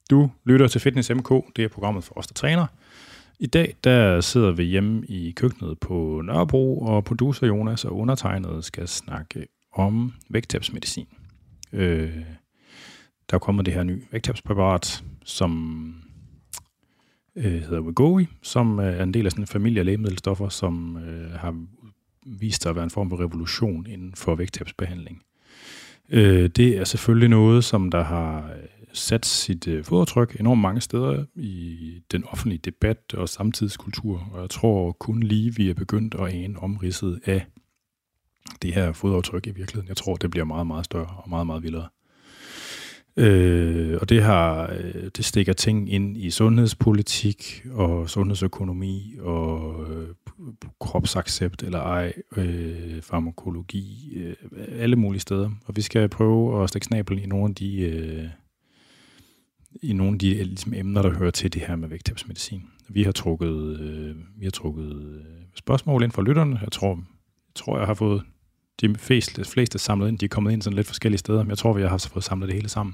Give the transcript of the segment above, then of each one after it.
Du lytter til Fitness MK, det er programmet for os, der træner. I dag der sidder vi hjemme i køkkenet på Nørrebro, og producer Jonas og undertegnede skal snakke om vægttabsmedicin. Der er kommet det her nye vægttabspræparat, som hedder Wegovy, som er en del af sådan en familie af lægemiddelstoffer, som har vist sig at være en form for revolution inden for vægttabsbehandling. Det er selvfølgelig noget, som der har sat sit fodaftryk enormt mange steder i den offentlige debat og samtidskultur, og jeg tror kun lige, vi er begyndt at ane omridset af det her fodaftryk i virkeligheden. Jeg tror, det bliver meget, meget større og meget, meget vildere. Og det stikker ting ind i sundhedspolitik og sundhedsøkonomi og kropsaccept eller ej, farmakologi, alle mulige steder. Og vi skal prøve at stikke snablen i nogle af de ligesom, emner, der hører til det her med vægttabsmedicin. Vi har trukket spørgsmål ind fra lytterne. Jeg tror, jeg har fået de fleste samlet ind. De er kommet ind sådan lidt forskellige steder, men jeg tror, vi har fået samlet det hele sammen.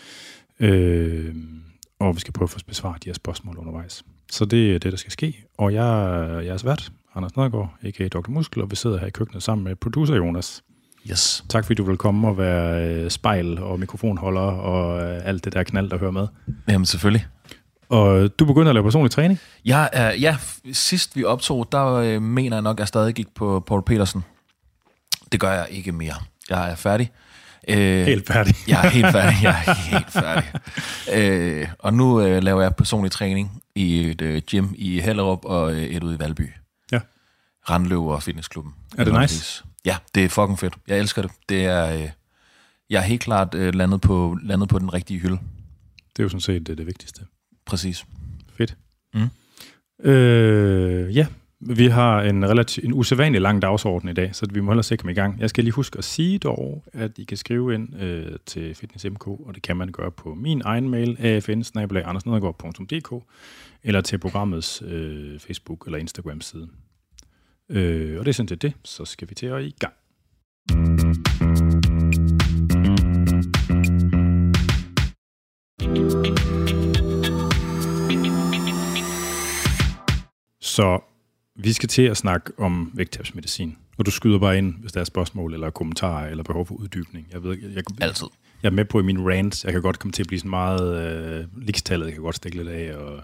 Og vi skal prøve at få besvaret de her spørgsmål undervejs. Så det er det, der skal ske. Og jeg er jeres vært, Anders Nørgaard, a.k.a. Dr. Muskel, og vi sidder her i køkkenet sammen med producer Jonas. Yes. Tak fordi du vil komme og være spejl og mikrofonholder og alt det der knald, der hører med. Jamen selvfølgelig. Og du begynder at lave personlig træning? Ja, sidst vi optog, der mener jeg nok, at jeg stadig gik på Paul Petersen. Det gør jeg ikke mere. Jeg er færdig. Helt færdig. Jeg er helt færdig. Og nu laver jeg personlig træning i et gym i Hellerup og et ude i Valby. Ja. Randløv og fitnessklubben. Er det nice? Ja, det er fucking fedt. Jeg elsker det. Det er, jeg er helt klart landet på den rigtige hylde. Det er jo sådan set det vigtigste. Præcis. Fedt. Ja. Vi har en usædvanlig lang dagsorden i dag, så vi må hellere se komme i gang. Jeg skal lige huske at sige dog, at I kan skrive ind til Fitness MK, og det kan man gøre på min egen mail, afn@andersnedergaard.dk, eller til programmets Facebook- eller Instagram-side. Og det er sådan det, så skal vi til at i gang. Så vi skal til at snakke om vægttabsmedicin. Og du skyder bare ind, hvis der er spørgsmål eller kommentarer eller behov for uddybning. Altid. Jeg er med på i min rant. Jeg kan godt komme til at blive sådan meget ligestallet. Jeg kan godt stikke lidt af og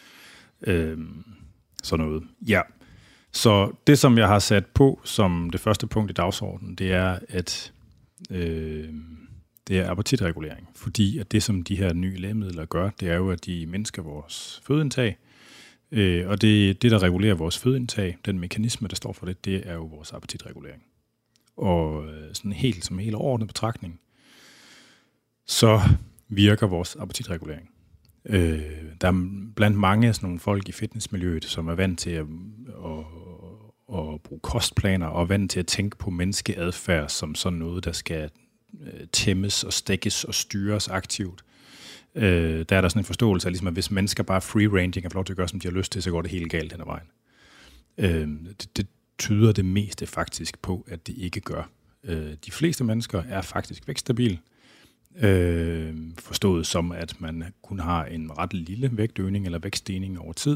sådan noget. Ja. Så det, som jeg har sat på som det første punkt i dagsordenen, det er, at det er appetitregulering. Fordi at det, som de her nye lægemidler gør, det er jo, at de mindsker vores fødeindtag. Og det, der regulerer vores fødeindtag, den mekanisme, der står for det er jo vores appetitregulering. Og sådan helt som hele overordnet betragtning, så virker vores appetitregulering. Der er blandt mange sådan nogle folk i fitnessmiljøet, som er vant til at bruge kostplaner og er vant til at tænke på menneskeadfærd som sådan noget, der skal tæmmes og stikkes og styres aktivt. Der er der sådan en forståelse af, ligesom, at hvis mennesker bare free-ranging og får lov til at gøre, som de har lyst til, så går det helt galt hen ad vejen. Det tyder det meste faktisk på, at det ikke gør. De fleste mennesker er faktisk vækststabile, forstået som, at man kun har en ret lille vægtøgning eller vækststigning over tid.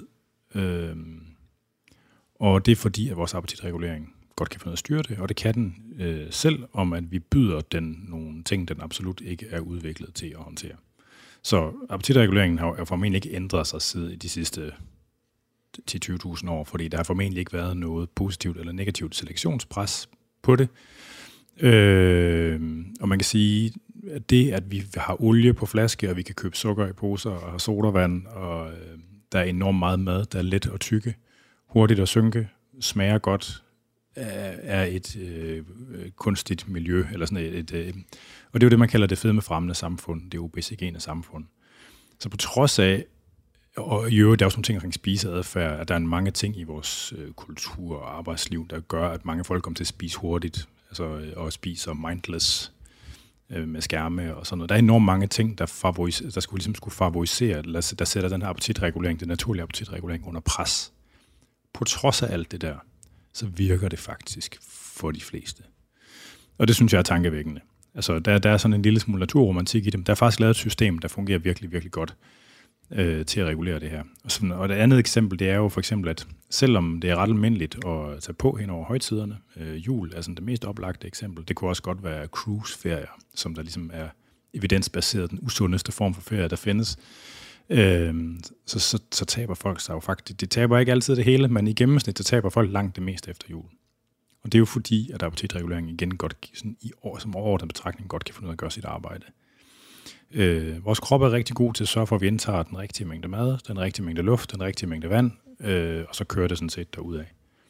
Og det er fordi, at vores appetitregulering godt kan finde at styre det, og det kan den selv, om at vi byder den nogle ting, den absolut ikke er udviklet til at håndtere. Så appetitreguleringen har jo formentlig ikke ændret sig siden de sidste 10-20.000 år, fordi der har formentlig ikke været noget positivt eller negativt selektionspres på det. Og man kan sige, at det, at vi har olie på flaske, og vi kan købe sukker i poser og har sodavand, og der er enormt meget mad, der er let at tygge, hurtigt at synke, smager godt, er et kunstigt miljø, eller sådan og det er jo det, man kalder det fedmefremmende samfund, det obesogene samfund. Så på trods af, og i øvrigt, der er også nogle ting omkring spiseadfærd, at der er mange ting i vores kultur og arbejdsliv, der gør, at mange folk kommer til at spise hurtigt, altså, og spiser mindless med skærme og sådan noget. Der er enormt mange ting, der skulle favorisere, der sætter den her appetitregulering, den naturlige appetitregulering under pres. På trods af alt det der, så virker det faktisk for de fleste. Og det synes jeg er tankevækkende. Altså, der er sådan en lille smule naturromantik i dem. Der er faktisk lavet et system, der fungerer virkelig, virkelig godt. til at regulere det her. Og det andet eksempel, det er jo for eksempel, at selvom det er ret almindeligt at tage på hen over højtiderne, jul er sådan det mest oplagte eksempel, det kunne også godt være cruiseferier, som der ligesom er evidensbaseret, den usundeste form for ferie, der findes, så taber folk sig jo faktisk. De taber ikke altid det hele, men i gennemsnit, så taber folk langt det meste efter jul. Og det er jo fordi, at appetitregulering igen godt sådan i år, som overordnet betragtning godt kan finde ud af at gøre sit arbejde. Vores krop er rigtig god til at sørge for, at vi indtager den rigtige mængde mad, den rigtige mængde luft, den rigtige mængde vand, og så kører det sådan set derudad.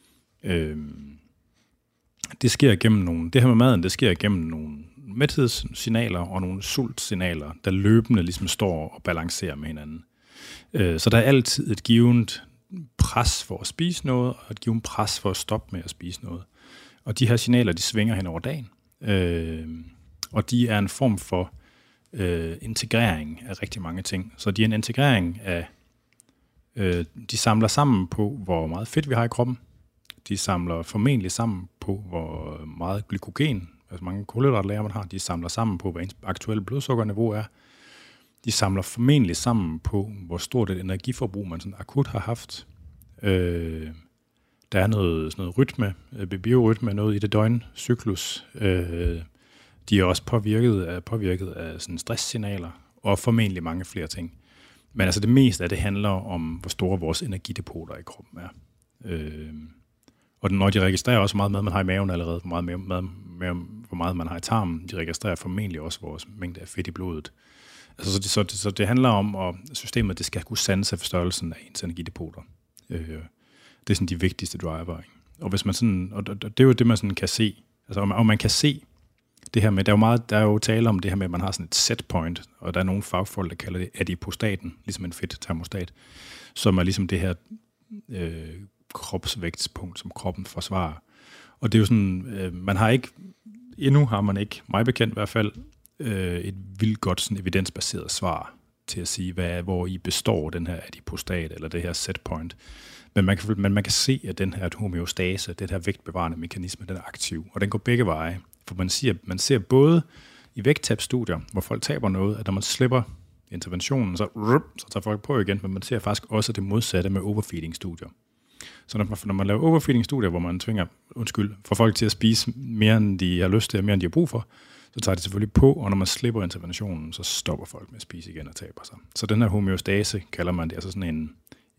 Det sker gennem det her med maden, det sker gennem nogle mæthedssignaler og nogle sultsignaler, der løbende ligesom står og balancerer med hinanden. Så der er altid et givet pres for at spise noget, og et givet pres for at stoppe med at spise noget. Og de her signaler, de svinger hen over dagen, og de er en form for integrering af rigtig mange ting. Så de er en integrering af, de samler sammen på, hvor meget fedt vi har i kroppen. De samler formentlig sammen på, hvor meget glykogen, altså mange kulhydratlager man har, de samler sammen på, hvad ens aktuelle blodsukkerniveau er. De samler formentlig sammen på, hvor stort et energiforbrug man sådan akut har haft. Der er sådan noget rytme, biorytme, noget i det døgncyklus. De er også påvirket af sådan stresssignaler, og formentlig mange flere ting. Men altså det meste af det handler om, hvor store vores energidepoter i kroppen er. Og når de registrerer også, hvor meget mad man har i maven allerede, hvor meget man har i tarmen, de registrerer formentlig også vores mængde af fedt i blodet. Altså, så det handler om, at systemet det skal kunne sanse for størrelsen af ens energidepoter. Det er sådan de vigtigste driver. Ikke? Og hvis man sådan, og det er jo det, man sådan kan se. Altså, og man kan se det her med, der er jo tale om det her med, at man har sådan et set point, og der er nogle fagfolk, der kalder det adipostaten, ligesom en fedttermostat, som er ligesom det her kropsvægtspunkt, som kroppen forsvarer. Og det er jo sådan, endnu har man ikke, mig bekendt i hvert fald, et vildt godt sådan evidensbaseret svar til at sige, hvor i består den her adipostat, eller det her set point. Men man kan se, at den her homeostase, den her vægtbevarende mekanisme, den er aktiv, og den går begge veje. For man ser både i vægttabsstudier, hvor folk taber noget, at når man slipper interventionen, så tager folk på igen, men man ser faktisk også det modsatte med overfeeding-studier. Så når man laver overfeeding-studier, hvor man får folk til at spise mere, end de har lyst til, og mere, end de har brug for, så tager de selvfølgelig på, og når man slipper interventionen, så stopper folk med at spise igen og taber sig. Så den her homeostase kalder man det, altså sådan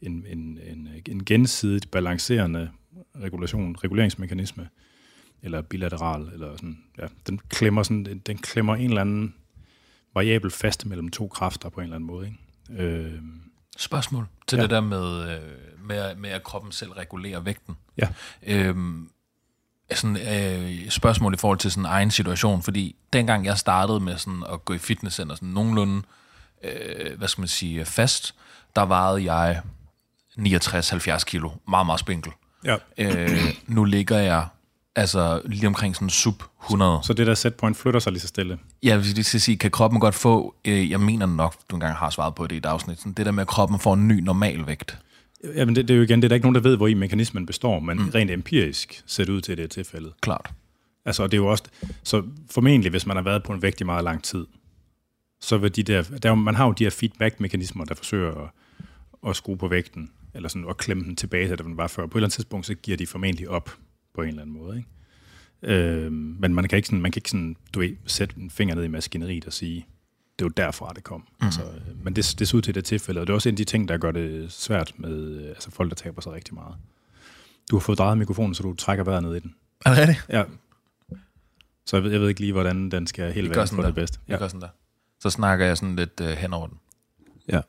en gensidigt balancerende reguleringsmekanisme, eller bilateral, eller sådan, ja, den klemmer en eller anden variabel fast mellem to kræfter på en eller anden måde, ikke? Spørgsmål til det der med at kroppen selv regulerer vægten. Ja. Spørgsmål i forhold til sådan en egen situation, fordi dengang jeg startede med sådan at gå i fitnesscenter sådan nogenlunde, fast, der vejede jeg 69-70 kilo, meget, meget spinkel. Ja. Nu ligger jeg altså lige omkring sådan sub 100. Så det der setpoint flytter sig lige så stille? Ja, hvis det skal sige, kan kroppen godt få, jeg mener nok, du engang har svaret på det i et afsnit, sådan det der med, at kroppen får en ny normalvægt. Jamen det er jo igen, det er der ikke nogen, der ved, hvor i mekanismen består, men rent empirisk ser det ud til det tilfældet. Klart. Altså, det er jo også, så formentlig, hvis man har været på en vægt i meget lang tid, så vil man har jo de her feedback-mekanismer, der forsøger at skrue på vægten, eller sådan at klemme den tilbage til, det den var før. På et eller andet tidspunkt, så giver de formentlig op på en eller anden måde, ikke? Men man kan ikke sådan, sætte en finger ned i maskineriet og sige, det er jo derfra, det kom. Altså, men det ser ud til det tilfælde, og det er også en af de ting, der gør det svært med folk, der taber sig rigtig meget. Du har fået drejet mikrofonen, så du trækker vejret ned i den. Er det rigtigt? Ja. Så jeg ved ikke lige, hvordan den skal helt være for det bedste. Ja. Sådan der. Så snakker jeg sådan lidt hen over den. Ja.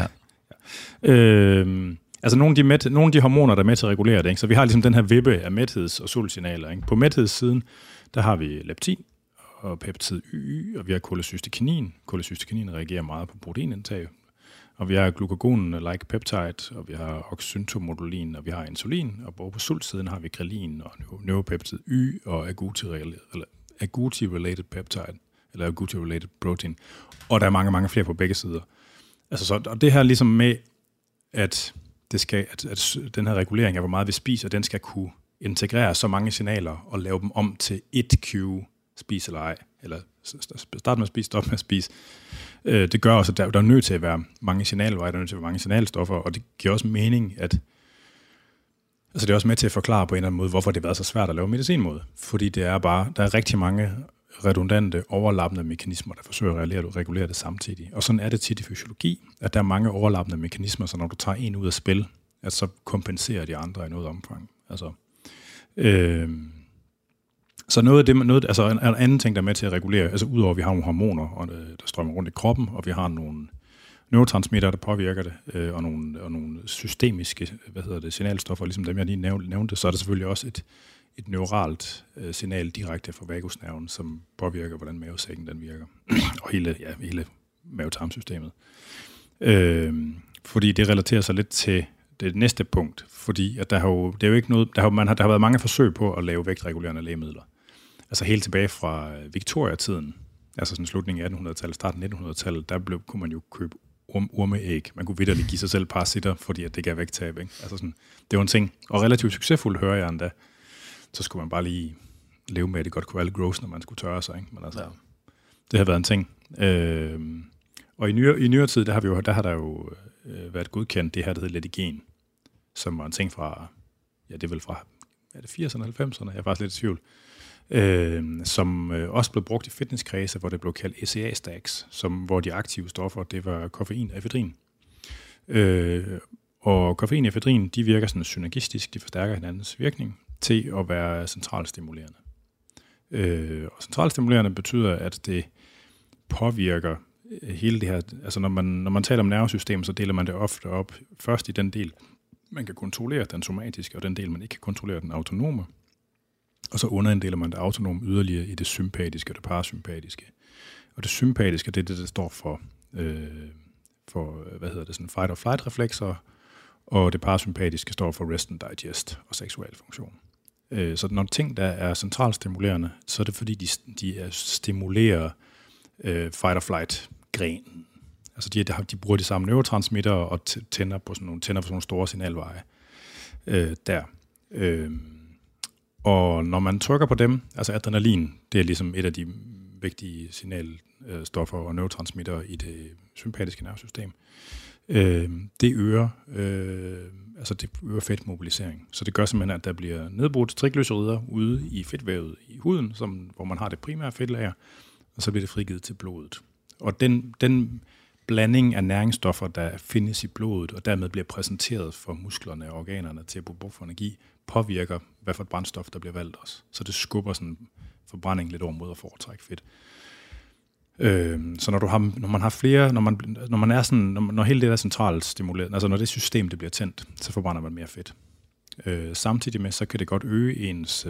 Altså nogle af de hormoner, der er med til at regulere det, ikke? Så vi har ligesom den her vippe af mætheds- og sultsignaler. Ikke? På mæthedssiden, der har vi leptin og peptid Y, og vi har kolocystokinin. Kolocystokinin reagerer meget på proteinindtag. Og vi har glucagon-like peptide, og vi har oxyntomodulin, og vi har insulin. Og på sultsiden har vi grelin og neuropeptid Y og agouti-related peptide, eller agouti-related protein. Og der er mange, mange flere på begge sider. Altså, og det her ligesom med, at den her regulering af, hvor meget vi spiser, den skal kunne integrere så mange signaler og lave dem om til et cue, spis eller ej, eller start med at spise, stop med at spise. Det gør også, at der er nødt til at være mange signalveje, der er nødt til at være mange signalstoffer, og det giver også mening, at altså det er også med til at forklare på en eller anden måde, hvorfor det har været så svært at lave medicin mod. Fordi det er bare, der er rigtig mange redundante, overlappende mekanismer, der forsøger at regulere det samtidig. Og sådan er det tit i fysiologi, at der er mange overlappende mekanismer, så når du tager en ud af spil, at så kompenserer de andre i noget omfang. Altså, så altså en anden ting, der er med til at regulere, altså udover at vi har nogle hormoner, der strømmer rundt i kroppen, og vi har nogle neurotransmitter, der påvirker det, og nogle systemiske, signalstoffer, ligesom dem jeg lige nævnte, så er der selvfølgelig også et neuralt signal direkte fra vagusnerven, som påvirker, hvordan mavesækken den virker, og hele mavetarmsystemet. Fordi det relaterer sig lidt til det næste punkt, fordi at der har været mange forsøg på at lave vægtregulerende lægemidler. Altså helt tilbage fra Victoria-tiden, altså sådan slutningen af 1800-tallet, starten af 1900-tallet, der kunne man jo købe ormeæg. Man kunne vitterligt give sig selv parasitter, fordi at det gav vægttab. Ikke? Altså sådan, det var en ting. Og relativt succesfuldt, hører jeg endda. Så skulle man bare lige leve med, at det godt kunne være lidt gross, når man skulle tørre sig. Ikke? Men altså, det har været en ting. Og i nyere tid, der har der jo været godkendt det her, der hedder Letigen, som var en ting fra, det er vel fra, er det 80'erne, 90'erne? Jeg er faktisk lidt i tvivl. Som også blev brugt i fitnesskredse, hvor det blev kaldt ECA-stacks, hvor de aktive stoffer, det var koffein og efedrin. Og koffein og efedrin, de virker sådan synergistisk, de forstærker hinandens virkning til at være centralstimulerende. Og centralstimulerende betyder, at det påvirker hele det her, altså når man taler om nervesystem, så deler man det ofte op først i den del, man kan kontrollere, den somatiske, og den del, man ikke kan kontrollere, den autonome. Og så underinddeler man det autonome yderligere i det sympatiske og det parasympatiske. Og det sympatiske, det er det, der står for sådan fight or flight reflekser, og det parasympatiske står for rest and digest og seksuel funktion. Så når ting, der er centralstimulerende, så er det fordi, de stimulerer fight or flight grenen. Altså de bruger de samme neurotransmitter og tænder på sådan nogle store signalveje der. Og når man trykker på dem, altså adrenalin, det er ligesom et af de vigtige signalstoffer og neurotransmitter i det sympatiske nervesystem. Det øger fedtmobilisering. Så det gør simpelthen, at der bliver nedbrudt triglycerider ude i fedtvævet i huden, hvor man har det primære fedtlager, og så bliver det frigivet til blodet. Og den blanding af næringsstoffer, der findes i blodet, og dermed bliver præsenteret for musklerne og organerne til at bruge brug for energi, påvirker, hvad for et brændstof, der bliver valgt også. Så det skubber sådan forbrænding lidt over mod at foretrække fedt. Så når man har flere, når hele det der centralt stimuleret, altså når det system det bliver tændt, så forbrænder man mere fedt. Samtidig med, så kan det godt øge ens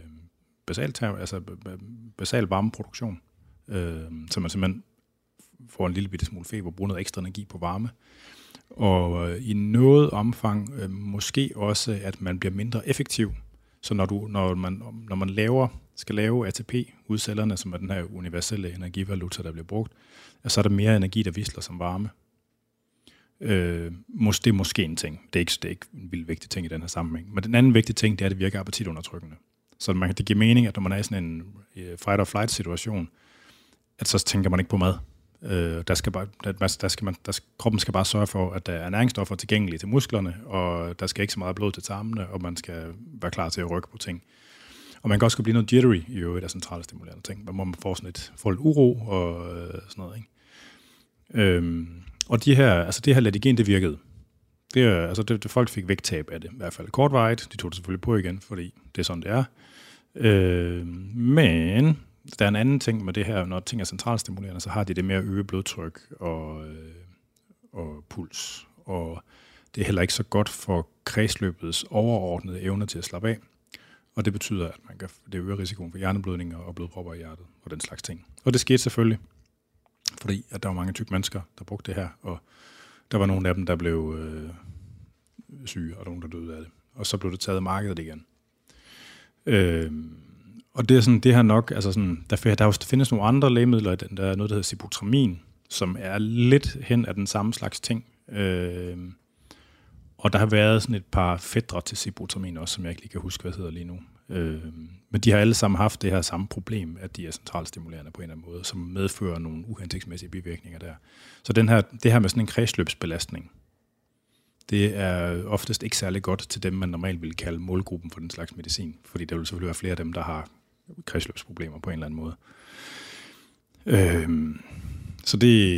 basal varmeproduktion, så man simpelthen får en lille bitte smule feber, bruger noget ekstra energi på varme. Og i noget omfang måske også, at man bliver mindre effektiv. Så når man skal lave ATP ud cellerne, som er den her universelle energivaluta, der bliver brugt, så er der mere energi, der visler som varme. Det er måske en ting. Det er ikke en vildt vigtig ting i den her sammenhæng. Men den anden vigtige ting, det er, at det virker appetitundertrykkende. Så det giver mening, at når man er i sådan en fight-or-flight-situation, at så tænker man ikke på mad. Kroppen skal bare sørge for, at der er næringsstoffer tilgængelige til musklerne, og der skal ikke så meget blod til tarmene, og man skal være klar til at rykke på ting. Og man kan også blive noget jittery i øvrigt af centrale stimulerende ting, hvor man får lidt uro og sådan noget. Ikke? Og det her Letigen, det virkede. Folk fik vægttab af det, i hvert fald kortvarigt. De tog det selvfølgelig på igen, fordi det er sådan, det er. Men der er en anden ting med det her, når ting er centralstimulerende, så har de det med at øge blodtryk og puls. Og det er heller ikke så godt for kredsløbets overordnede evne til at slappe af. Og det betyder, at det øger risikoen for hjerneblødninger og blodpropper i hjertet og den slags ting. Og det skete selvfølgelig, fordi at der var mange tykke mennesker, der brugte det her, og der var nogle af dem, der blev syge, og nogen, der døde af det. Og så blev det taget af markedet igen. Og det er sådan, det her nok, altså sådan, der findes nogle andre lægemidler, der er noget, der hedder Sibutramine, som er lidt hen af den samme slags ting. Og der har været sådan et par fætre til Sibutramine også, som jeg ikke lige kan huske, hvad hedder lige nu. Men de har alle sammen haft det her samme problem, at de er centralstimulerende på en eller anden måde, som medfører nogle uhensigtsmæssige bivirkninger der. Så det her med sådan en kredsløbsbelastning, det er oftest ikke særlig godt til dem, man normalt vil kalde målgruppen for den slags medicin, fordi der vil selvfølgelig være flere af dem, der har kredsløbsproblemer på en eller anden måde. Så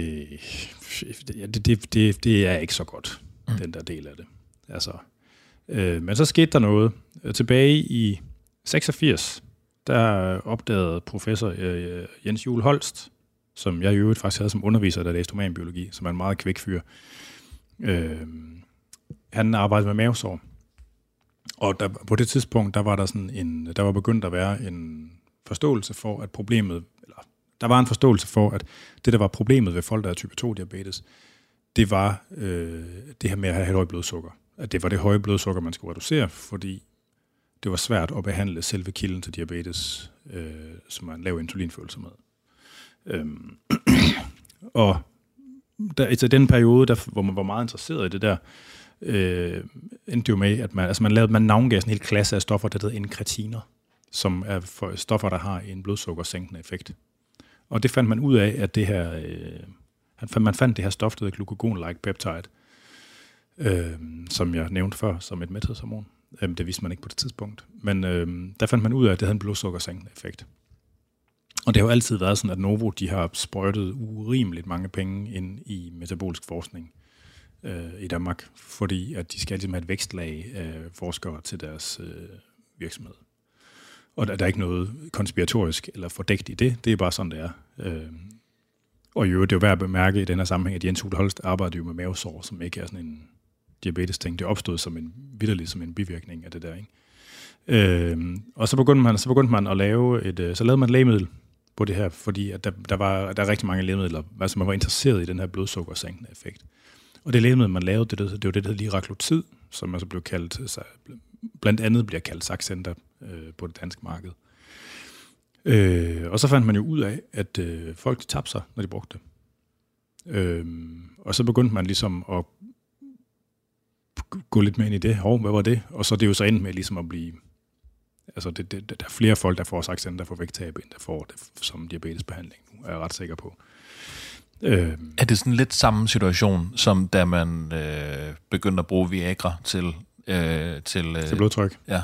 det er ikke så godt, den der del af det. Altså, men så skete der noget. Tilbage i 86, der opdagede professor Jens Juel Holst, som jeg i øvrigt faktisk havde som underviser, der læste humanbiologi, som er en meget kvik fyr. Han arbejdede med mavesår. Og på det tidspunkt, der var begyndt at være en forståelse for, at problemet, eller der var en forståelse for, at det, der var problemet ved folk, der havde type 2-diabetes, det var det her med at have højt blodsukker. At det var det høje blodsukker, man skulle reducere, fordi det var svært at behandle selve kilden til diabetes, som er en lav insulinfølelse med. Og i den periode, hvor man var meget interesseret i det der, endte jo med, at man navngav sådan en hel klasse af stoffer, der hedder inkretiner, som er stoffer, der har en blodsukkersænkende effekt. Og det fandt man ud af, at det her, man fandt det her stof, der hedder glucagon-like peptide, som jeg nævnte før, som et mæthedshormon. Det vidste man ikke på det tidspunkt. Men der fandt man ud af, at det havde en blodsukkersænkende effekt. Og det har jo altid været sådan, at Novo de har sprøjtet urimeligt mange penge ind i metabolisk forskning i Danmark, fordi at de skal altid have et vækstlag af forskere til deres virksomhed. Og der er ikke noget konspiratorisk eller fordækt i det. Det er bare sådan, det er. Og i øvrigt, det er jo værd at bemærke i den her sammenhæng, at Jens Juel Holst arbejder jo med mavesår, som ikke er sådan en diabetes-ting. Det opstod som en bivirkning af det der, ikke? Og så begyndte man at lave så lavede man lægemiddel på det her, fordi at der er rigtig mange lægemidler, altså man var interesseret i den her blodsukkersænkende effekt. Og det lægemiddel, man lavede, det var det, der hedder liraglutid, som altså blev kaldt, blandt andet bliver kaldt Saxenda på det danske marked. Og så fandt man jo ud af, at folk de tabte sig, når de brugte det. Og så begyndte man ligesom at gå lidt mere ind i det. Hvad var det? Og så det er jo så endt med ligesom at blive... Altså, der er flere folk, der får Saxenda, der får vægttab, end der får det som diabetesbehandling nu, er jeg ret sikker på. Er det sådan lidt samme situation, som da man begyndte at bruge Viagra til blodtryk? Ja.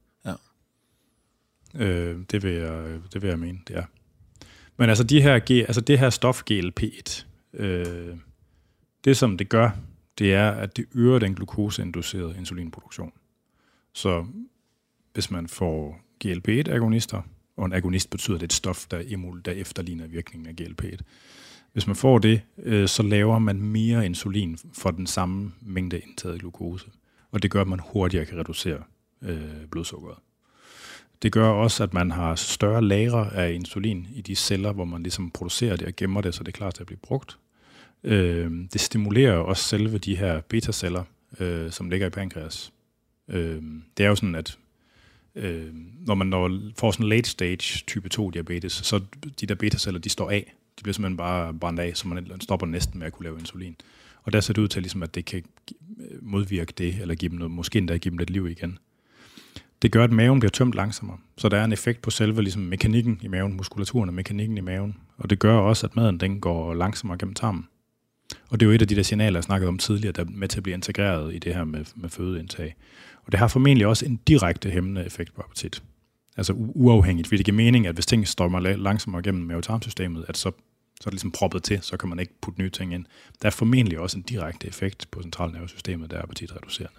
Det vil jeg mene, det er. Men altså, det her stof GLP-1, det som det gør, det er, at det øger den glukoseinducerede insulinproduktion. Så hvis man får GLP-1-agonister, og en agonist betyder, at det er et stof, der efterligner virkningen af GLP-1. Hvis man får det, så laver man mere insulin for den samme mængde indtaget glukose. Og det gør, at man hurtigere kan reducere blodsukkeret. Det gør også, at man har større lagre af insulin i de celler, hvor man ligesom producerer det og gemmer det, så det er klar til at blive brugt. Det stimulerer også selve de her beta-celler, som ligger i pankreas. Det er jo sådan, at når man får sådan late stage type 2 diabetes, så de der beta-celler, de står af. De bliver simpelthen bare brændt af, så man stopper næsten med at kunne lave insulin. Og der ser det ud til, ligesom, at det kan modvirke det, eller give dem noget, måske endda give dem lidt liv igen. Det gør, at maven bliver tømt langsommere. Så der er en effekt på selve ligesom, mekanikken i maven, muskulaturen og mekanikken i maven. Og det gør også, at maden den går langsommere gennem tarmen. Og det er jo et af de der signaler, jeg snakkede om tidligere, der er med til at blive integreret i det her med fødeindtag. Og det har formentlig også en direkte hæmmende effekt på appetit. Altså uafhængigt, fordi det giver mening, at hvis ting strømmer langsommere gennem mavetarmsystemet, at så er det ligesom proppet til, så kan man ikke putte nye ting ind. Der er formentlig også en direkte effekt på centralnervesystemet, der er appetitreducerende.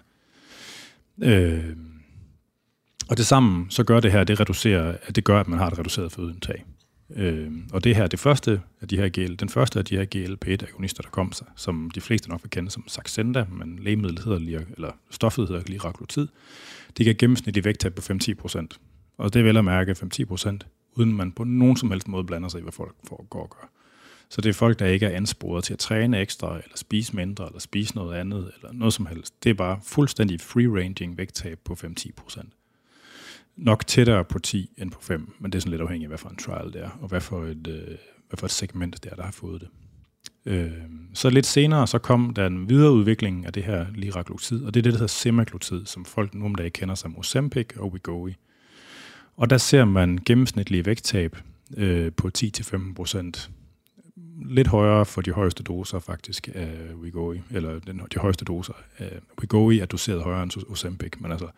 Og det sammen, så gør det her, det gør, at man har et reduceret fødeindtag. Og det her, den første af de her GLP-1-agonister, der kom, som de fleste nok vil kende som Saxenda, men stoffet hedder liraglutid, de kan gennemsnitligt vægttab på 5-10%. Og det er vel at mærke 5-10%, uden man på nogen som helst måde blander sig i, hvad folk går og gør. Så det er folk, der ikke er ansporet til at træne ekstra, eller spise mindre, eller spise noget andet, eller noget som helst. Det er bare fuldstændig free-ranging vægttab på 5-10%. Nok tættere på 10 end på 5, men det er sådan lidt afhængigt af, hvad for en trial det er, og hvad for et segment det er, der har fået det. Så lidt senere, så kom der en videreudvikling af det her liraglutid, og det er det, der hedder semaglutid, som folk nu om dagen kender som Ozempic og Wegovy. Og der ser man gennemsnitlige vægttab på 10-15%. Lidt højere for de højeste doser faktisk af Wegovy, eller de højeste doser af Wegovy er doseret højere end Ozempic, men altså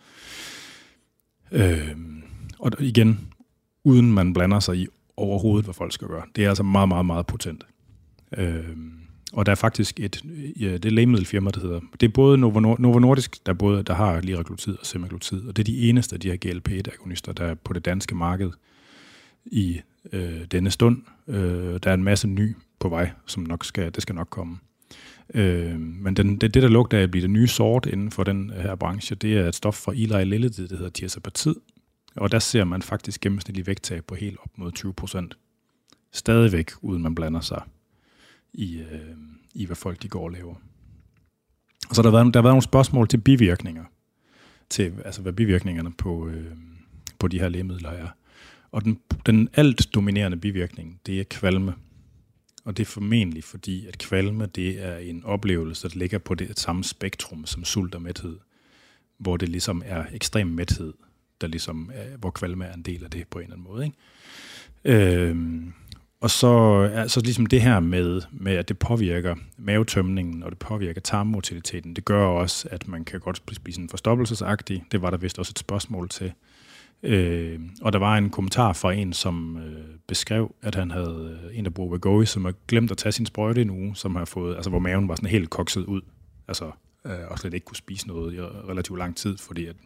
og igen, uden man blander sig i overhovedet, hvad folk skal gøre. Det er altså meget, meget, meget potent. Og der er faktisk det lægemiddelfirma, der hedder, det er både Novo Nordisk, der har liraglutid og semaglutid, og det er de eneste af de her GLP-1-agonister, der er på det danske marked i denne stund. Der er en masse ny på vej, som det skal nok komme. Men det, der lugter af at blive det nye sort inden for den her branche, det er et stof fra Eli Lilly, det hedder tirzepatid, og der ser man faktisk gennemsnitlig vægttab på helt op mod 20%. Stadigvæk, uden man blander sig i hvad folk de går og laver. Og så der har været nogle spørgsmål til bivirkninger, altså hvad bivirkningerne på de her lægemidler er. Og den alt dominerende bivirkning, det er kvalme. Og det er formentlig fordi, at kvalme, det er en oplevelse, der ligger på det samme spektrum som sult og mæthed, hvor det ligesom er ekstrem mæthed, der ligesom hvor kvalme er en del af det på en eller anden måde, ikke? Og så ligesom det her med, at det påvirker mavetømningen, og det påvirker tarmmotiliteten, det gør også, at man kan godt spise en forstoppelsesagtig. Det var der vist også et spørgsmål til. Og der var en kommentar fra en, som beskrev, at han havde en, der bruger Wegovy, som har glemt at tage sin sprøjte en uge, som har fået, altså hvor maven var sådan helt kokset ud, altså og slet ikke kunne spise noget i relativt lang tid, fordi at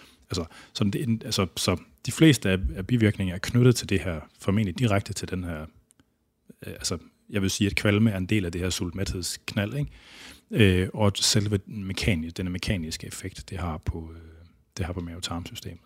så de fleste af bivirkninger er knyttet til det her, formentlig direkte til den her, jeg vil sige, at kvalme er en del af det her sultmæthedsknald, ikke? Og selve den mekaniske effekt, det har på mave-tarmsystemet.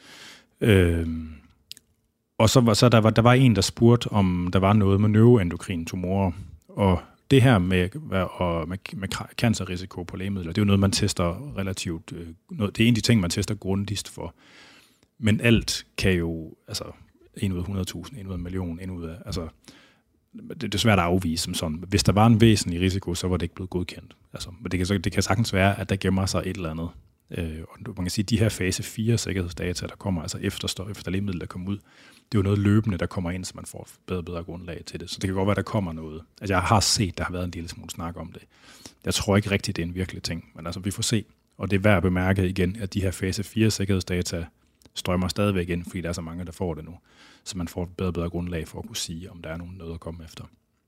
Og så der var en, der spurgte, om der var noget med neuroendokrine tumorer, og det her med cancerrisiko på lægemidler, det er jo noget, man tester relativt, det er en af de ting, man tester grundigst for. Men alt kan jo, altså 1 ud af 100.000, 1 ud af 1 million, 1 ud af, altså det er svært at afvise som sådan. Hvis der var en væsentlig risiko, så var det ikke blevet godkendt. Altså, men det kan sagtens være, at der gemmer sig et eller andet. Og man kan sige, at de her fase 4 sikkerhedsdata, der kommer altså efter lægemidlet, der kommer ud, det er jo noget løbende, der kommer ind, så man får bedre grundlag til det. Så det kan godt være, der kommer noget. Altså jeg har set, der har været en lille smule snak om det. Jeg tror ikke rigtigt, det er en virkelig ting, men altså vi får se. Og det er værd at bemærke igen, at de her fase 4 sikkerhedsdata strømmer stadigvæk ind, fordi der er så mange, der får det nu. Så man får bedre grundlag for at kunne sige, om der er noget at komme efter.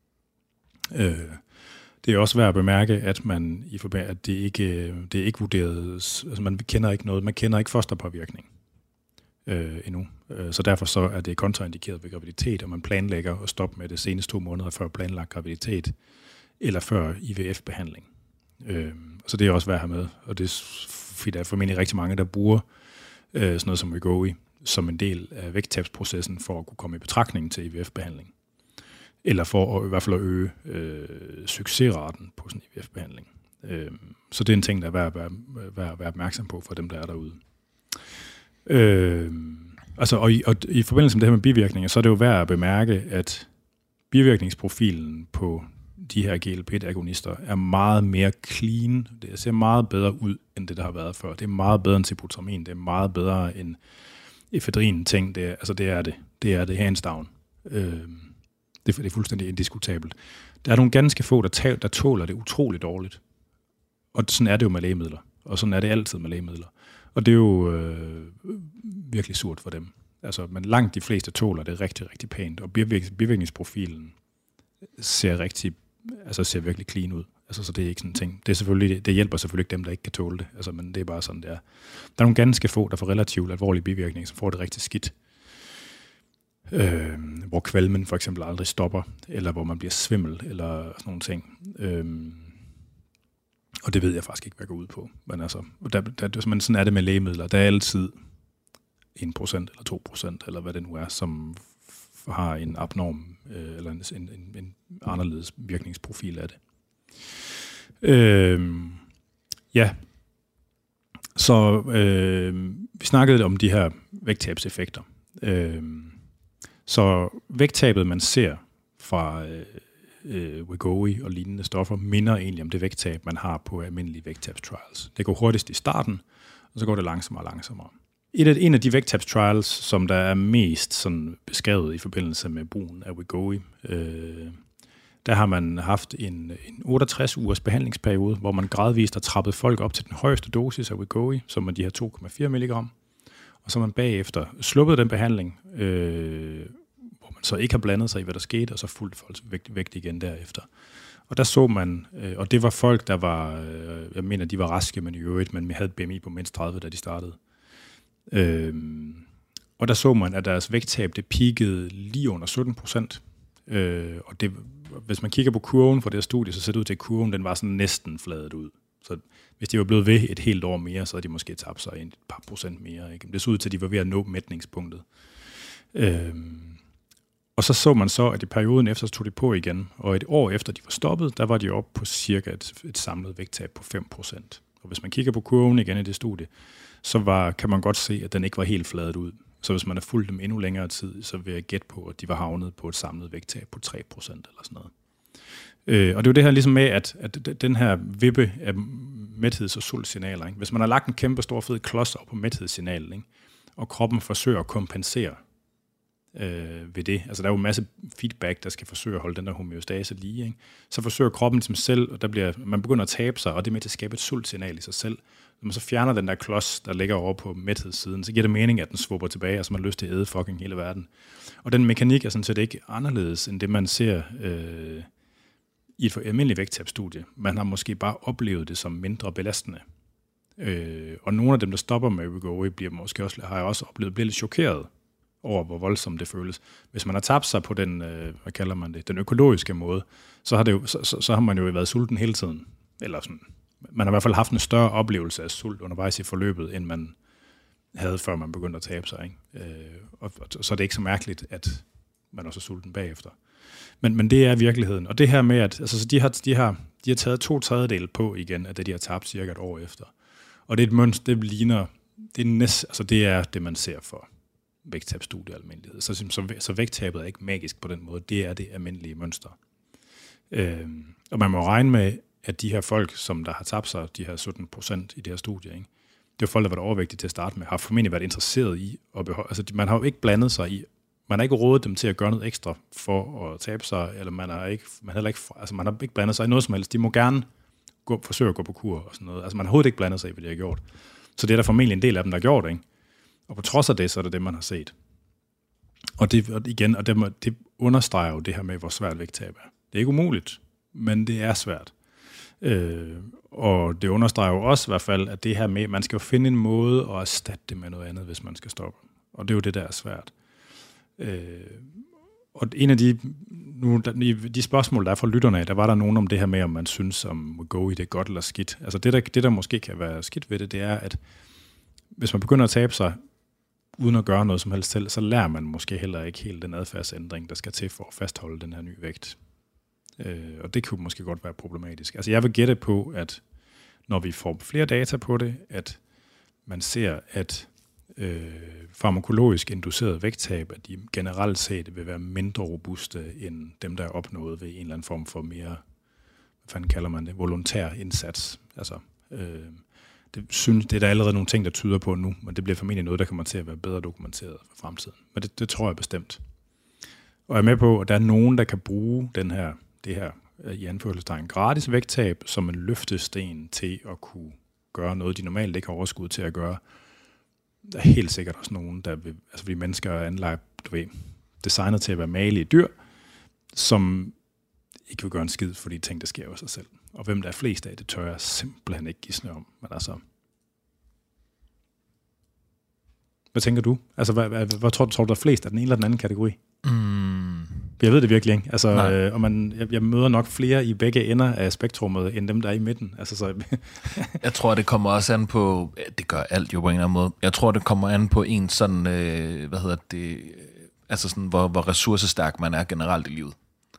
Det er også værd at bemærke, at at det er ikke vurderet, altså man kender ikke fosterpåvirkning endnu. Så derfor så er det kontraindikeret ved graviditet, og man planlægger at stoppe med det senest 2 måneder før planlagt graviditet, eller før IVF-behandling. Så det er også værd at have med, og det er der er formentlig rigtig mange, der bruger sådan noget som Wegovy som en del af vægttabsprocessen for at kunne komme i betragtning til IVF-behandling. Eller for at, i hvert fald at øge succesraten på sådan en IVF-behandling. Så det er en ting, der er værd at være opmærksom på for dem, der er derude. Og i forbindelse med det her med bivirkninger, så er det jo værd at bemærke, at bivirkningsprofilen på de her GLP-1-agonister er meget mere clean. Det ser meget bedre ud, end det, der har været før. Det er meget bedre end sibutramine. Det er meget bedre end efedrin-ting. Det er det hands down. Det er fuldstændig indiskutabelt. Der er nogle ganske få, der tåler det utroligt dårligt. Og sådan er det jo med lægemidler. Og sådan er det altid med lægemidler. Og det er jo virkelig surt for dem. Altså, men langt de fleste tåler det rigtig, rigtig pænt. Og bivirkningsprofilen ser virkelig clean ud. Altså, så det er ikke sådan en ting. Det hjælper selvfølgelig ikke dem, der ikke kan tåle det. Altså, men det er bare sådan, det er. Der er nogle ganske få, der får relativt alvorlige bivirkninger, som får det rigtig skidt. Hvor kvalmen for eksempel aldrig stopper, eller hvor man bliver svimmel, eller sådan nogle ting. Og det ved jeg faktisk ikke, hvad jeg går ud på. Men altså, men sådan er det med lægemidler. Der er altid 1% eller 2%, eller hvad det nu er, som har en abnorm, eller en anderledes virkningsprofil af det. Ja. Så vi snakkede om de her vægttabseffekter. Så vægttabet, man ser fra Wegovy og lignende stoffer, minder egentlig om det vægttab, man har på almindelige vægttabstrials. Det går hurtigst i starten, og så går det langsommere og langsommere. En af de vægttabstrials, som der er mest sådan beskrevet i forbindelse med brugen af Wegovy, der har man haft en 68 ugers behandlingsperiode, hvor man gradvist har trappet folk op til den højeste dosis af Wegovy, som er de her 2,4 milligram, og så man bagefter sluppet den behandling, hvor man så ikke har blandet sig i, hvad der skete, og så fuldt folks vægt igen derefter. Og der så man, og det var folk, der var, jeg mener, de var raske, men i øvrigt, men havde et BMI på mindst 30, da de startede. Og der så man, at deres vægttab, det peakede lige under 17%. Og det, hvis man kigger på kurven for det her studie, så ser det ud til, at kurven den var sådan næsten fladet ud. Så hvis de var blevet ved et helt år mere, så havde de måske tabt sig et par procent mere. Ikke? Det så ud til, at de var ved at nå mætningspunktet. Og så man så, at i perioden efter, så tog de på igen. Og et år efter, de var stoppet, der var de oppe på cirka et samlet vægttab på 5%. Og hvis man kigger på kurven igen i det studie, så kan man godt se, at den ikke var helt fladet ud. Så hvis man har fulgt dem endnu længere tid, så vil jeg gætte på, at de var havnet på et samlet vægttab på 3% eller sådan noget. Og det er jo det her ligesom med, at den her vippe af mætheds- og sultsignaler, ikke? Hvis man har lagt en kæmpe stor fed klods op på mæthedssignalen, ikke? Og kroppen forsøger at kompensere ved det. Altså der er jo en masse feedback, der skal forsøge at holde den der homeostase lige. Ikke? Så forsøger kroppen som selv, og man begynder at tabe sig, og det er med til at skabe et sultsignal i sig selv. Når man så fjerner den der klods, der ligger over på mæthedssiden, så giver det mening, at den svupper tilbage, og så man har lyst til at æde fucking hele verden. Og den mekanik er sådan set ikke anderledes, end det man ser i et almindeligt vægttabsstudie. Man har måske bare oplevet det som mindre belastende. Og nogle af dem, der stopper med Wegovy, har jeg også oplevet, bliver lidt chokeret over, hvor voldsomt det føles. Hvis man har tabt sig på den, hvad kalder man det, den økologiske måde, så har man jo været sulten hele tiden. Eller sådan, man har i hvert fald haft en større oplevelse af sult undervejs i forløbet, end man havde, før man begyndte at tabe sig. Ikke? Og så er det ikke så mærkeligt, at man også er sulten bagefter. Men det er virkeligheden. Og det her med, at altså, de har taget 2/3 på igen af det, de har tabt cirka et år efter. Og det er et mønster, det ligner, det er det, man ser for vægttabsstudie almindelighed. Så vægttabet er ikke magisk på den måde. Det er det almindelige mønster. Og man må regne med, at de her folk, som der har tabt sig, de her 17% i det her studie, ikke? Det er folk, der har været overvægtige til at starte med, har formentlig været interesseret i at beholde. Altså, man har jo ikke blandet sig i, man har ikke rådet dem til at gøre noget ekstra for at tabe sig, eller man har ikke blandet sig i noget som helst. De må gerne forsøge at gå på kur og sådan noget. Altså, man har overhovedet ikke blandet sig i, hvad de har gjort. Så det er der formentlig en del af dem, der har gjort, ikke? Og på trods af det, så er det det, man har set. Og det understreger jo det her med, hvor svært vægttab er. Det er ikke umuligt, men det er svært. Og det understreger jo også i hvert fald, at det her med, man skal jo finde en måde at erstatte det med noget andet, hvis man skal stoppe. Og det er jo det, der er svært. Og en af de spørgsmål, der er fra lytterne af, der var der nogen om det her med, om man synes, om Wegovy det er godt eller skidt. Altså det der måske kan være skidt ved det, det er, at hvis man begynder at tabe sig, uden at gøre noget som helst selv, så lærer man måske heller ikke helt den adfærdsændring, der skal til for at fastholde den her nye vægt. Og det kunne måske godt være problematisk. Altså jeg vil gætte på, at når vi får flere data på det, at man ser, at farmakologisk induceret vægttab, at de generelt set vil være mindre robuste end dem, der er opnået ved en eller anden form for mere, hvad fanden kalder man det, volontær indsats. Altså, det er der allerede nogle ting, der tyder på nu, men det bliver formentlig noget, der kommer til at være bedre dokumenteret for fremtiden. Men det tror jeg bestemt. Og jeg er med på, at der er nogen, der kan bruge det her i anførselstegn gratis vægttab som en løftesten til at kunne gøre noget, de normalt ikke har overskud til at gøre. Der er helt sikkert også nogen, der vil, altså vi mennesker er anlagt, designet til at være magelige dyr, som ikke vil gøre en skid for de ting, der sker af sig selv. Og hvem der er flest af, det tør jeg simpelthen ikke gisne om. Men altså, hvad tænker du? Altså, hvad tror du, der er flest af den ene eller den anden kategori? Jeg ved det virkelig ikke. Altså, og jeg møder nok flere i begge ender af spektrummet, end dem, der er i midten. Altså, så jeg tror, det kommer også an på, det gør alt jo på en eller anden måde. Jeg tror, det kommer an på en sådan, altså sådan, hvor ressourcestærk man er generelt i livet.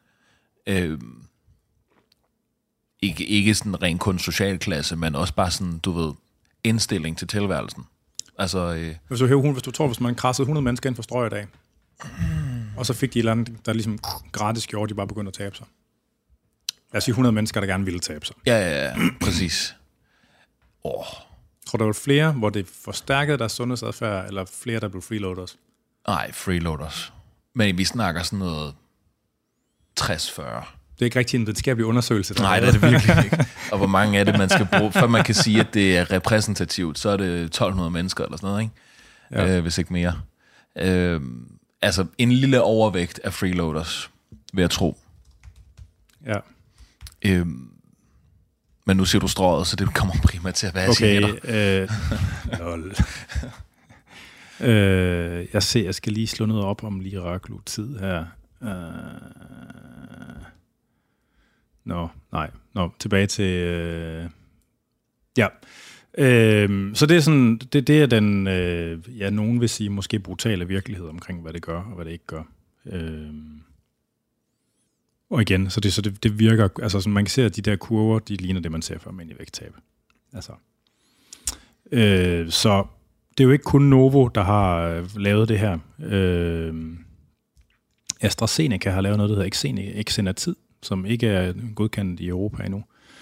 Ikke sådan rent kun socialklasse, men også bare sådan, du ved, indstilling til tilværelsen. Altså, hvis man krassede 100 mennesker ind for Strøg i dag, og så fik de et eller andet, der ligesom gratis gjorde, de bare begyndte at tabe sig. Lad os sige 100 mennesker, der gerne ville tabe sig. Ja, præcis. Tror du, der var flere, hvor det forstærkede deres sundhedsadfærd, eller flere, der blev freeloaders? Nej, freeloaders. Men vi snakker sådan noget 60-40. Det er ikke rigtig en videnskabelig undersøgelse. Nej, det er det virkelig ikke. Og hvor mange af det, man skal bruge, før man kan sige, at det er repræsentativt, så er det 1200 mennesker eller sådan noget, ikke? Ja. Hvis ikke mere. Altså, en lille overvægt af freeloaders, vil jeg tro. Ja. Men nu siger du strøget, så det kommer primært til at være jeg skal lige slå noget op om liraglutid her. Tilbage til... så det er sådan, det er den, nogen vil sige, måske brutale virkelighed omkring, hvad det gør, og hvad det ikke gør. Og igen, så det virker, altså som man kan se, at de der kurver, de ligner det, man ser for almindelig vægttab. Altså. Så det er jo ikke kun Novo, der har lavet det her. AstraZeneca har lavet noget, der hedder Exenatid, som ikke er godkendt i Europa endnu.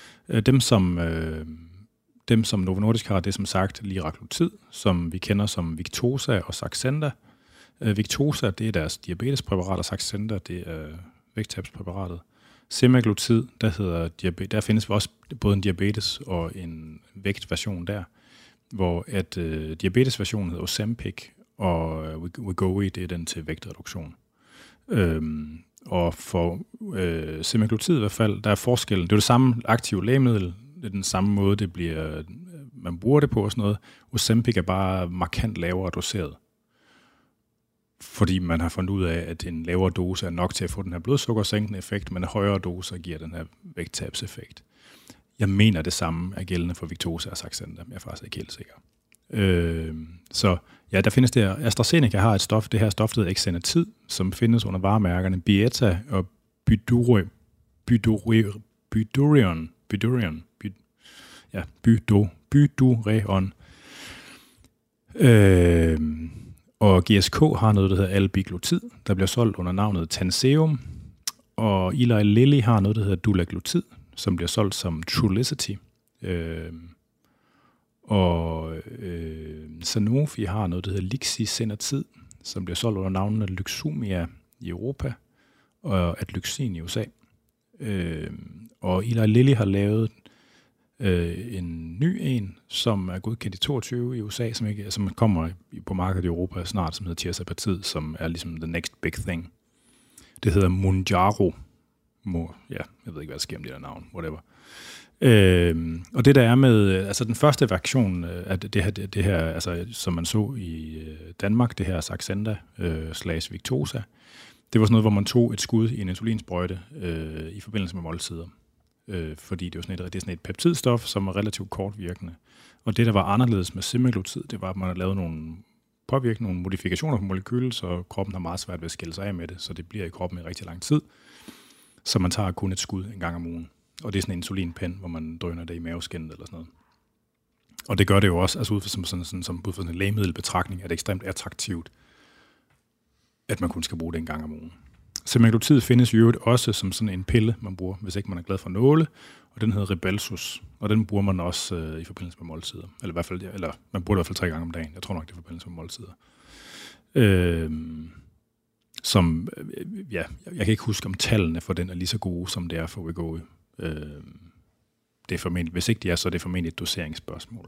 Dem som Novo Nordisk har, det er som sagt liraglutid, som vi kender som Victoza og Saxenda. Victoza, det er deres diabetespræparat, og Saxenda, det er vægttabspræparatet. Semaglutid, der findes også både en diabetes og en vægtversion der, hvor at diabetesversionen hedder Ozempic, og Wegovy, det er den til vægtreduktion. Og for semaglutid i hvert fald, der er forskellen. Det er det samme aktive lægemiddel, det er den samme måde, man bruger det på og sådan noget. Ozempic er bare markant lavere doseret. Fordi man har fundet ud af, at en lavere dose er nok til at få den her blodsukkersænkende effekt, men en højere dose giver den her vægttabseffekt. Jeg mener, det samme er gældende for Victoza og Saxenda, men jeg er faktisk ikke helt sikker. Så ja, der findes det her. AstraZeneca har et stof, det her stof, der hedder Exenatid, som findes under varemærkerne Byetta og Bydureon. Og GSK har noget, der hedder albiglutid, der bliver solgt under navnet Tanseum. Og Eli Lilly har noget, der hedder dulaglutid, som bliver solgt som Trulicity. Sanofi har noget, der hedder Lixisenatid, som bliver solgt under navnene Luxumia i Europa og Adluxin i USA. Og Eli Lilly har lavet en ny en, som er godkendt i 22 i USA, som kommer på markedet i Europa snart, som hedder Tirzepatid, som er ligesom the next big thing. Det hedder Mounjaro. Jeg ved ikke, hvad der sker med det der navn, whatever. Og det der er med, altså den første version af det her altså, som man så i Danmark, det her Saxenda / Victoza, det var sådan noget, hvor man tog et skud i en insulinsprøjte i forbindelse med måltider. Fordi det er sådan et peptidstof, som er relativt kortvirkende. Og det, der var anderledes med semaglutid, det var, at man har lavet nogle modifikationer på molekylet, så kroppen har meget svært ved at skille sig af med det, så det bliver i kroppen i rigtig lang tid. Så man tager kun et skud en gang om ugen. Og det er sådan en insulinpen, hvor man drøner det i maveskinnet eller sådan noget. Og det gør det jo også, altså ud fra sådan en lægemiddelbetragtning, er det ekstremt attraktivt, at man kun skal bruge det en gang om ugen. Semaglutid findes i øvrigt også som sådan en pille, man bruger, hvis ikke man er glad for nåle, og den hedder Rybelsus, og den bruger man også i forbindelse med måltider. Eller man bruger det i hvert fald 3 gange om dagen. Jeg tror nok, det er i forbindelse med måltider. Jeg kan ikke huske, om tallene for den er lige så gode, som det er for Wegovy. Det er formentlig, hvis ikke de er, så er det formentlig et doseringsspørgsmål.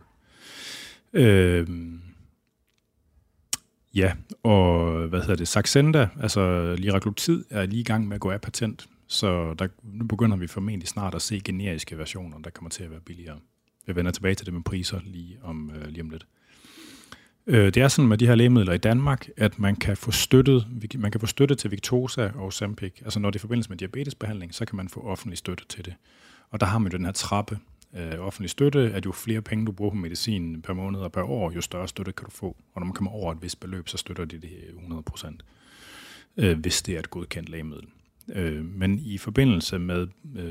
Saxenda, altså liraglutid, er lige i gang med at gå af patent, så nu begynder vi formentlig snart at se generiske versioner, der kommer til at være billigere. Jeg vender tilbage til det med priser lige om lidt. Det er sådan med de her lægemidler i Danmark, at man kan få støtte til Victoza og Ozempic. Altså når det er i forbindelse med diabetesbehandling, så kan man få offentlig støtte til det. Og der har man jo den her trappe. Offentlig støtte, at jo flere penge du bruger på medicin per måned og per år, jo større støtte kan du få. Og når man kommer over et vist beløb, så støtter de det 100%, hvis det er et godkendt lægemiddel. Men i forbindelse med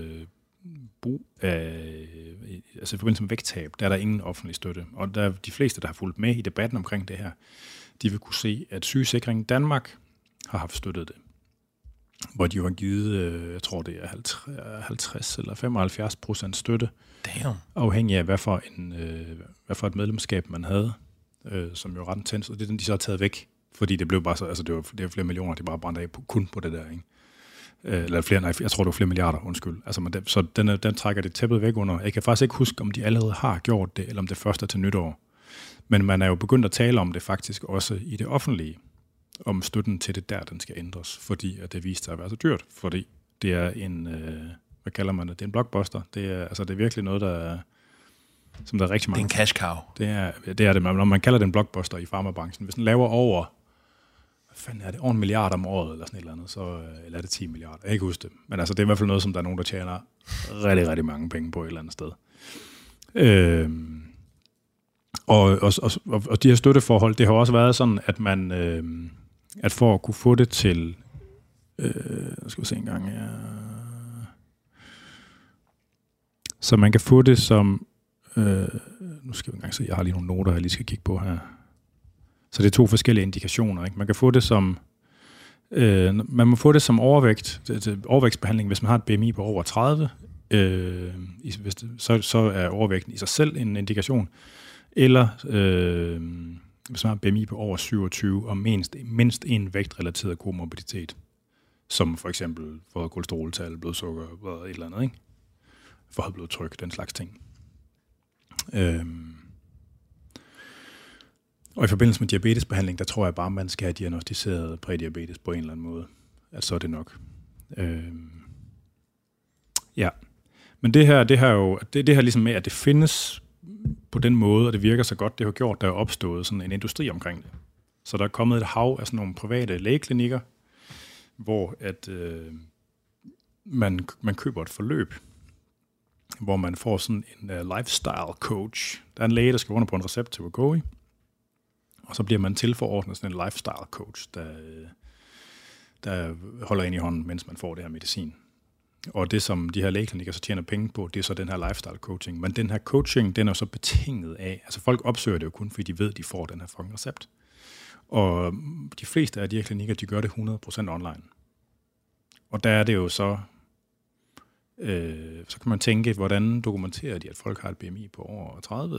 i forbindelse med vægttab, der er der ingen offentlig støtte. Og der er de fleste, der har fulgt med i debatten omkring det her, de vil kunne se, at Sygesikringen Danmark har haft støttet det. hvor de har givet, jeg tror det er 50 eller 75% støtte. Damn. Afhængig af, hvad for et medlemskab man havde, som jo er ret intens, og det er den, de så har taget væk, fordi det blev bare så, altså det var flere millioner, de bare brændte af kun på det der, ikke? Eller flere, nej, jeg tror det var flere milliarder, undskyld. Altså, så den trækker det tæppet væk under. Jeg kan faktisk ikke huske, om de allerede har gjort det, eller om det først er til nytår. Men man er jo begyndt at tale om det faktisk også i det offentlige, om støtten til det der, den skal ændres, fordi at det viste sig at være så dyrt, fordi det er en, hvad kalder man det? Det er en blockbuster. Det er virkelig noget, som der er rigtig mange. Det er en cash cow. Det er det. Når man kalder det en blockbuster i farmabranchen, hvis den laver over, hvad fanden er det, over 1 milliard om året, eller sådan et eller andet, så, eller er det 10 milliarder? Jeg kan ikke huske det. Men altså, det er i hvert fald noget, som der er nogen, der tjener rigtig, rigtig mange penge på et eller andet sted. Og de her støtteforhold, det har også været sådan, at man, at for at kunne få det til, skal vi se en gang, ja. Så man kan få det som, nu skal vi engang se, jeg har lige nogle noter, jeg lige skal kigge på her. Så det er 2 forskellige indikationer, ikke? Man kan få det som, man må få det som overvægt, til overvægtsbehandling, hvis man har et BMI på over 30, så er overvægten i sig selv en indikation, eller hvis man har et BMI på over 27, og mindst en vægtrelateret komorbiditet, som for eksempel for kolesteroltal, blodsukker, et eller andet, ikke? For blodtryk, den slags ting. Og i forbindelse med diabetesbehandling, der tror jeg bare, man skal have diagnostiseret prædiabetes på en eller anden måde. Altså, så er det nok. Ja. Men det her ligesom med, at det findes på den måde, og det virker så godt, det har gjort, der er opstået sådan en industri omkring det. Så der er kommet et hav af sådan nogle private lægeklinikker, hvor at man køber et forløb, hvor man får sådan en lifestyle coach. Der er en læge, der skriver under på en recept til Wegovy, og så bliver man tilforordnet sådan en lifestyle coach, der holder ind i hånden, mens man får det her medicin. Og det, som de her lægeklinikker så tjener penge på, det er så den her lifestyle coaching. Men den her coaching, den er så betinget af, altså folk opsøger det jo kun, fordi de ved, at de får den her fucking recept. Og de fleste af de her klinikker, de gør det 100% online. Og der er det jo så kan man tænke, hvordan dokumenterer de, at folk har et BMI på over 30?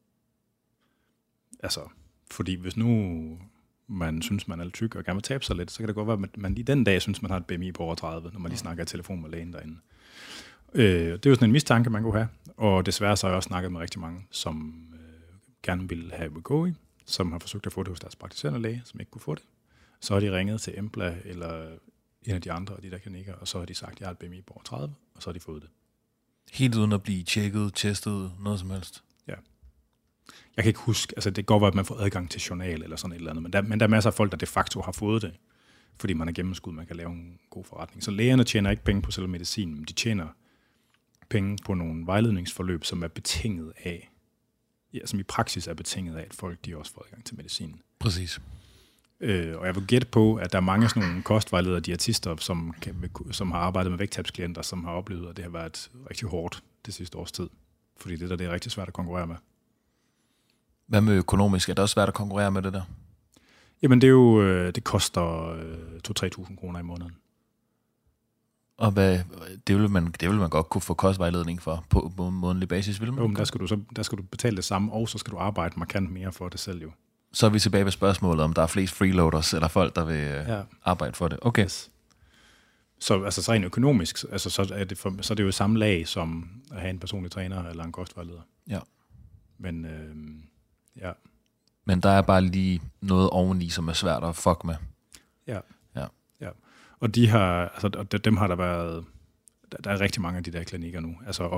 Altså, fordi hvis nu man synes, man er lidt tyk og gerne vil tabe sig lidt, så kan det godt være, at man lige den dag synes, man har et BMI på over 30, når man lige snakker i telefon med lægen derinde. Det er jo sådan en mistanke, man kunne have, og desværre så har jeg også snakket med rigtig mange, som gerne ville have Wegovy, som har forsøgt at få det hos deres praktiserende læge, som ikke kunne få det. Så har de ringet til Embla eller en af de andre af de der klinikker, og så har de sagt, at jeg har et BMI på over 30, og så har de fået det. Helt uden at blive tjekket, testet, noget som helst? Ja. Jeg kan ikke huske, altså det går godt, at man får adgang til journal eller sådan et eller andet, men der er masser af folk, der de facto har fået det, fordi man er gennemskud, man kan lave en god forretning. Så lægerne tjener ikke penge på selve medicinen, men de tjener penge på nogle vejledningsforløb, som er betinget af, ja, som i praksis er betinget af, at folk de også får adgang til medicinen. Præcis. Og jeg vil gætte på, at der er mange sådan nogle kostvejledere og diætister, som har arbejdet med vægttabsklienter, som har oplevet, at det har været rigtig hårdt det sidste års tid. Fordi det er rigtig svært at konkurrere med. Hvad med økonomisk? Er det også svært at konkurrere med det der? Jamen det er jo, det koster 2-3.000 kroner i måneden. Og det vil man godt kunne få kostvejledning for på månedlig basis, vil man? Jo, der skal du betale det samme, og så skal du arbejde markant mere for det selv jo. Så er vi tilbage ved spørgsmålet, om der er flest freeloaders, eller folk, der vil arbejde for det. Okay. Yes. Så altså rent økonomisk, altså, så er det jo samme lag som at have en personlig træner eller en kostvejleder. Ja. Men ja. Men der er bare lige noget oveni, som er svært at fuck med. Ja. Og de har, altså dem har der været, der er rigtig mange af de der klinikker nu.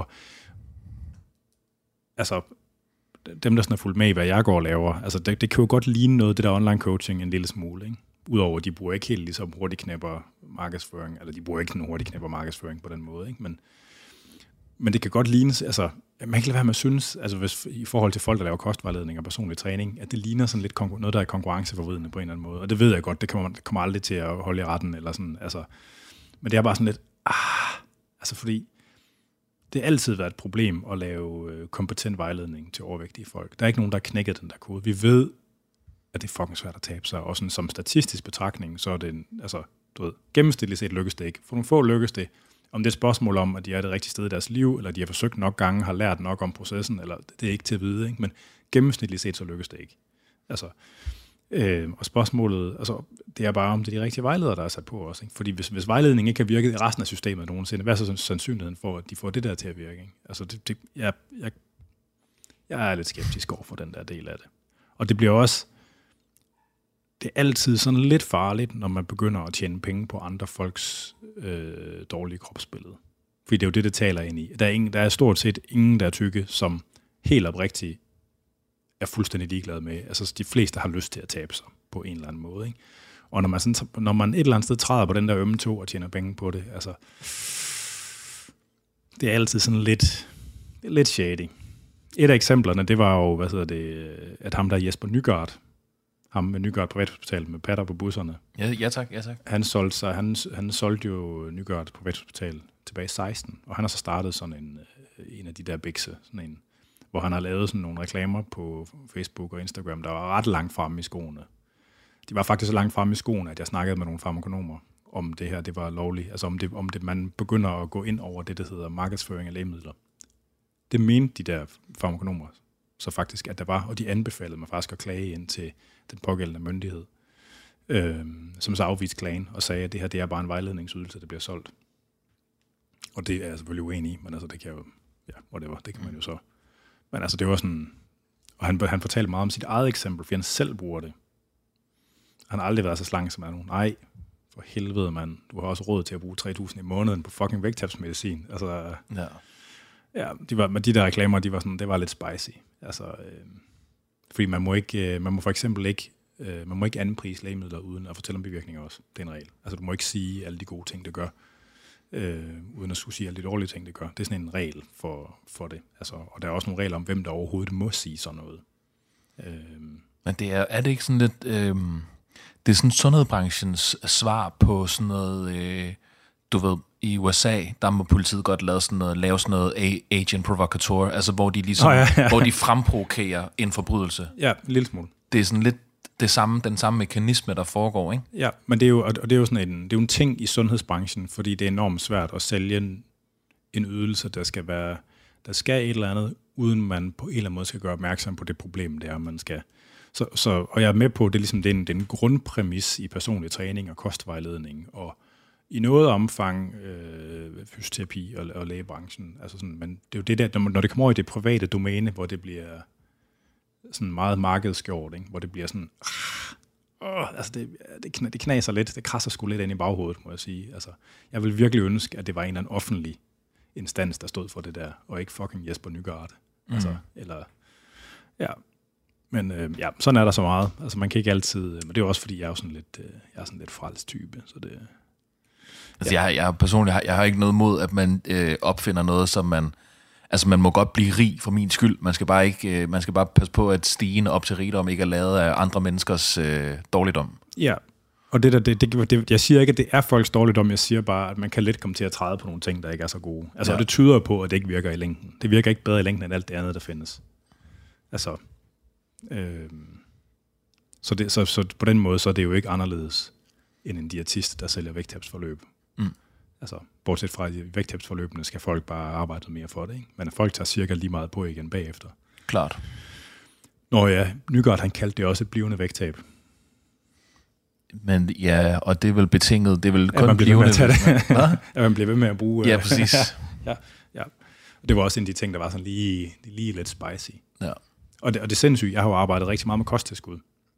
Altså dem, der sådan er fuldt med i, hvad jeg går og laver, altså det kan jo godt ligne noget, det der online coaching en lille smule, ikke? Udover, at de bruger ikke helt ligesom hurtigknæpper markedsføring, eller de bruger ikke en hurtigknæpper markedsføring på den måde, ikke? Men det kan godt ligne, altså man kan ikke lade være med at synes, altså hvis, i forhold til folk, der laver kostvejledning og personlig træning, at det ligner sådan lidt noget, der er konkurrenceforvridende på en eller anden måde. Og det ved jeg godt, det kommer aldrig til at holde i retten, eller sådan, altså. Men det er bare sådan lidt, altså fordi det har altid været et problem at lave kompetent vejledning til overvægtige folk. Der er ikke nogen, der har knækket den der kode. Vi ved, at det er fucking svært at tabe sig, og sådan, som statistisk betragtning, så er det Du ved, gennemsnitligt set lykkes det ikke. For nogle få lykkes det. Om det er et spørgsmål om, at de er det rigtige sted i deres liv, eller de har forsøgt nok gange, har lært nok om processen, eller det er ikke til at vide, ikke? Men gennemsnitligt set, så lykkes det ikke. Altså, og spørgsmålet, altså, det er bare, om det er de rigtige vejledere, der er sat på os. Ikke? Fordi hvis vejledningen ikke kan virke i resten af systemet nogensinde, hvad er så sandsynligheden for, at de får det der til at virke? Ikke? Altså, jeg er lidt skeptisk over for den der del af det. Og det bliver også, det er altid sådan lidt farligt, når man begynder at tjene penge på andre folks dårlige kropsbillede. Fordi det er jo det taler ind i. Der er stort set ingen, der er tykke, som helt oprigtigt er fuldstændig ligeglade med. Altså, de fleste har lyst til at tabe sig på en eller anden måde. Ikke? Og når man et eller andet sted træder på den der ømme tå og tjener penge på det, altså, det er altid sådan lidt shady. Et af eksemplerne, det var jo, at ham der Jesper Nygaard, ham med Nygaard Privathospital med patter på busserne. Ja tak. Han solgte jo Nygaard Privathospital tilbage i 16, og han har så startet sådan en af de der bikse, sådan en, hvor han har lavet sådan nogle reklamer på Facebook og Instagram, der var ret langt fremme i skoene. De var faktisk så langt fremme i skoene, at jeg snakkede med nogle farmakonomer om det her, det var lovligt. Altså om det man begynder at gå ind over det, der hedder markedsføring af lægemidler. Det mente de der farmakonomer så faktisk, at der var, og de anbefalede mig faktisk at klage ind til den pågældende myndighed, som så afviste klagen og sagde, at det her det er bare en vejledningsydelse, der bliver solgt. Og det er jeg selvfølgelig uenig i, men altså det kan jo, det kan man jo så. Men altså det var sådan, og han fortalte meget om sit eget eksempel, fordi han selv bruger det. Han har aldrig været så slank som nogen. Nej, for helvede mand, du har også råd til at bruge 3.000 i måneden på fucking vægttabsmedicin. Altså, ja, de der reklamer, de var sådan, det var lidt spicy. Altså, fordi man må for eksempel ikke anprise lægemidler uden at fortælle om bivirkninger også. Det er en regel. Altså du må ikke sige alle de gode ting, det gør, uden at skulle sige alle de dårlige ting, det gør. Det er sådan en regel for det. Altså, og der er også nogle regler om, hvem der overhovedet må sige sådan noget. Men er det ikke sådan lidt, det er sådan sundhedsbranchens svar på sådan noget, du ved, i USA, der må politiet godt lave sådan noget agent provocateur, altså hvor de ligesom, hvor de fremprovokerer en forbrydelse. Ja, en lille smule. Det er sådan lidt den samme mekanisme, der foregår, ikke? Ja, men det er jo sådan en ting i sundhedsbranchen, fordi det er enormt svært at sælge en ydelse, der skal et eller andet, uden man på en eller anden måde skal gøre opmærksom på det problem, det er, man skal. Og jeg er med på, det er ligesom den grundpræmis i personlig træning og kostvejledning, og i noget omfang fysioterapi og lægebranchen. Altså sådan, men det er jo det der, når det kommer over i det private domæne, hvor det bliver sådan meget markedsgjort, ikke? Hvor det bliver sådan, altså det knaser lidt, det krasser sgu lidt ind i baghovedet, må jeg sige. Altså, jeg vil virkelig ønske, at det var en eller anden offentlig instans, der stod for det der, og ikke fucking Jesper Nygaard. Altså, eller, ja. Men sådan er der så meget. Altså man kan ikke altid, men det er jo også fordi, jeg er sådan lidt frelst type, så det. Altså jeg personligt jeg har ikke noget mod, at man opfinder noget, som man må godt blive rig for min skyld. Man skal bare passe på, at stigen op til rigdom ikke er lavet af andre menneskers dårligdom. Ja, og jeg siger ikke, at det er folks dårligdom, jeg siger bare, at man kan let komme til at træde på nogle ting, der ikke er så gode. Altså, og det tyder på, at det ikke virker i længden. Det virker ikke bedre i længden, end alt det andet, der findes. Altså, så på den måde, så er det jo ikke anderledes end en diætist, der sælger vægttabsforløb. Altså, bortset fra, at i vægttabsforløbene skal folk bare arbejde mere for det, ikke? Men folk tager cirka lige meget på igen bagefter. Klart. Nå ja, Nygaard, han kaldte det også et blivende vægttab. Men ja, og det er vel betinget, det er vel kun man blivende. Ja, man bliver ved med at bruge. Ja, præcis. ja. Det var også en af de ting, der var sådan lige lidt spicy. Ja. Og det er sindssygt. Jeg har jo arbejdet rigtig meget med kosttilskud.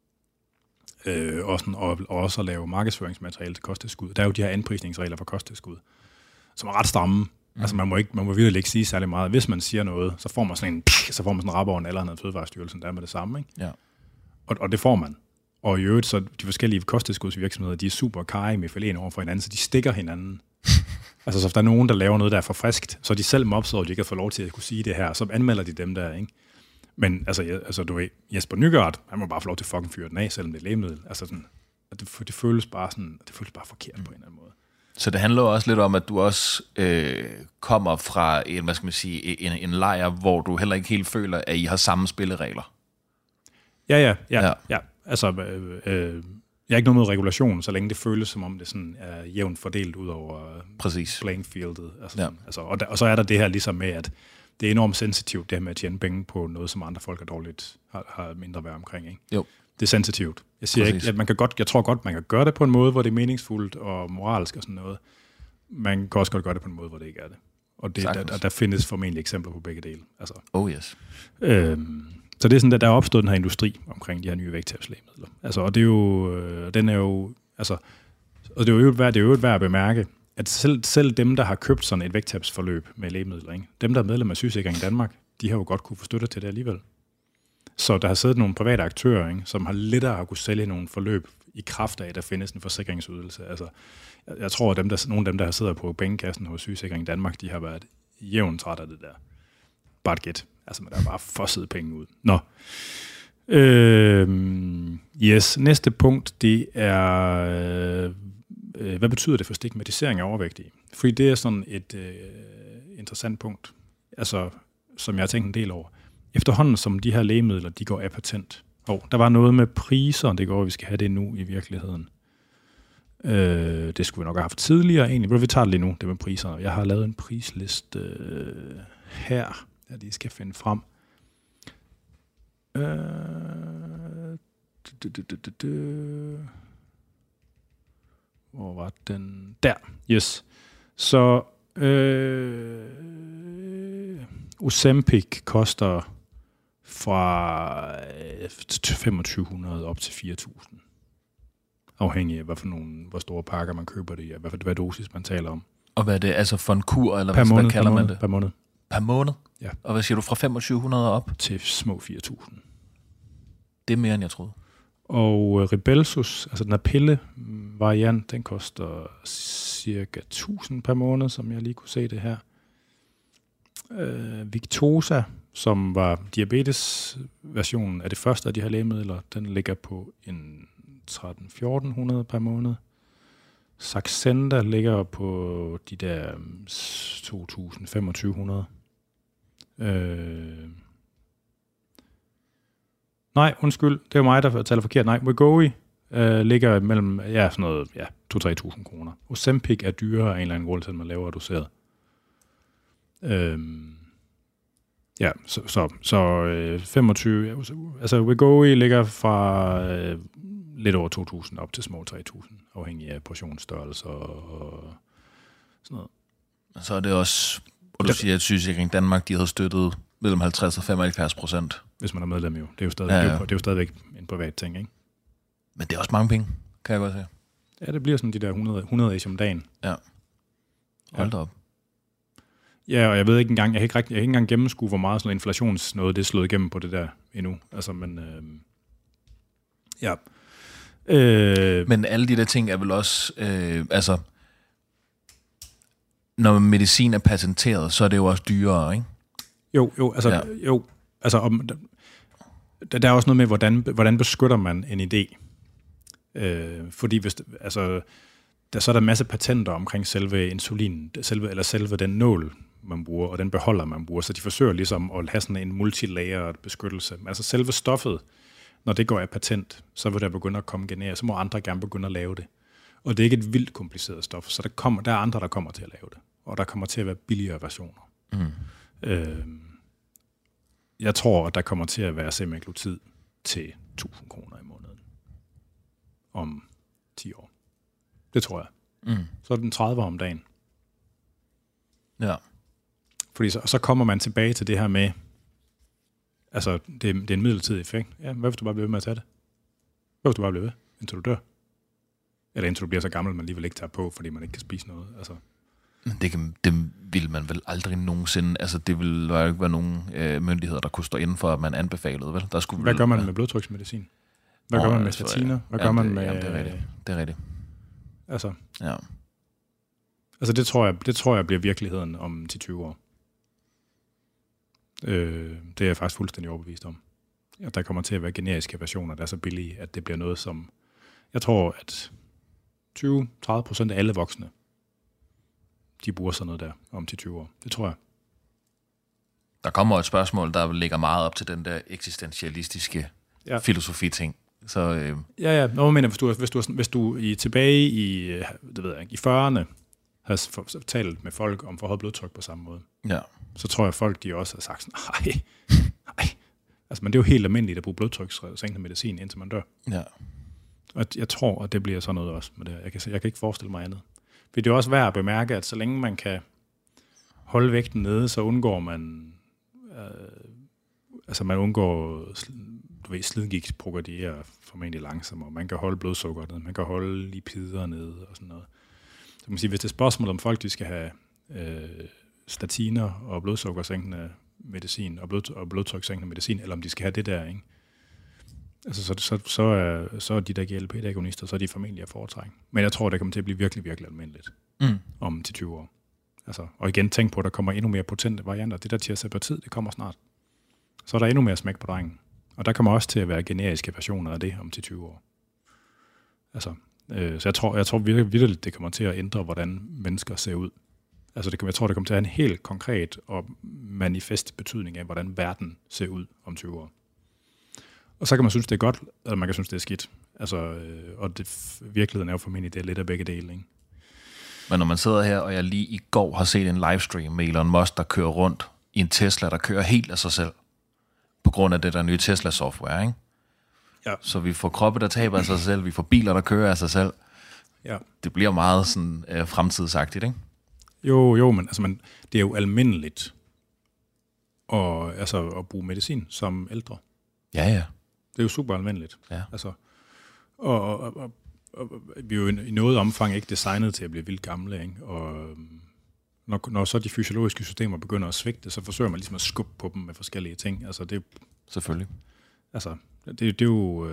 Og også at lave markedsføringsmateriale til kosttilskud. Der er jo de her anprisningsregler for kosttilskud, som er ret stramme. Altså man må virkelig ikke sige særlig meget. Hvis man siger noget, så får man sådan en rap over en allerede Fødevarestyrelsen, der er med det samme, ikke? Ja. Og det får man. Og i øvrigt, så de forskellige kosttilskudsvirksomheder, de er super karige med fælden over for hinanden, så de stikker hinanden. Altså, så hvis der er nogen, der laver noget, der er for friskt, så er de selv mobset, og de ikke har fået lov til at kunne sige det her, så anmelder de dem der, ikke? Men altså du ved, Jesper Nygaard, han må bare få lov til at fucking fyre den af, selvom det er lægemiddel. Altså sådan, det føles bare forkert på en eller anden måde. Så det handler også lidt om, at du også kommer fra en lejr, hvor du heller ikke helt føler, at I har samme spilleregler. Ja. Altså, Jeg er ikke noget mod regulation, så længe det føles, som om det sådan er jævnt fordelt ud over playing fieldet. Altså, og så er der det her ligesom med, at det er enormt sensitivt, det her med at tjene penge på noget, som andre folk er dårligt har mindre værd omkring. Ikke? Jo. Det er sensitivt. Jeg siger ikke, at jeg tror godt, man kan gøre det på en måde, hvor det er meningsfuldt og moralsk og sådan noget. Man kan også godt gøre det på en måde, hvor det ikke er det. Og der findes formentlig eksempler på begge dele. Altså, yes. Så det er sådan, at der er opstået den her industri omkring de her nye vægttabslægemidler. Altså, og det er jo, den er jo, altså, og det er jo værd at bemærke, at selv dem, der har købt sådan et vægttabsforløb med lægemidler, ikke? Dem, der er medlem af Sygesikringen i Danmark, de har jo godt kunne få støtte til det alligevel. Så der har siddet nogle private aktører, ikke, som har lettere at kunne sælge nogle forløb i kraft af, at der findes en forsikringsydelse. Altså, jeg tror, at nogle af dem, der har siddet på pengekassen hos Sygesikringen i Danmark, de har været jævnt træt af det der. Bare et gæt. Altså, man der er bare fosset penge ud. Nå. Yes. Næste punkt, det er... hvad betyder det for stigmatisering af overvægtige? Fordi det er sådan et interessant punkt, altså, som jeg har tænkt en del over. Efterhånden, som de her lægemidler, de går af patent. Der var noget med priser, det går, vi skal have det nu i virkeligheden. Det skulle vi nok have haft tidligere egentlig. Vi tager det lige nu, det med priserne. Jeg har lavet en prisliste her, jeg lige skal finde frem. Hvor var den? Der, yes. Så Ozempic koster fra 2.500 op til 4.000. Afhængig af, hvor store pakker man køber det i, og hvad dosis man taler om. Og hvad er det, altså for en kur, eller hvad kalder man det? Per måned. Per måned? Ja. Og hvad siger du, fra 2.500 op? Til små 4.000. Det er mere, end jeg troede. Og Rybelsus, altså den her pille-variant, den koster cirka 1.000 per måned, som jeg lige kunne se det her. Victoza, som var diabetes-versionen af det første af de her lægemidler, den ligger på en 1.300-1.400 per måned. Saxenda ligger på de der 2.000-2.500. Nej, undskyld, det er mig, der taler forkert. Nej, Wegovy ligger mellem sådan noget, 2-3.000 kroner. Ozempic er dyrere af en eller anden grund, til man laver doseret. Så 25, altså Wegovy ligger fra lidt over 2.000 op til små 3.000, afhængig af portionsstørrelse og sådan noget. Så er det også, og du siger, at Sygesikringen Danmark, de havde støttet mellem 50% og 75%. Hvis man er medlem jo. Det er jo stadig, det er jo stadigvæk en privat ting, ikke? Men det er også mange penge, kan jeg godt se. Ja, det bliver sådan de der 100 om dagen. Ja. Hold da op. Ja, og jeg ved ikke engang, jeg kan ikke engang gennemskue, hvor meget sådan noget inflationsnået det er slået igennem på det der endnu. Altså, men ja. Men alle de der ting er vel også, altså, når medicin er patenteret, så er det jo også dyrere, ikke? Jo, altså, der er også noget med, hvordan beskytter man en idé. Fordi hvis, altså, så er der en masse patenter omkring selve insulin, selve den nål, man bruger, og den beholder, man bruger. Så de forsøger ligesom at have sådan en multilayered beskyttelse. Men altså selve stoffet, når det går af patent, så vil der begynde at komme generisk, så må andre gerne begynde at lave det. Og det er ikke et vildt kompliceret stof, så der er andre, der kommer til at lave det. Og der kommer til at være billigere versioner. Jeg tror, at der kommer til at være semaglutid til 1.000 kroner i måneden. Om 10 år. Det tror jeg. Så er den 30 om dagen. Ja. Fordi så kommer man tilbage til det her med, altså det er en midlertidig effekt. Ja, hvad hvis du bare bliver ved med at tage det? Hvad hvis du bare bliver ved, indtil du dør? Eller indtil du bliver så gammel, at man alligevel ikke tager på, fordi man ikke kan spise noget. Altså. Det vil man vel aldrig nogensinde, altså det vil jo ikke være nogen myndigheder, der kunne stå inden for, at man anbefalede, vel? Hvad gør man med blodtryksmedicin? Hvad gør man med statiner? Hvad gør man med... Jamen, det er rigtigt. Altså, ja. Altså det tror jeg bliver virkeligheden om 10-20 år. Det er jeg faktisk fuldstændig overbevist om. At der kommer til at være generiske versioner, der er så billige, at det bliver noget som... Jeg tror, at 20-30% af alle voksne, de bruger sådan noget der om 10-20 år. Det tror jeg. Der kommer et spørgsmål, der ligger meget op til den der eksistentialistiske filosofi-ting. Så, Ja. Nå, men hvis du tilbage i, det ved jeg ikke, i 40'erne havde talt med folk om forhøjet blodtryk på samme måde, ja. så tror jeg, folk de også har sagt sådan, nej. Altså, men det er jo helt almindeligt at bruge blodtrykssænkende medicin, indtil man dør. Ja. Og jeg tror, at det bliver sådan noget også med det. Jeg kan ikke forestille mig andet. For det er også værd at bemærke, at så længe man kan holde vægten nede, så undgår man... man undgår... slidgigt progredierer formentlig langsommere. Man kan holde blodsukker nede, man kan holde lipider nede og sådan noget. Så man kan sige, hvis det er spørgsmål om folk, de skal have statiner og blodsukkersænkende medicin og blodtrykssænkende medicin, eller om de skal have det der, ikke? Altså, så er de der GLP-agonister, så er de formentlig at foretrække. Men jeg tror, det kommer til at blive virkelig, virkelig almindeligt om til 20 år. Altså, og igen, tænk på, at der kommer endnu mere potente varianter. Det der tirzepatid, det kommer snart. Så er der endnu mere smæk på drengen. Og der kommer også til at være generiske versioner af det om til 20 år. Altså, så jeg tror virkelig, det kommer til at ændre, hvordan mennesker ser ud. Altså, jeg tror, det kommer til at have en helt konkret og manifest betydning af, hvordan verden ser ud om 20 år. Og så kan man synes, det er godt, eller man kan synes, det er skidt. Altså, og virkeligheden er jo formentlig, det er lidt af begge dele, ikke? Men når man sidder her, og jeg lige i går har set en livestream med Elon Musk, der kører rundt i en Tesla, der kører helt af sig selv, på grund af det der nye Tesla-software, ikke? Ja. Så vi får kroppe, der taber af sig selv, vi får biler, der kører af sig selv. Ja. Det bliver meget sådan fremtidsagtigt, ikke? Jo, men altså, det er jo almindeligt at bruge medicin som ældre. Ja. Det er jo super almindeligt. Ja. Altså, og vi er jo i noget omfang ikke designet til at blive vildt gamle, ikke? Og når så de fysiologiske systemer begynder at svigte, så forsøger man ligesom at skubbe på dem med forskellige ting. Altså, det selvfølgelig. Altså, det er jo...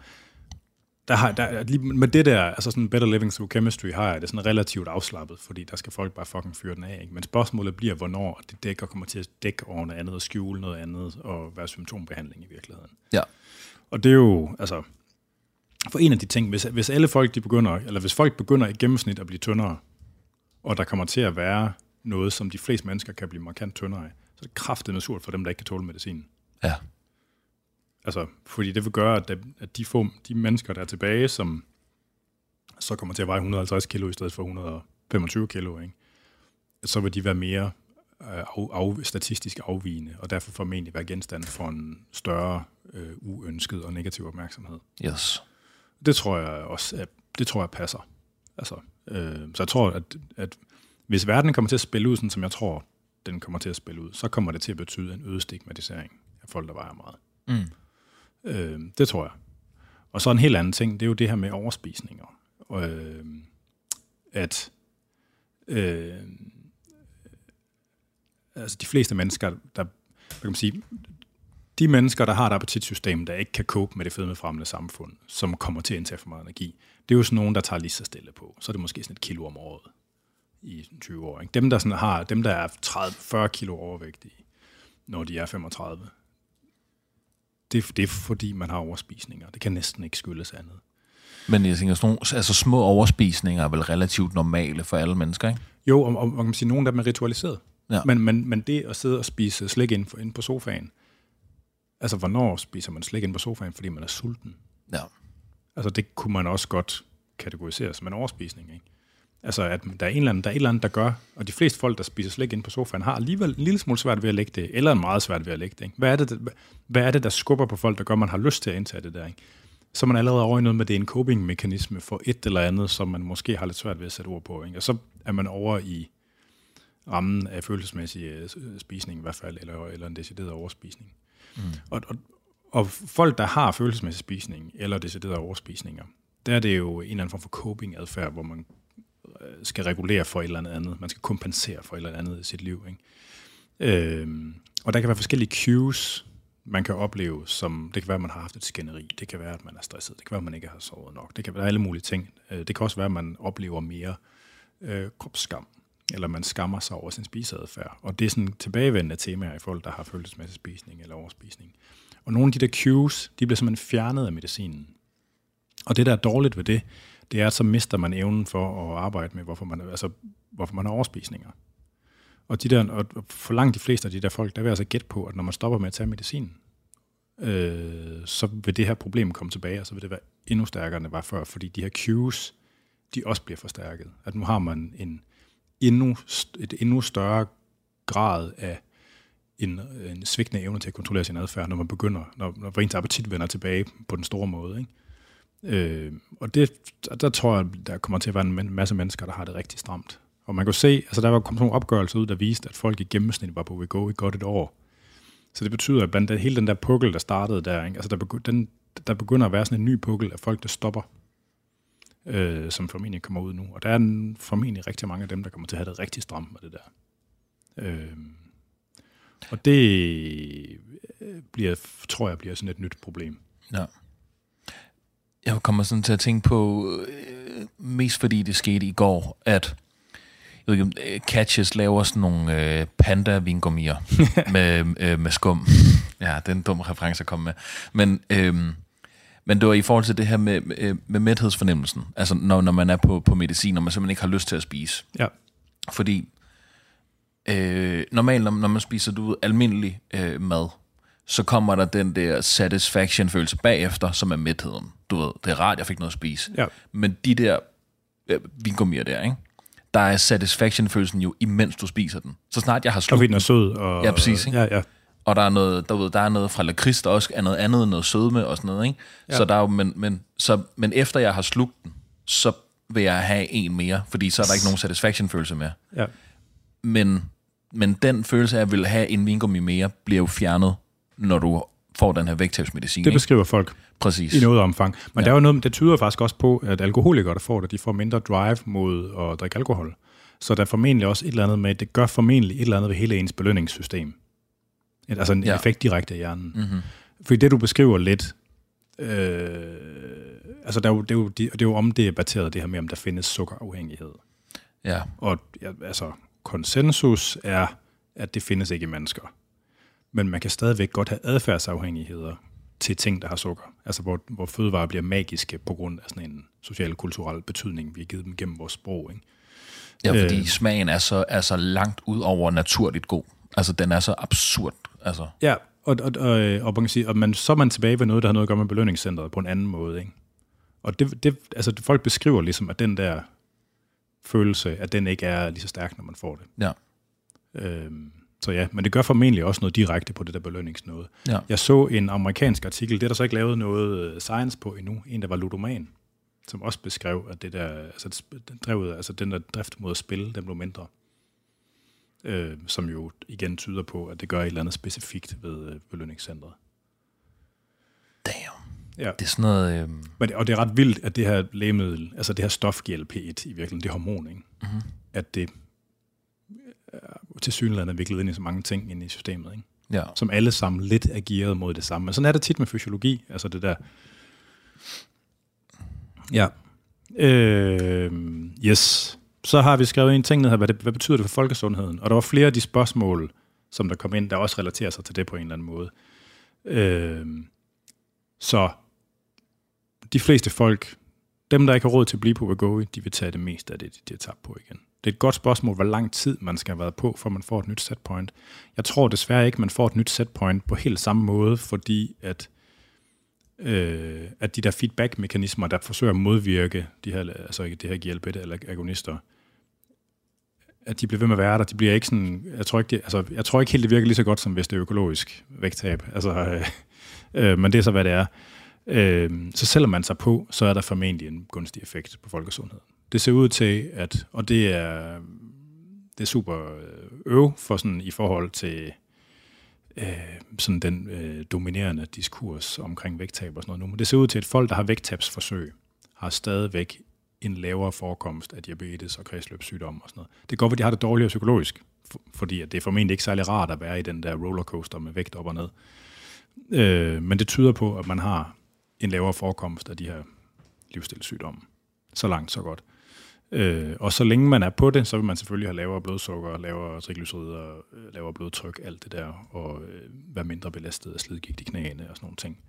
lige med det der, altså sådan Better Living Through Chemistry, har jeg det sådan relativt afslappet, fordi der skal folk bare fucking fyre den af, ikke? Men spørgsmålet bliver, hvornår det kommer til at dække over noget andet, og skjule noget andet, og være symptombehandling i virkeligheden. Ja. Og det er jo, altså... For en af de ting, hvis alle folk, hvis folk begynder i gennemsnit at blive tyndere, og der kommer til at være noget, som de fleste mennesker kan blive markant tyndere af, så er det kraftedeme surt for dem, der ikke kan tåle medicinen. Ja. Altså, fordi det vil gøre, at de mennesker, der er tilbage, som så kommer til at veje 150 kilo i stedet for 125 kilo, ikke? Så vil de være mere statistisk afvigende, og derfor formentlig være genstand for en større uønsket og negativ opmærksomhed. Yes. Det tror jeg også, det tror jeg passer. Altså, så jeg tror, at hvis verden kommer til at spille ud, sådan som jeg tror, den kommer til at spille ud, så kommer det til at betyde en øget stigmatisering af folk, der vejer meget. Det tror jeg. Og så en helt anden ting, det er jo det her med overspisninger. Altså de fleste mennesker, der kan man sige, de mennesker, der har et appetitsystem, der ikke kan cope med det fedmefremmende samfund, som kommer til at indtage for meget energi, det er jo sådan nogen, der tager lige så stille på. Så er det måske sådan 1 kilo om året i 20 år. Ikke? Dem, der er 30-40 kilo overvægtige, når de er 35, det er fordi, man har overspisninger. Det kan næsten ikke skyldes andet. Men jeg tænker, små overspisninger er vel relativt normale for alle mennesker, ikke? Jo, og man kan sige, at nogle af dem er ritualiseret. Ja. Men det at sidde og spise slik inde på sofaen, altså hvornår spiser man slik inde på sofaen, fordi man er sulten? Ja. Altså det kunne man også godt kategorisere som en overspisning, ikke? Altså at der er et eller andet, der gør, og de fleste folk, der spiser slik inde på sofaen, har alligevel en lille smule svært ved at lægge det, eller meget svært ved at lægge det, ikke? Hvad er det, der skubber på folk, der gør, at man har lyst til at indtage det der, ikke? Så er man allerede over i noget med, det er en coping-mekanisme for et eller andet, som man måske har lidt svært ved at sætte ord på, ikke? Og så er man over i rammen af følelsesmæssig spisning i hvert fald, eller en decideret overspisning. Og folk, der har følelsesmæssig spisning, eller deciderede overspisninger, der er det jo en eller anden form for coping-adfærd, hvor man skal regulere for et eller andet. Man skal kompensere for et eller andet i sit liv, ikke? Og der kan være forskellige cues, man kan opleve, som det kan være, at man har haft et skænderi, det kan være, at man er stresset, det kan være, at man ikke har sovet nok, det kan være alle mulige ting. Det kan også være, at man oplever mere kropsskam, eller man skammer sig over sin spiseadfærd. Og det er sådan tilbagevendende temaer i folk, der har følelsesmæssig spisning eller overspisning. Og nogle af de der cues, de bliver simpelthen fjernet af medicinen. Og det, der er dårligt ved det, det er, at så mister man evnen for at arbejde med, hvorfor man har overspisninger. Og for langt de fleste af de der folk, der vil altså gætte på, at når man stopper med at tage medicinen, så vil det her problem komme tilbage, og så vil det være endnu stærkere, end det var før, fordi de her cues, de også bliver forstærket. At nu har man et endnu større grad af en svigtende evne til at kontrollere sin adfærd, når man begynder, når ens appetit vender tilbage på den store måde. Ikke? Og der tror jeg, der kommer til at være en masse mennesker, der har det rigtig stramt. Og man kan se, altså der var kommet nogle opgørelser ud, der viste, at folk i gennemsnit var på Wegovy i godt et år. Så det betyder, at blandt hele den der pukkel, der startede der, ikke? Altså der begynder at være sådan en ny pukkel af folk, der stopper, som formentlig kommer ud nu. Og der er formentlig rigtig mange af dem, der kommer til at have det rigtig stramt med det der. Og det tror jeg bliver sådan et nyt problem. Ja. Jeg kommer sådan til at tænke på, mest fordi det skete i går, at jeg ved ikke, Catches laver sådan nogle panda-vingummier med skum. Ja, det er en dum reference at komme med. Men det var i forhold til det her med mæthedsfornemmelsen. Altså når man er på medicin, og man simpelthen ikke har lyst til at spise. Ja. Fordi normalt, når man spiser almindelig mad, så kommer der den der satisfaction-følelse bagefter, som er mætheden. Du ved, det er rart, jeg fik noget at spise. Ja. Men de der vingummier der, ikke? Der er satisfaction-følelsen jo, imens du spiser den. Så snart jeg har slugt den. Og den er sød. Og ja, præcis. Ikke? Ja. Og der er noget, der er noget fra lakrids, der også er noget andet, noget sødme og sådan noget, ikke? Ja. Så der er jo, men efter jeg har slugt den, så vil jeg have en mere, fordi så er der ikke nogen satisfaction-følelse mere. Ja. Men den følelse af at vil have en vingummi mere, bliver jo fjernet, når du får den her vægttabsmedicin. Det beskriver folk. Præcis. I noget omfang. Men der er jo noget, det tyder faktisk også på, at alkoholikere, der får det, de får mindre drive mod at drikke alkohol. Så der er formentlig også et eller andet med, det gør formentlig et eller andet ved hele ens belønningssystem. Altså en effekt direkte af hjernen. Mm-hmm. Fordi det, du beskriver lidt, altså det er jo omdebatteret det her med, om der findes sukkerafhængighed. Ja. Og altså konsensus er, at det findes ikke i mennesker. Men man kan stadigvæk godt have adfærdsafhængigheder til ting, der har sukker. Altså hvor fødevarer bliver magiske på grund af sådan en social-kulturel betydning, vi har givet dem gennem vores sprog. Ikke? Ja, fordi smagen er så langt ud over naturligt god. Altså den er så absurd. Altså. Ja, og man kan sige, så er man tilbage ved noget, der har noget at gøre med belønningscentret på en anden måde. Ikke? Og altså folk beskriver ligesom, at den der følelse, at den ikke er lige så stærk, når man får det. Ja. Så ja, men det gør formentlig også noget direkte på det der belønningsnode. Ja. Jeg så en amerikansk artikel, det er der så ikke lavet noget science på endnu, en der var ludoman, som også beskrev, at det der, altså den der drift mod at spille, den blev mindre. Som jo igen tyder på, at det gør et eller andet specifikt ved belønningscentret. Damn. Ja. Det er sådan noget... Og det er ret vildt, at det her lægemiddel, altså det her stof GLP-1 i virkeligheden, det hormon, ikke? Mm-hmm. At det tilsyneladende er viklet ind i så mange ting inde i systemet, ikke? Ja. Som alle sammen lidt er gearet mod det samme. Men sådan er det tit med fysiologi, altså det der... Ja. Yes. Så har vi skrevet en ting ned her, hvad betyder det for folkesundheden? Og der var flere af de spørgsmål, som der kom ind, der også relaterer sig til det på en eller anden måde. Så de fleste folk, dem der ikke har råd til at blive på Wegovy, de vil tage det meste af det, de har tabt på igen. Det er et godt spørgsmål, hvor lang tid man skal have været på, for man får et nyt setpoint. Jeg tror desværre ikke, man får et nyt setpoint på helt samme måde, fordi at de der feedback-mekanismer, der forsøger at modvirke de her, altså det her GLP eller agonister, at de bliver ved med at være der. De bliver ikke sådan, jeg tror ikke helt, det virker lige så godt, som hvis det er økologisk vægttab. Altså, men det er så, hvad det er. Så selvom man tager på, så er der formentlig en gunstig effekt på folkesundheden. Det ser ud til, at, og det er super for sådan i forhold til sådan den dominerende diskurs omkring vægttab og sådan noget nu. Men det ser ud til, at folk, der har vægttabsforsøg, har stadigvæk en lavere forekomst af diabetes og kredsløbssygdom og sådan noget. Det går, at de har det dårligere psykologisk, fordi at det er formentlig ikke særlig rart at være i den der rollercoaster med vægt op og ned. Men det tyder på, at man har en lavere forekomst af de her livsstilssygdomme. Så langt, så godt. Og så længe man er på det, så vil man selvfølgelig have lavere blodsukker, lavere triglycerider, lavere blodtryk, alt det der, og være mindre belastet af slidgigt i knæene og sådan nogle ting.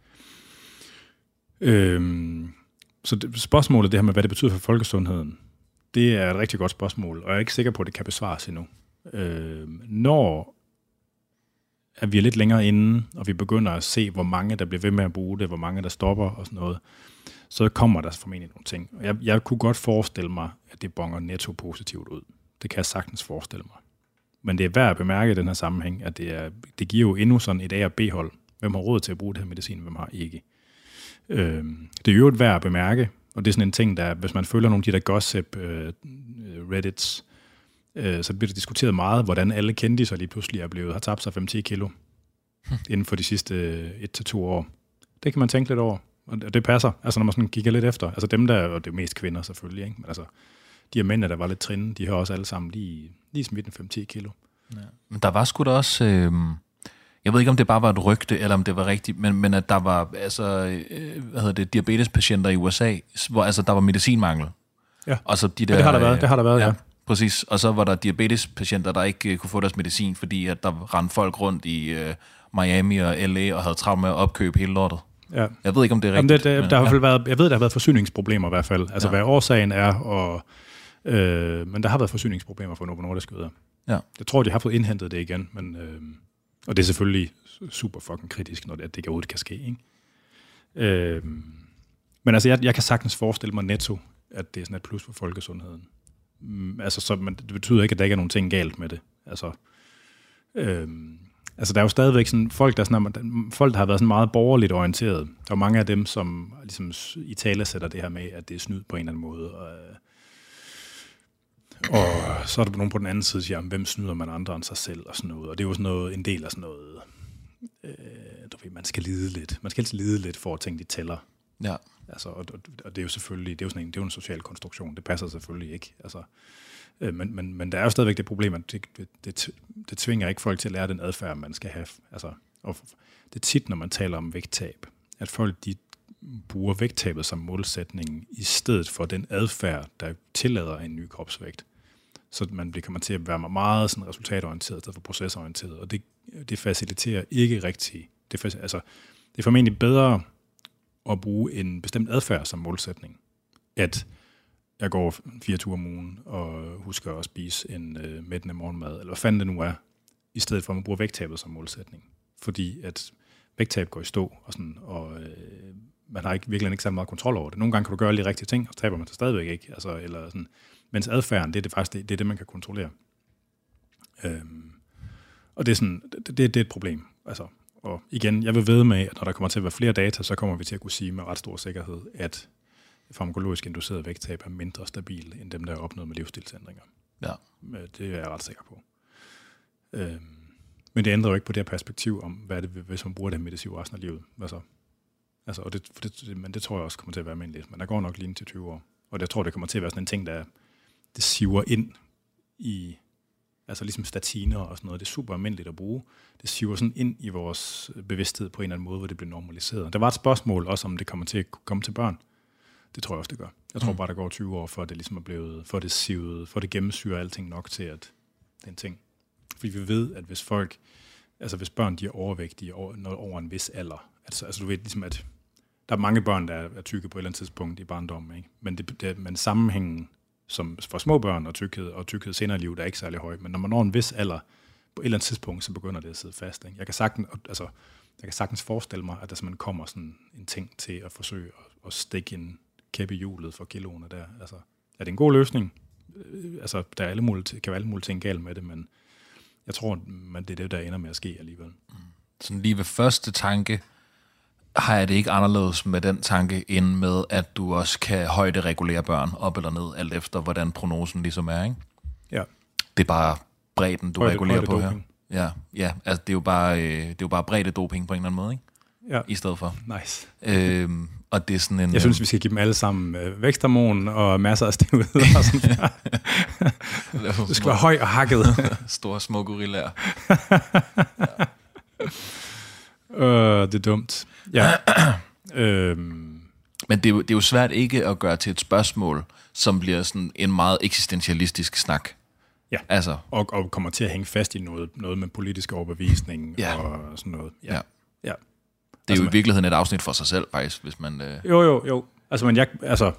Så spørgsmålet, det her med, hvad det betyder for folkesundheden, det er et rigtig godt spørgsmål, og jeg er ikke sikker på, at det kan besvares endnu. Når at vi er lidt længere inde, og vi begynder at se, hvor mange der bliver ved med at bruge det, hvor mange der stopper og sådan noget, så kommer der formentlig nogle ting. Jeg kunne godt forestille mig, at det bonger netto positivt ud. Det kan jeg sagtens forestille mig. Men det er værd at bemærke i den her sammenhæng, at det giver jo endnu sådan et A- og B-hold. Hvem har råd til at bruge det her medicin, hvem har ikke? Det er jo et værd at bemærke, og det er sådan en ting, der, hvis man følger nogle af de der gossip Reddits, så bliver det diskuteret meget, hvordan alle kendiser lige pludselig har tabt sig 5-10 kilo inden for de sidste 1-2 år. Det kan man tænke lidt over, og det passer, altså når man sådan kigger lidt efter. Altså dem der, og det er mest kvinder selvfølgelig, ikke? Men altså de her mænd, der var lidt trinde, de har også alle sammen lige smidt 5-10 kilo. Ja. Men der var sgu da også, jeg ved ikke om det bare var et rygte, eller om det var rigtigt, men at der var diabetespatienter i USA, hvor altså der var medicinmangel. Ja, og så de der, det har der været, ja. Præcis, og så var der diabetespatienter, der ikke kunne få deres medicin, fordi at der rendte folk rundt i Miami og LA og havde travlt med at opkøbe hele lortet. Ja. Jeg ved ikke, om det er rigtigt. Jeg ved, der har været forsyningsproblemer i hvert fald. Altså, hvad årsagen er, men der har været forsyningsproblemer for Novo Nordisk. Ja. Jeg tror, de har fået indhentet det igen, men, og det er selvfølgelig super fucking kritisk, når det ikke overhovedet kan ske. Ikke? Men altså, jeg kan sagtens forestille mig netto, at det er sådan et plus for folkesundheden. Men det betyder ikke, at der ikke er nogen ting galt med det. Altså, der er jo stadigvæk sådan folk, der har været sådan meget borgerligt orienteret. Der er mange af dem, som ligesom i tale sætter det her med, at det er snyd på en eller anden måde. Og så er der nogen på den anden side, der siger, hvem snyder man andre end sig selv og sådan noget. Og det er jo sådan noget, en del af sådan noget, man skal lide lidt. Man skal altid lide lidt for at tænke, de tæller. Ja. Altså, og det er jo selvfølgelig, det er jo en social konstruktion. Det passer selvfølgelig ikke. Altså, men der er jo stadigvæk det problem, at det tvinger ikke folk til at lære den adfærd, man skal have. Altså, og det er tit, når man taler om vægttab, at folk de bruger vægttabet som målsætning i stedet for den adfærd, der tillader en ny kropsvægt. Så man kommer til at være meget sådan resultatorienteret, i stedet for procesorienteret, og det faciliterer ikke rigtigt. Det er formentlig bedre at bruge en bestemt adfærd som målsætning, at jeg går 4 ture om ugen og husker at spise en mættende morgenmad, eller hvad fanden det nu er, i stedet for at man bruger vægttabet som målsætning. Fordi at vægttab går i stå, og man har virkelig ikke så meget kontrol over det. Nogle gange kan du gøre alle de rigtige ting, og så taber man det stadigvæk ikke. Altså, eller sådan. Mens adfærden, det er det, man kan kontrollere. Og det er, sådan, det er et problem. Altså, og igen, jeg vil ved med, at når der kommer til at være flere data, så kommer vi til at kunne sige med ret stor sikkerhed, at farmakologisk induceret vægttab er mindre stabil, end dem, der er opnået med livsstilsændringer. Ja. Det er jeg ret sikker på. Men det ændrer jo ikke på det her perspektiv om, hvad det hvis man bruger det medicin resten af livet. Men det tror jeg også kommer til at være almindeligt. Men der går nok lige til 20 år. Og jeg tror, det kommer til at være sådan en ting, der det siver ind i, altså ligesom statiner og sådan noget. Det er super almindeligt at bruge. Det siver sådan ind i vores bevidsthed på en eller anden måde, hvor det bliver normaliseret. Der var et spørgsmål også, om det kommer til at komme til børn. Det tror jeg også, det gør. Jeg tror bare, der går 20 år, før det ligesom er blevet, for det sivet, for det gennemsyrer alting nok til, at det er en ting. Fordi vi ved, at hvis børn de er overvægtige over en vis alder, altså du ved ligesom, at der er mange børn, der er tykke på et eller andet tidspunkt i barndommen, ikke? Men sammenhængen som for små børn og tykkhed senere i livet er ikke særlig høj, men når man når en vis alder, på et eller andet tidspunkt, så begynder det at sidde fast. Ikke? Jeg kan sagtens forestille mig, at der simpelthen kommer sådan en ting til at forsøge at stikke en kæppe i hjulet for kiloene der. Altså, er det en god løsning? Altså, der er kan være alle mulige ting galt med det, men jeg tror, det er det, der ender med at ske alligevel. Sådan lige ved første tanke, har jeg det ikke anderledes med den tanke, end med, at du også kan højderegulere børn op eller ned, alt efter, hvordan prognosen ligesom er, ikke? Ja. Det er bare bredden, du regulerer på doping. Her. Ja, altså det er jo bare bredde doping på en eller anden måde, ikke? Ja. I stedet for. Nice. Og det er sådan en... Jeg synes, vi skal give dem alle sammen væksthormon og masser af stivhed og sådan. Det skal være høj og hakket. Store små gorillaer. Det er dumt. Ja. Men det er jo svært ikke at gøre til et spørgsmål, som bliver sådan en meget eksistentialistisk snak. Ja, altså. Og kommer til at hænge fast i noget med politisk overbevisning og sådan noget. Ja. Det er jo i virkeligheden et afsnit for sig selv, faktisk, hvis man... Jo.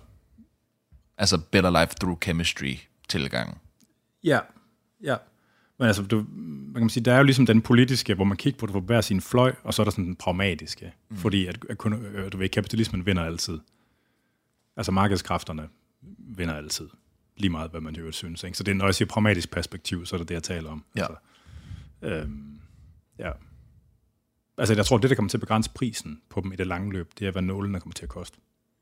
Altså better life through chemistry-tilgangen. Ja. Men altså, man kan sige, der er jo ligesom den politiske, hvor man kigger på det på hver sin fløj, og så er der sådan den pragmatiske. Fordi at kapitalismen vinder altid. Altså markedskræfterne vinder altid. Lige meget, hvad man jo synes. Ikke? Så det er, når jeg siger pragmatisk perspektiv, så er det det, jeg taler om. Ja. Altså, ja. Altså, jeg tror, det, der kommer til at begrænse prisen på dem i det lange løb, det er, hvad nålene kommer til at koste.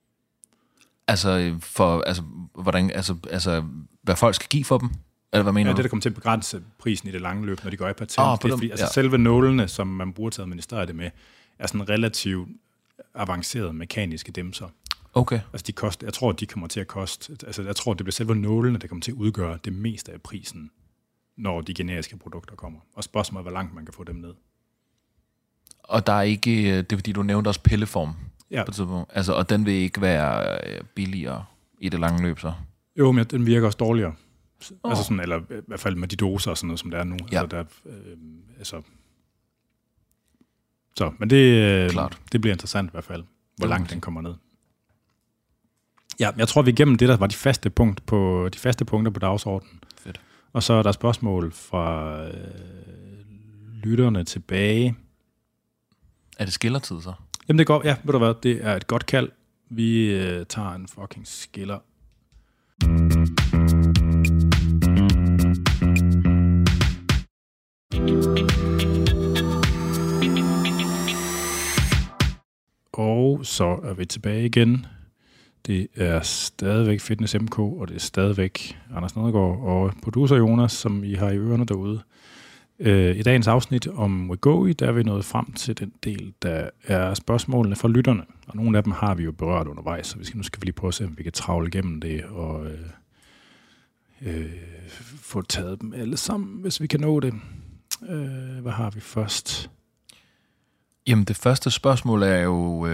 Hvad folk skal give for dem? Eller hvad mener du? Det, der kommer til at begrænse prisen i det lange løb, når de går i patent. Det er, fordi, selve nålene, som man bruger til at administrere det med, er sådan relativt avancerede mekaniske dæmser. Okay. Altså, de koster, jeg tror, de kommer til at koste... Altså, jeg tror, det bliver selve nålene, der kommer til at udgøre det meste af prisen, når de generiske produkter kommer. Og spørgsmålet er, hvor langt man kan få dem ned. Og der er ikke... Det er, fordi du nævnte også pilleform. Ja. Altså, og den vil ikke være billigere i det lange løb, så? Jo, men den virker også dårligere. Altså sådan, eller i hvert fald med de doser og sådan noget, som det er nu. Ja. Men det bliver interessant i hvert fald, hvor langt den kommer ned. Ja, jeg tror, vi er igennem det, der var de faste punkter på dagsordenen. Fedt. Og så er der spørgsmål fra lytterne tilbage. Er det skillertid så? Jamen det går, ja, ved du hvad, det er et godt kald. Vi tager en fucking skiller. Og så er vi tilbage igen. Det er stadigvæk Fitness MK, og det er stadigvæk Anders Nedergaard og producer Jonas, som I har i ørerne derude. I dagens afsnit om Wegovy, der er vi nået frem til den del, der er spørgsmålene fra lytterne. Og nogle af dem har vi jo berørt undervejs, så nu skal vi lige prøve at se, om vi kan travle igennem det og få taget dem alle sammen, hvis vi kan nå det. Hvad har vi først? Jamen, det første spørgsmål er jo...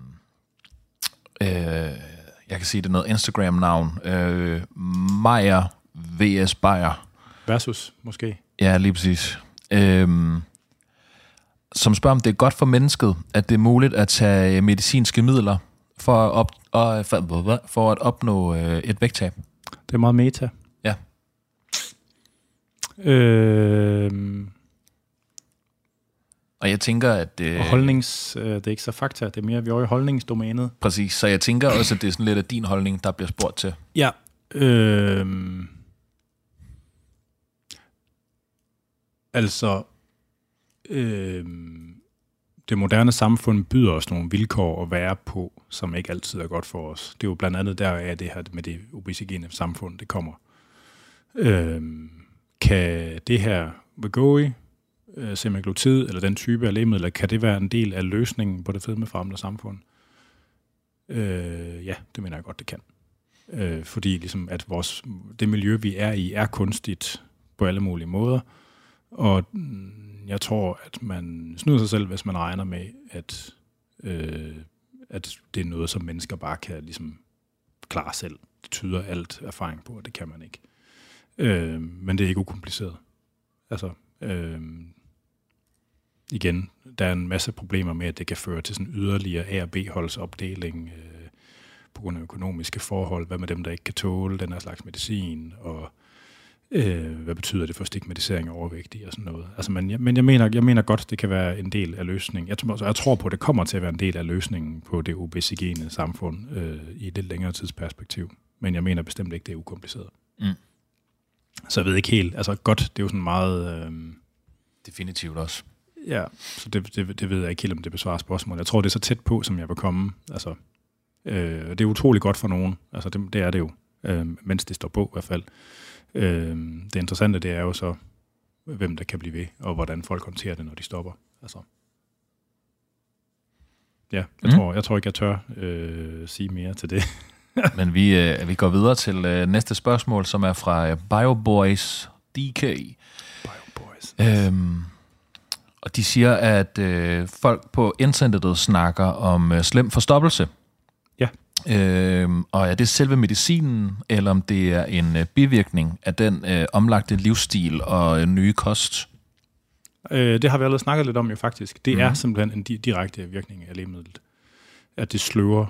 jeg kan sige, det er noget Instagram-navn. Meyer vs. Bayer. Versus, måske. Ja, lige præcis. Som spørger, om det er godt for mennesket, at det er muligt at tage medicinske midler for at opnå et vægttab. Det er meget meta. Ja. Og jeg tænker, at... det er ikke så fakta, det er mere, vi er i holdningsdomænet. Præcis, så jeg tænker også, at det er sådan lidt af din holdning, der bliver spurgt til. Ja. Det moderne samfund byder os nogle vilkår at være på, som ikke altid er godt for os. Det er jo blandt andet der af det her med det obesogene samfund, det kommer. Kan det her Wegovy, semaglutid eller den type af lægemidler, kan det være en del af løsningen på det fedmefremmende samfund? Ja, det mener jeg godt, det kan. Fordi ligesom, at det miljø, vi er i, er kunstigt på alle mulige måder. Og jeg tror, at man snyder sig selv, hvis man regner med, at det er noget, som mennesker bare kan ligesom klare selv. Det tyder alt erfaring på, at det kan man ikke. Men det er ikke ukompliceret. Altså, igen, der er en masse problemer med, at det kan føre til sådan yderligere A- og B-holdsopdeling på grund af økonomiske forhold. Hvad med dem, der ikke kan tåle den her slags medicin, og hvad betyder det for stigmatisering af overvægtige og sådan noget. Altså, men jeg mener godt, det kan være en del af løsningen. Jeg tror på, at det kommer til at være en del af løsningen på det obesogene samfund i et lidt længere tidsperspektiv. Men jeg mener bestemt ikke, det er ukompliceret. Mm. Så jeg ved ikke helt, altså godt, det er jo sådan meget... Definitivt også. Ja, så det ved jeg ikke helt, om det besvarer spørgsmålet. Jeg tror, det er så tæt på, som jeg vil komme. Altså, det er utrolig godt for nogen. Altså, det er det jo, mens det står på i hvert fald. Det interessante, det er jo så, hvem der kan blive ved, og hvordan folk håndterer det, når de stopper. Altså. Ja, jeg tror ikke, jeg tør sige mere til det. Men vi går videre til næste spørgsmål, som er fra BioBoys DK. BioBoys. Og de siger, at folk på internettet snakker om slem forstoppelse. Ja. Og er det selve medicinen, eller om det er en bivirkning af den omlagte livsstil og nye kost? Det har vi allerede snakket lidt om jo faktisk. Det er simpelthen en direkte virkning af lægemidlet. At det sløver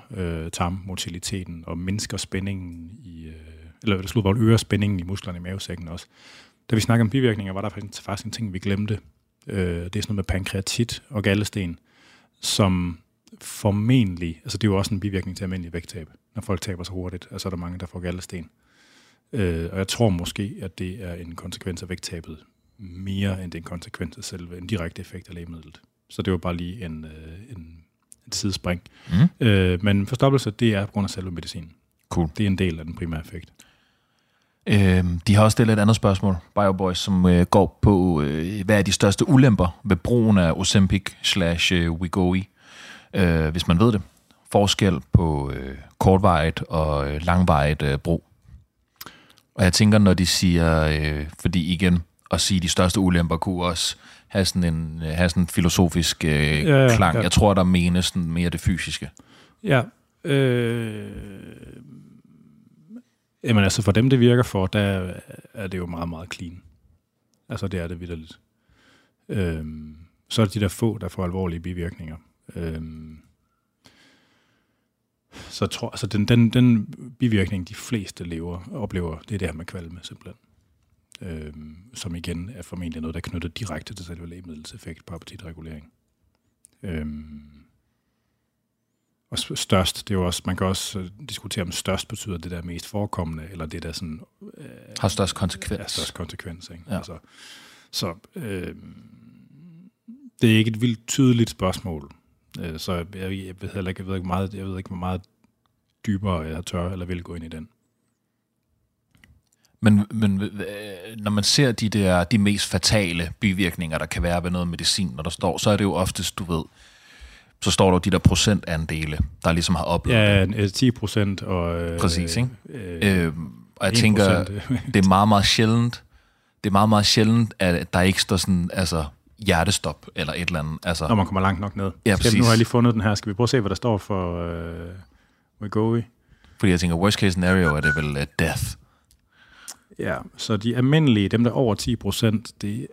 tarmmotiliteten og mindsker spændingen i, eller det øger spændingen i musklerne i mavesækken også. Da vi snakkede om bivirkninger, var der faktisk en ting, vi glemte. Det er sådan noget med pankreatit og galdesten, som formentlig, altså det er jo også en bivirkning til almindelig vægttab, når folk taber så hurtigt, så er der mange, der får galdesten. Og jeg tror måske, at det er en konsekvens af vægttabet, mere end det er en konsekvens af selve en direkte effekt af lægemidlet. Så det var bare lige en sidespring. Men forstoppelse, det er på grund af selve medicinen. Cool. Det er en del af den primære effekt. De har også stillet et andet spørgsmål, BioBoys, som går på, hvad er de største ulemper ved brugen af Ozempic/Wegovy, hvis man ved det. Forskel på kortvarigt og langvarigt brug. Og jeg tænker, når de siger, fordi igen, at sige de største ulemper, kunne også have sådan en filosofisk klang. Ja. Jeg tror, der menes sådan mere det fysiske. Ja. Jamen altså for dem, det virker for, der er det jo meget, meget clean. Altså det er det vitterligt. Så er det de der få, der får alvorlige bivirkninger. Så jeg tror, altså den bivirkning, de fleste oplever, det er det her med kvalme simpelthen. Som igen er formentlig noget, der er knyttet direkte til selve lægemiddelseffekt på appetitregulering. Og størst, det er jo også, man kan også diskutere, om størst betyder det der mest forekommende, eller det der sådan... har størst konsekvens. Ja, størst konsekvens, ikke? Ja. Altså, så det er ikke et vildt tydeligt spørgsmål. Så jeg ved ikke, hvor meget dybere jeg tør eller vil gå ind i den. Men når man ser de mest fatale bivirkninger, der kan være ved noget medicin, når der står, så er det jo oftest, du ved, så står der de der procentandele, der ligesom har oplevet det. 10% og... Præcis, ikke? Og jeg tænker, det er meget, meget sjældent. Det er meget, meget sjældent, at der ikke står sådan, altså hjertestop eller et eller andet. Altså, når man kommer langt nok ned. Ja, nu har jeg lige fundet den her. Skal vi prøve at se, hvad der står for Wegovy? Fordi jeg tænker, worst case scenario er det vel death. Ja, så de almindelige, dem der er over 10%, det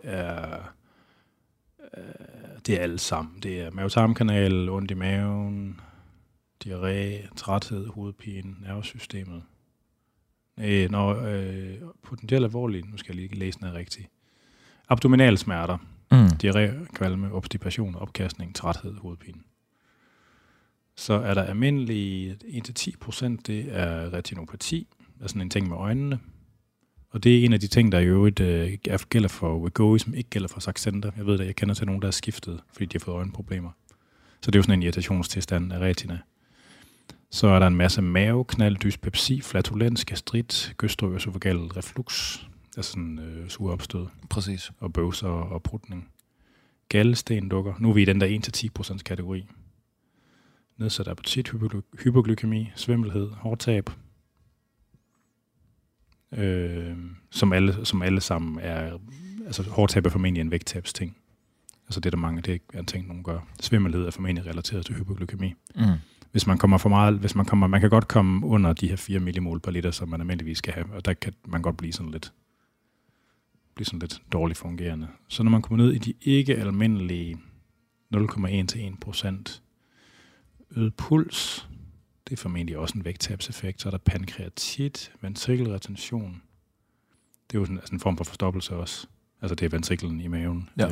er alle sammen. Det er mavetarmkanal, ondt i maven, diarré, træthed, hovedpine, nervesystemet. Potentielt alvorligt, nu skal jeg lige læse den her rigtigt. Abdominalsmerter, diarré, kvalme, obstipation, opkastning, træthed, hovedpine. Så er der almindelige 1-10%, det er retinopati, altså en ting med øjnene. Og det er en af de ting, der i øvrigt gælder for Wegovy, som ikke gælder for Saxenda. Jeg ved det, jeg kender til nogen, der er skiftet, fordi de har fået øjenproblemer. Så det er jo sådan en irritationstilstand af retina. Så er der en masse maveknald, dyspepsi, flatulens, gastrit, gøstroøsofageal reflux, altså sådan sugeopstød. Præcis. Og bøvser og prutning. Galdesten dukker. Nu er vi i den der 1-10% kategori. Nedsat appetit, hypoglykemi, svimmelhed, hårtab. Som alle sammen er, altså hårtab er formentlig en vægttabsting. Altså det er der mange, det er en ting, nogen gør. Svimmelhed er formentlig relateret til hypoglykemi. Hvis man kommer for meget, man kan godt komme under de her 4 millimol per liter, som man almindeligvis skal have, og der kan man godt blive sådan lidt dårligt fungerende. Så når man kommer ned i de ikke almindelige 0,1-1%, øget puls, det er formentlig også en vægttabseffekt. Så er der pankreatit, ventrikelretention. Det er jo sådan en form for forstoppelse også. Altså det er ventriklen i maven. Ja.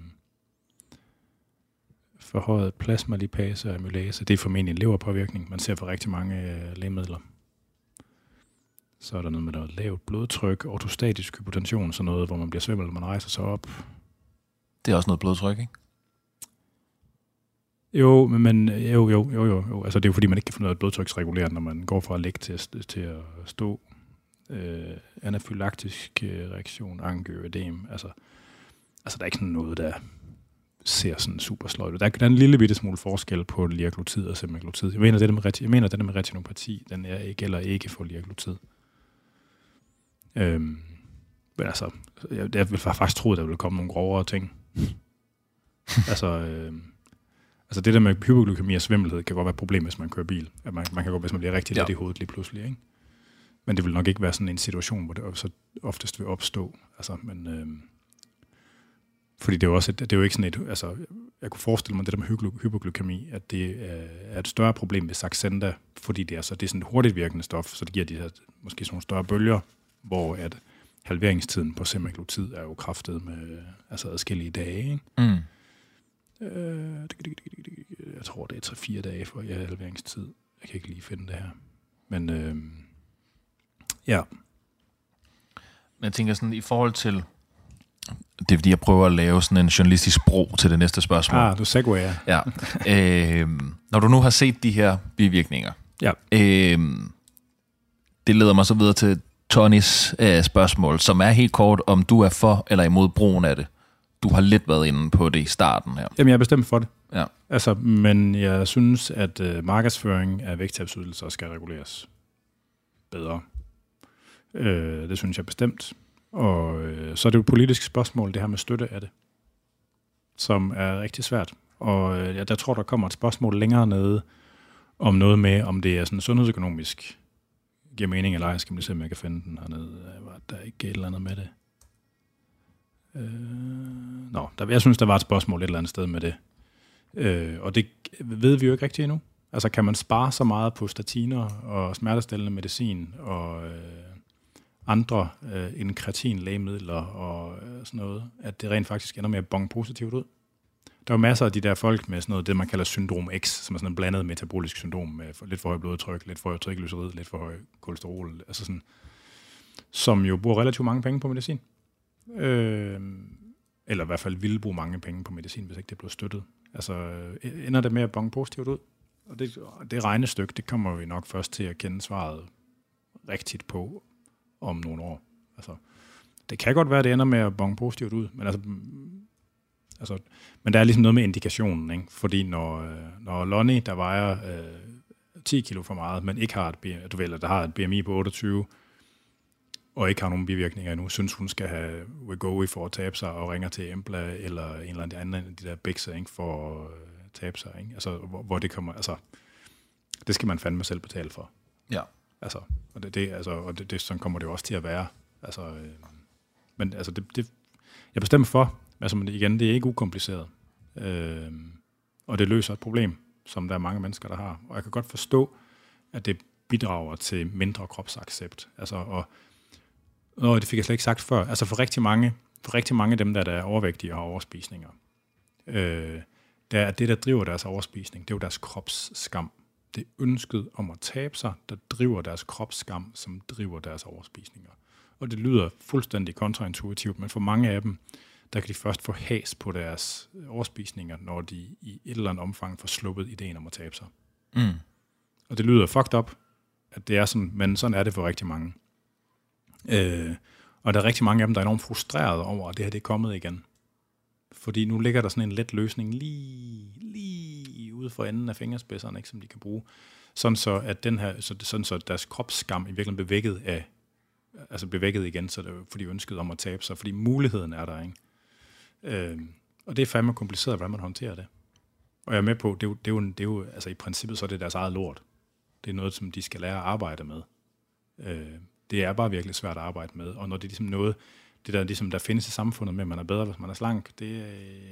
Forhøjet plasmalipase og amylase. Det er formentlig en leverpåvirkning. Man ser for rigtig mange lægemidler. Så er der noget med noget lavt blodtryk, ortostatisk hypotension, sådan noget, hvor man bliver svimmel, når man rejser sig op. Det er også noget blodtryk, ikke? Jo, men jo. Altså det er jo fordi, man ikke kan få noget blodtryksreguleret, når man går fra at ligge til at stå. Anafylaktisk reaktion, angioødem. Altså der er ikke sådan noget, der ser sådan super sløjt ud. Der er en lille bitte smule forskel på liraglutid og semaglutid. Jeg mener, det der med retinopati, den er ikke eller ikke for liraglutid. Men altså, jeg ville faktisk tro, at der ville komme nogle grovere ting. Altså det der med hypoglykemi og svimmelhed kan godt være et problem, hvis man kører bil. At man kan godt, hvis man bliver rigtig let i hovedet lige pludselig, ikke? Men det vil nok ikke være sådan en situation, hvor det så oftest vil opstå. Altså, fordi det er jo også det er jo ikke sådan et, altså jeg kunne forestille mig det der med hypoglykemi, at det er et større problem ved Saxenda, fordi det er sådan et hurtigt virkende stof, så det giver de her måske sådan nogle større bølger, hvor at halveringstiden på semaglutid er jo kraftet med adskillige dage, ikke? Mm. Jeg tror, det er 3-4 dage for halveringstid. Jeg kan ikke lige finde det her. Men ja. Men jeg tænker sådan, i forhold til... Det er fordi, jeg prøver at lave sådan en journalistisk bro til det næste spørgsmål. Du segwayer. Ja. Når du nu har set de her bivirkninger, ja. Det leder mig så videre til Tonys spørgsmål, som er helt kort, om du er for eller imod brugen af det. Du har lidt været inde på det i starten her. Jamen, jeg er bestemt for det. Ja. Men jeg synes, at markedsføring af vægttabsydelser skal reguleres bedre. Det synes jeg bestemt. Og så er det jo et politisk spørgsmål, det her med støtte af det, som er rigtig svært. Og jeg tror, der kommer et spørgsmål længere nede om noget med, om det er sådan sundhedsøkonomisk giver mening eller ej. Jeg skal lige se, om jeg kan finde den hernede. Var der ikke et eller andet med det? Jeg synes, der var et spørgsmål et eller andet sted med det. Og det ved vi jo ikke rigtigt endnu. Altså, kan man spare så meget på statiner og smertestillende medicin og andre inkretin-lægemidler og sådan noget, at det rent faktisk ender med at bonge positivt ud? Der er jo masser af de der folk med sådan noget, det man kalder syndrom X, som er sådan en blandet metabolisk syndrom med lidt for højt blodtryk, lidt for højt triglycerid, lidt for høj kolesterol, altså sådan, som jo bruger relativt mange penge på medicin. Eller i hvert fald ville bruge mange penge på medicin, hvis ikke det blev støttet. Altså, ender det med at bonge positivt ud? Og det regnestykke, det kommer vi nok først til at kende svaret rigtigt på om nogle år. Altså, det kan godt være, at det ender med at bonge positivt ud, men der er ligesom noget med indikationen, ikke? Fordi når Lonnie, der vejer 10 kilo for meget, men ikke har der har et BMI på 28, og ikke har nogen bivirkninger endnu, synes hun skal have Wegovy for at tabe sig, og ringer til Embla eller en eller anden af de der bikser, ikke, for at tabe sig, ikke? Altså, hvor det kommer, altså, det skal man fandme selv betale for. Ja. Altså, og det sådan kommer det jo også til at være. Altså, men altså, jeg er bestemt for. Altså, igen, det er ikke ukompliceret. Og det løser et problem, som der er mange mennesker, der har. Og jeg kan godt forstå, at det bidrager til mindre kropsaccept. Altså, det fik jeg slet ikke sagt før. Altså, for rigtig mange af dem, der er overvægtige og har overspisninger, det, der driver deres overspisning, det er jo deres kropsskam. Det er ønsket om at tabe sig, der driver deres kropsskam, som driver deres overspisninger. Og det lyder fuldstændig kontraintuitivt, men for mange af dem, der kan de først få has på deres overspisninger, når de i et eller andet omfang får sluppet ideen om at tabe sig. Mm. Og det lyder fucked up, at det er sådan, men sådan er det for rigtig mange. Og der er rigtig mange af dem, der er enormt frustrerede over, at det her det er kommet igen. Fordi nu ligger der sådan en let løsning lige ude for enden af fingerspidserne, ikke, som de kan bruge. Sådan så deres kropsskam i virkeligheden blev vækket igen, så det er fordi ønsket om at tabe sig, fordi muligheden er der, ikke? Og det er fandme kompliceret, hvordan man håndterer det. Og jeg er med på, det er jo altså i princippet så er det deres eget lort. Det er noget, som de skal lære at arbejde med. Det er bare virkelig svært at arbejde med, og når det er ligesom noget, det der ligesom der findes i samfundet med, at man er bedre, hvis man er slank, det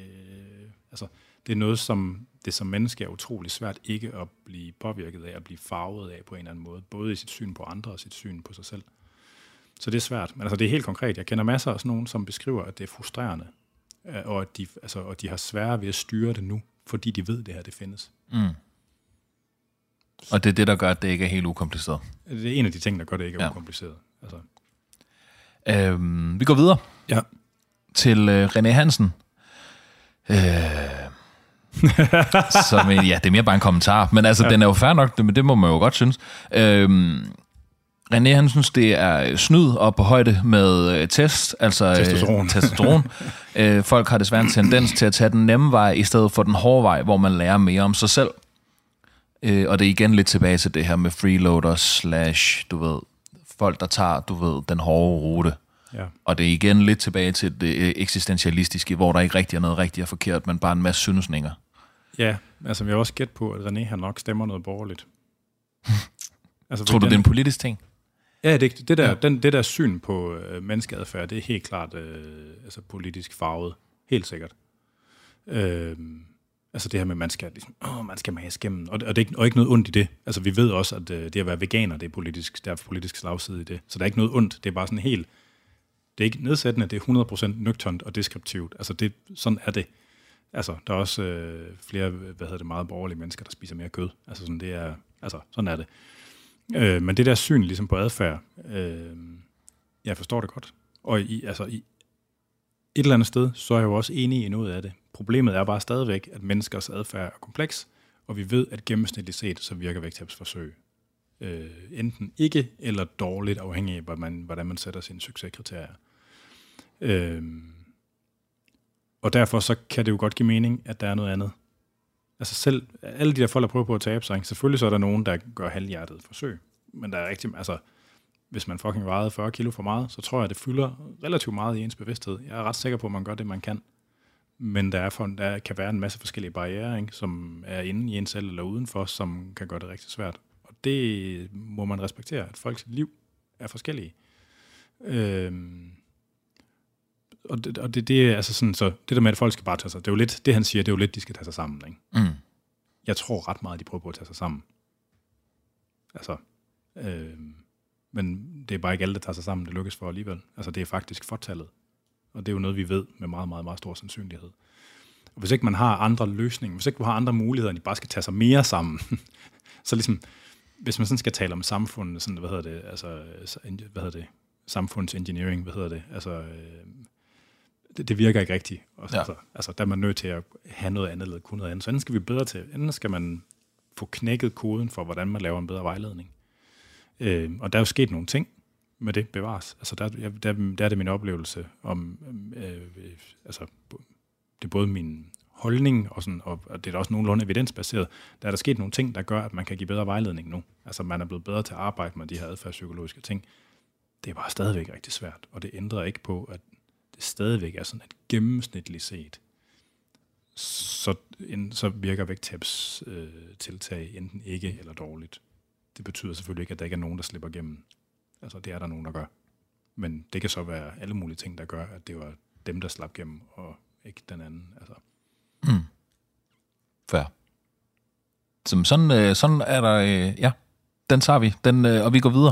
er noget, som det som menneske er utrolig svært ikke at blive påvirket af, at blive farvet af på en eller anden måde, både i sit syn på andre og sit syn på sig selv. Så det er svært, men altså det er helt konkret. Jeg kender masser af sådan nogen, som beskriver, at det er frustrerende, og at de har svære ved at styre det nu, fordi de ved, det her det findes. Mm. Og det er det, der gør, at det ikke er helt ukompliceret. Det er en af de ting, der gør, det ikke er ukompliceret. Altså. Vi går videre til René Hansen. Som, det er mere bare en kommentar, men altså, den er jo fair nok, det må man jo godt synes. René, han synes, det er snyd og på højde med test, altså testosteron. Folk har desværre en tendens til at tage den nemme vej, i stedet for den hårde vej, hvor man lærer mere om sig selv. Og det er igen lidt tilbage til det her med freeloaders / folk, der tager, den hårde rute. Ja. Og det er igen lidt tilbage til det eksistentialistiske, hvor der ikke rigtig er noget rigtigt og forkert, men bare en masse synsninger. Ja, altså jeg har også gæt på, at René han nok stemmer noget borgerligt. Altså, tror du, det er en politisk ting? Ja, det der syn på menneskeadfærd, det er helt klart politisk farvet. Helt sikkert. Altså det her med, man skal mase gennem, og ikke noget ondt i det. Altså vi ved også, at det at være veganer, det er politisk slagside i det. Så der er ikke noget ondt. Det er bare sådan helt, Det er ikke nedsættende, det er 100% nøgternt og deskriptivt. Altså, sådan er det. Altså, der er også flere, meget borgerlige mennesker, der spiser mere kød. Altså, sådan er det. Men det der syn ligesom på adfærd, jeg forstår det godt. Og i et eller andet sted, så er jeg jo også enig i noget af det. Problemet er bare stadigvæk, at menneskers adfærd er kompleks, og vi ved, at gennemsnitligt set, så virker vægttabsforsøg enten ikke eller dårligt, afhængig af, hvordan man sætter sine succeskriterier. Og derfor så kan det jo godt give mening, at der er noget andet. Altså selv alle de der folk, der prøver på at tabe sig, selvfølgelig så er der nogen, der gør halvhjertet forsøg. Men der er rigtig, hvis man fucking vejede 40 kilo for meget, så tror jeg, det fylder relativt meget i ens bevidsthed. Jeg er ret sikker på, at man gør det, man kan. Men der kan være en masse forskellige barrierer, ikke, som er inde i en selv eller udenfor, som kan gøre det rigtig svært. Og det må man respektere, at folks liv er forskellige. Og det er altså sådan, så det der med, at folk skal bare tage sig, det er jo lidt, det han siger, det er jo lidt, de skal tage sig sammen, ikke? Mm. Jeg tror ret meget, de prøver på at tage sig sammen. Altså, men det er bare ikke alle, der tager sig sammen, det lykkes for alligevel. Altså, det er faktisk fortallet. Og det er jo noget, vi ved med meget, meget, meget stor sandsynlighed. Og hvis ikke man har andre løsninger, hvis ikke du har andre muligheder, end de bare skal tage sig mere sammen, så ligesom, hvis man sådan skal tale om samfundet, sådan, samfundsengineering, altså, det virker ikke rigtigt. Altså, der er man nødt til at have noget andet, eller kunne noget andet. Så enten skal vi bedre til, enten skal man få knækket koden for, hvordan man laver en bedre vejledning. Og der er jo sket nogle ting med det bevares. Altså, der er det min oplevelse om, det er både min holdning, og det er også nogenlunde evidensbaseret. Der er der sket nogle ting, der gør, at man kan give bedre vejledning nu. Altså, man er blevet bedre til at arbejde med de her adfærdspsykologiske ting. Det er bare stadigvæk rigtig svært, og det ændrer ikke på, at det stadigvæk er sådan, at gennemsnitligt set, så virker vægttabstiltag enten ikke eller dårligt. Det betyder selvfølgelig ikke, at der ikke er nogen, der slipper igennem. Altså, det er der nogen, der gør. Men det kan så være alle mulige ting, der gør, at det var dem, der slap igennem, og ikke den anden. Altså. Fair. Sådan er der, ja, den tager vi, og vi går videre.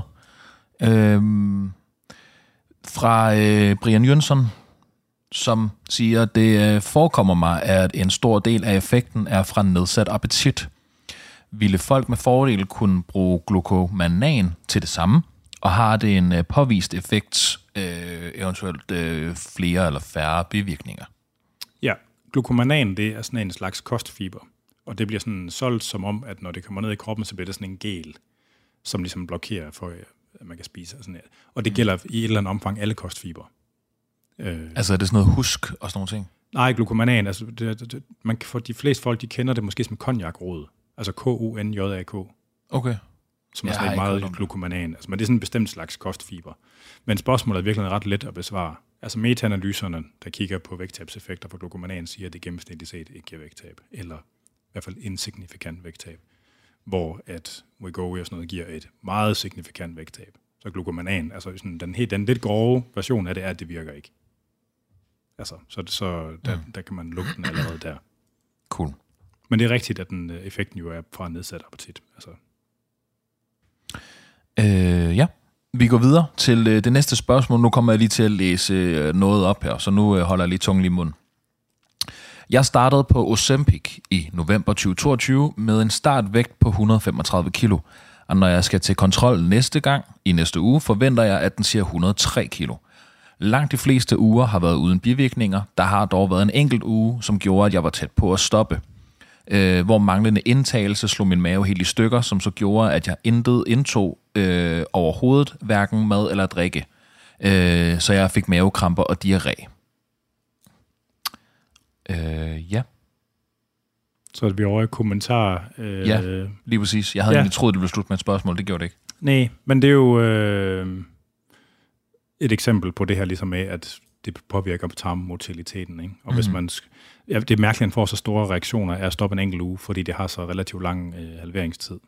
Fra Brian Jønsson, som siger, det forekommer mig, at en stor del af effekten er fra nedsat appetit. Ville folk med fordel kunne bruge glucomanan til det samme, og har det en påvist effekt, eventuelt flere eller færre bivirkninger? Ja, glucomanan, det er sådan en slags kostfiber, og det bliver sådan solgt som om, at når det kommer ned i kroppen, så bliver det sådan en gel, som ligesom blokerer for, at man kan spise. Sådan. Og det gælder i et eller andet omfang alle kostfiber. Altså er det sådan noget husk og sådan nogle ting? Nej, glucomanan, altså man kan få de fleste folk, de kender det måske som konjakrod. Altså KUNJAK. Okay. Som er sådan et meget glucomanan. Altså, men det er sådan en bestemt slags kostfiber. Men spørgsmålet er virkelig ret let at besvare. Altså meta-analyserne, der kigger på vægttabseffekter for glucomanan, siger, at det gennemsnitligt set ikke giver vægttab. Eller i hvert fald insignifikant vægttab. Hvor at Wegovy og sådan noget giver et meget signifikant vægttab. Så glucomanan, altså sådan, den lidt grove version af det er, at det virker ikke. Altså, så der kan man lukke den allerede der. Cool. Men det er rigtigt, at den effekten jo er fra nedsat appetit. Altså. Ja, vi går videre til det næste spørgsmål. Nu kommer jeg lige til at læse noget op her, så nu holder jeg lige tungen i munden. Jeg startede på Ozempic i november 2022 med en startvægt på 135 kilo. Og når jeg skal til kontrol næste gang, i næste uge, forventer jeg, at den siger 103 kilo. Langt de fleste uger har været uden bivirkninger. Der har dog været en enkelt uge, som gjorde, at jeg var tæt på at stoppe. Hvor manglende indtagelse slog min mave helt i stykker, som så gjorde, at jeg intet indtog overhovedet, hverken mad eller drikke. Så jeg fik mavekramper og diarré. Ja. Så er vi over i kommentarer. Ja, lige præcis. Jeg havde egentlig troet, det ville slutte med et spørgsmål. Det gjorde det ikke. Nej, men det er jo et eksempel på det her, ligesom med, at det påvirker tarmmotiliteten. Ikke? Og hvis man... Ja, det er mærkeligt, at man får så store reaktioner af at stoppe en enkelt uge, fordi det har så relativt lang halveringstid.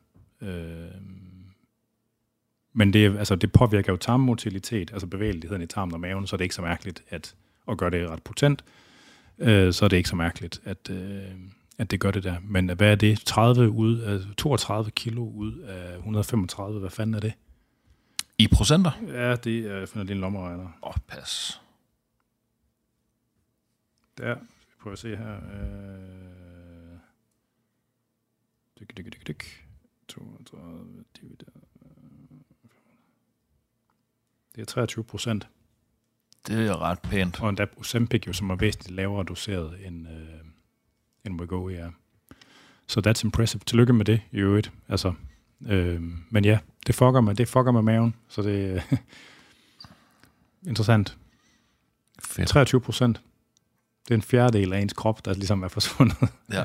Men det påvirker jo tarmmotilitet, altså bevægeligheden i tarmen og maven, så er det ikke så mærkeligt at gøre det ret potent. Så er det ikke så mærkeligt, at det gør det der. Men hvad er det? 32 kilo ud af 135, hvad fanden er det? I procenter? Ja, det er, jeg finder lige en lommeregner. Pas. Der, prøv at se her. 32 divideret. Det er 23%. Det er ret pænt. Og endda Ozempic jo, som er væsentligt lavere doseret end Wegovy er. Så that's impressive. Tillykke med det i øvrigt. Altså, men ja, det fucker med maven, så det er interessant. Fedt. 23%. Det er en fjerdedel af ens krop, der ligesom er forsvundet. Ja.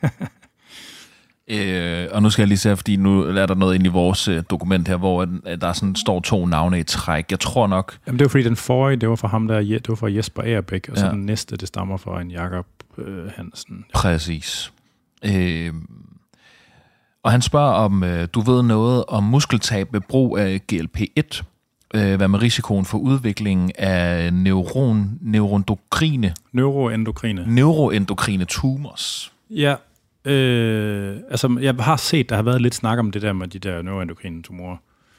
Og nu skal jeg lige se, fordi nu er der noget inde i vores dokument her, hvor der sådan står 2 navne i træk. Jeg tror nok... Jamen, det var fordi den forrige, det var fra ham der, det var fra Jesper Agerbæk, og så den næste, det stammer fra en Jakob Hansen. Præcis. Og han spørger om, du ved noget om muskeltab ved brug af GLP-1. Hvad med risikoen for udviklingen af neuroendokrine tumors? Ja, altså jeg har set, der har været lidt snak om det der med de der neuroendokrine tumorer.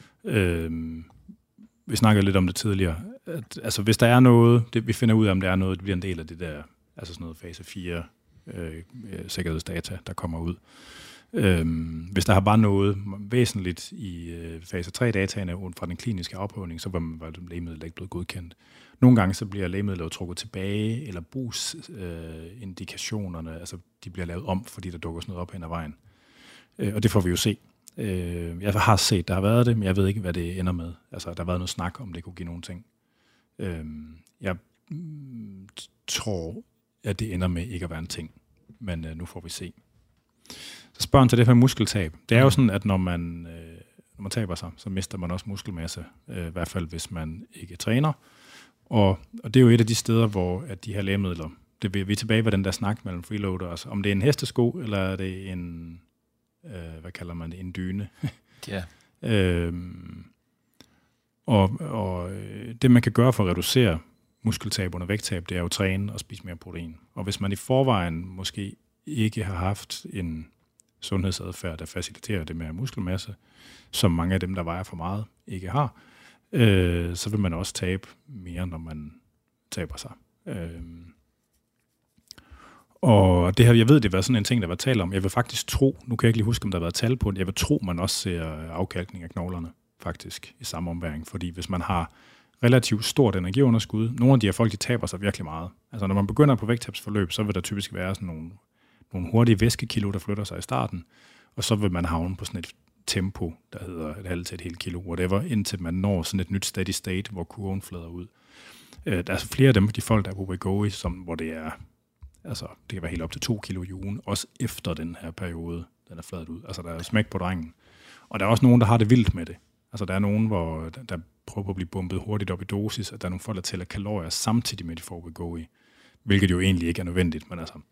Vi snakkede lidt om det tidligere. Altså hvis der er noget, vi finder ud af, om der er noget, det bliver en del af det der, altså sådan noget fase 4 sikkerhedsdata, der kommer ud. Hvis der har bare noget væsentligt i fase 3-dataene fra den kliniske afprøvning, så var lægemidlet ikke blevet godkendt. Nogle gange så bliver lægemidlet trukket tilbage, eller brugsindikationerne, altså de bliver lavet om, fordi der dukker sådan noget op hen ad vejen. Og det får vi jo se. Jeg har set, der har været det, men jeg ved ikke, hvad det ender med. Altså, der har været noget snak om, det kunne give nogle ting. Jeg tror, at det ender med ikke at være en ting, men nu får vi se. Så spørger han til det her muskeltab. Det er jo sådan, at når man taber sig, så mister man også muskelmasse, i hvert fald hvis man ikke træner. Og det er jo et af de steder, hvor at de her lægemidler, vi er tilbage ved den der snak mellem freeloaders, om det er en hestesko, eller er det en, hvad kalder man det, en dyne. Ja. Og det man kan gøre for at reducere muskeltab under vægttab, det er jo at træne og spise mere protein. Og hvis man i forvejen måske ikke har haft en sundhedsadfærd, der faciliterer det med muskelmasse, som mange af dem, der vejer for meget, ikke har, så vil man også tabe mere, når man taber sig. Og det her, jeg ved, det var sådan en ting, der var talt om. Jeg vil faktisk tro, nu kan jeg ikke lige huske, om der har været tal på det, jeg vil tro, man også ser afkalkning af knoglerne, faktisk, i samme omværing. Fordi hvis man har relativt stort energiunderskud, nogle af de her folk, de taber sig virkelig meget. Altså når man begynder på vægttabsforløb, så vil der typisk være sådan nogle hurtige væskekilo, der flytter sig i starten, og så vil man havne på sådan et tempo, der hedder et halvt til et helt kilo, whatever, indtil man når sådan et nyt steady state, hvor kurven flader ud. Der er altså flere af dem, de folk, der er på Wegovy, hvor det er, altså det kan være helt op til 2 kilo i ugen, også efter den her periode, den er fladet ud. Altså der er smæk på drengen. Og der er også nogen, der har det vildt med det. Altså der er nogen, hvor der prøver at blive bumpet hurtigt op i dosis, at der er nogle folk, der tæller kalorier samtidig med, at de får Wegovy, hvilket jo egentlig ikke er nødvendigt, men altså...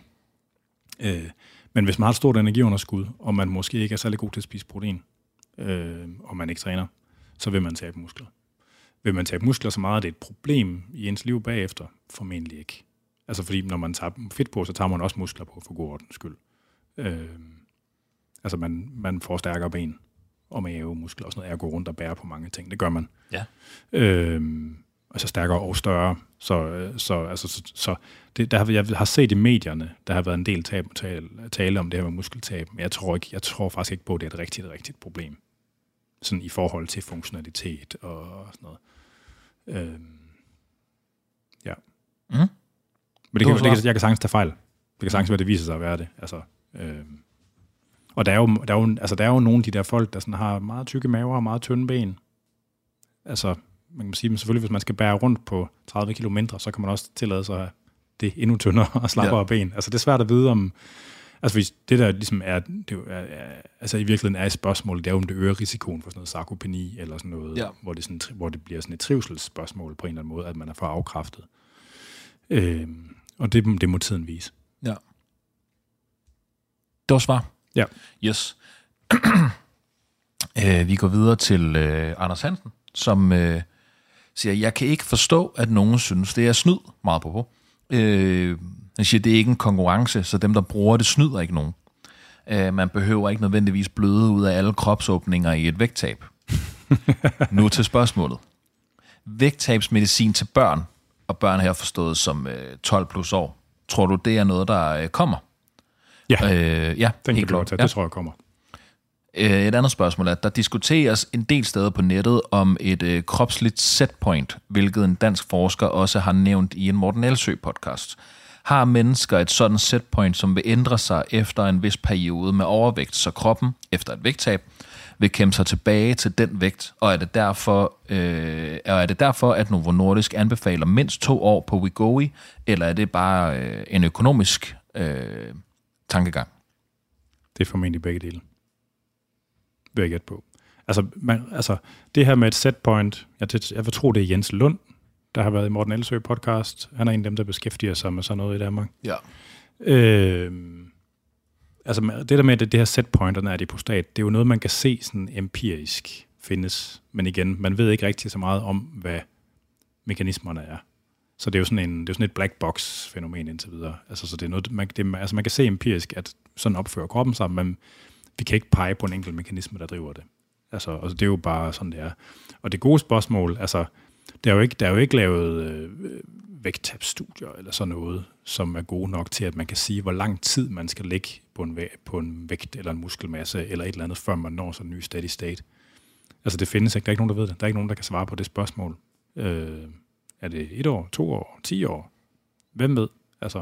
Men hvis man har et stort energiunderskud, og man måske ikke er særlig god til at spise protein, og man ikke træner, så vil man tabe muskler. Vil man tabe muskler så meget, at det er et problem i ens liv bagefter? Formentlig ikke. Altså fordi når man tager fedt på, så tager man også muskler på for god ordens skyld. Altså man får stærkere ben og mave, muskler og sådan noget, at gå rundt og bære på mange ting. Det gør man. Ja. Altså stærkere og større. Så det, jeg har set i medierne, der har været en del tale om det her med muskeltab, men jeg tror faktisk ikke på, at det er et rigtigt problem. Sådan i forhold til funktionalitet og sådan noget. Ja. Mm. Men jeg kan sagtens tage fejl. Det kan sagtens være, det viser sig at være det. Altså, og der er jo nogle af de der folk, der sådan har meget tykke maver og meget tynde ben. Altså, man kan sige, men selvfølgelig, hvis man skal bære rundt på 30 kilo mindre, så kan man også tillade sig det endnu tyndere og slappere ben. Altså, det er svært at vide om... Altså, hvis det der ligesom altså i virkeligheden er et spørgsmål, det er om det øger risikoen for sådan noget sarkopeni eller sådan noget, hvor det bliver sådan et trivselsspørgsmål på en eller anden måde, at man er for afkræftet. Og det må tiden vise. Ja. Det var svar. Ja. Yes. Vi går videre til Anders Hansen, som siger, jeg kan ikke forstå, at nogen synes, det er snyd, meget på. Han siger, det er ikke en konkurrence, så dem, der bruger det, snyder ikke nogen. Man behøver ikke nødvendigvis bløde ud af alle kropsåbninger i et vægttab. Nu til spørgsmålet. Vægttabsmedicin til børn, og børn her forstået som 12 plus år, tror du, det er noget, der kommer? Ja, ja, den kan lov til. Det tror jeg kommer. Et andet spørgsmål er, at der diskuteres en del steder på nettet om et kropsligt setpoint, hvilket en dansk forsker også har nævnt i en Morten Elsøe-podcast. Har mennesker et sådan setpoint, som vil ændre sig efter en vis periode med overvægt, så kroppen, efter et vægttab, vil kæmpe sig tilbage til den vægt, og er det derfor, at Novo Nordisk anbefaler mindst 2 år på Wegovy, eller er det bare en økonomisk tankegang? Det er formentlig begge dele. Vil jeg gætte på. Altså, det her med et setpoint, jeg vil tro, det er Jens Lund, der har været i Morten Elsøe podcast. Han er en af dem, der beskæftiger sig med sådan noget i Danmark. Ja. Altså det der med, at det her setpoint, når er adipostat, det er jo noget, man kan se sådan empirisk findes. Men igen, man ved ikke rigtig så meget om, hvad mekanismerne er. Så det er jo sådan et black box fænomen indtil videre. Altså, så det er noget, man kan se empirisk, at sådan opfører kroppen sig, men vi kan ikke pege på en enkelt mekanisme, der driver det. Altså det er jo bare sådan, det er. Og det gode spørgsmål, altså, der er jo ikke lavet vægttabsstudier eller sådan noget, som er gode nok til, at man kan sige, hvor lang tid man skal ligge på en vægt eller en muskelmasse eller et eller andet, før man når sådan en ny steady state. Altså det findes ikke. Der er ikke nogen, der ved det. Der er ikke nogen, der kan svare på det spørgsmål. Er det 1 år, 2 år, 10 år? Hvem ved? Altså,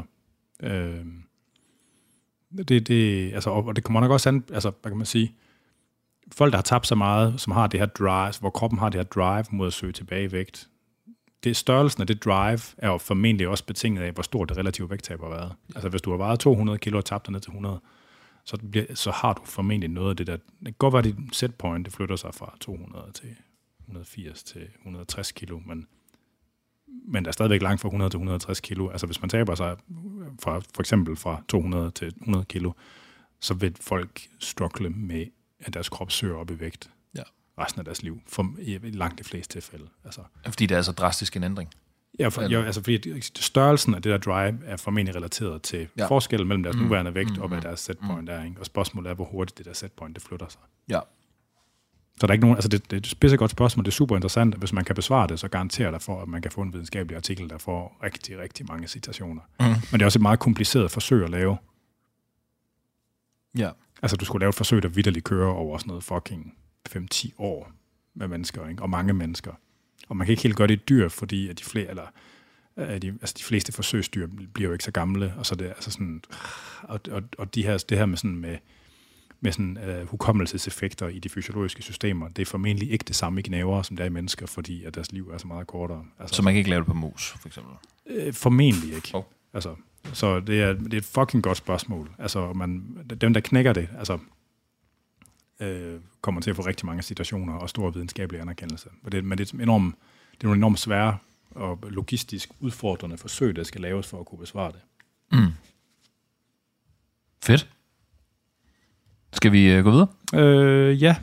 altså, og det kommer nok også an, altså, hvad kan man sige, folk, der har tabt så meget, som har det her drive, hvor kroppen har det her drive mod at søge tilbage i vægt, størrelsen af det drive er jo formentlig også betinget af, hvor stort det relative vægttab har været. Altså hvis du har vejet 200 kilo og tabt dig ned til 100, så har du formentlig noget af det der. Det kan godt være, at dit setpoint det flytter sig fra 200 til 180 til 160 kilo, men der er stadigvæk langt fra 100 til 160 kilo. Altså hvis man taber sig for eksempel fra 200 til 100 kilo, så vil folk struggle med, at deres krop søger op i vægt resten af deres liv, i langt de fleste tilfælde. Altså. Fordi det er så drastisk en ændring? Ja, fordi størrelsen af det der drive er formentlig relateret til forskellen mellem deres nuværende vægt og hvad deres setpoint er. Ikke? Og spørgsmålet er, hvor hurtigt det der setpoint det flytter sig. Ja. Så der er ikke nogen, altså det er et spidsegodt spørgsmål, det er super interessant, hvis man kan besvare det, så garanterer der for, at man kan få en videnskabelig artikel, der får rigtig, rigtig mange citationer. Men det er også et meget kompliceret forsøg at lave. Ja. Altså du skulle lave et forsøg, der vitterligt kører over sådan noget fucking 5-10 år med mennesker, ikke? Og mange mennesker. Og man kan ikke helt gøre det i dyr, fordi at de fleste forsøgsdyr bliver jo ikke så gamle, og så det altså sådan og det her med sådan med sådan hukommelseseffekter i de fysiologiske systemer, det er formentlig ikke det samme i gnavere, som det er i mennesker, fordi at deres liv er så meget kortere. Altså, så man kan ikke lave det på mus, for eksempel? Formentlig ikke. Altså, så det er et fucking godt spørgsmål. Altså, dem, der knækker det, altså kommer til at få rigtig mange citationer og stor videnskabelig anerkendelse. Men det er nogle enormt svære og logistisk udfordrende forsøg, der skal laves for at kunne besvare det. Fedt. Skal vi gå videre? Ja.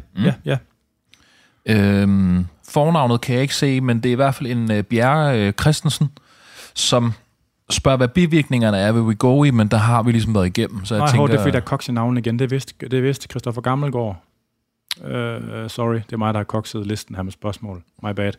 Fornavnet kan jeg ikke se, men det er i hvert fald en Bjerre Christensen, som spørger, hvad bivirkningerne er ved Wegovy, men der har vi ligesom været igennem. Så jeg tænker, det er fordi, der er koks i navnet igen. Det er vist Christoffer Gammelgaard. Sorry, det er mig, der har kokset listen her med spørgsmål. My bad.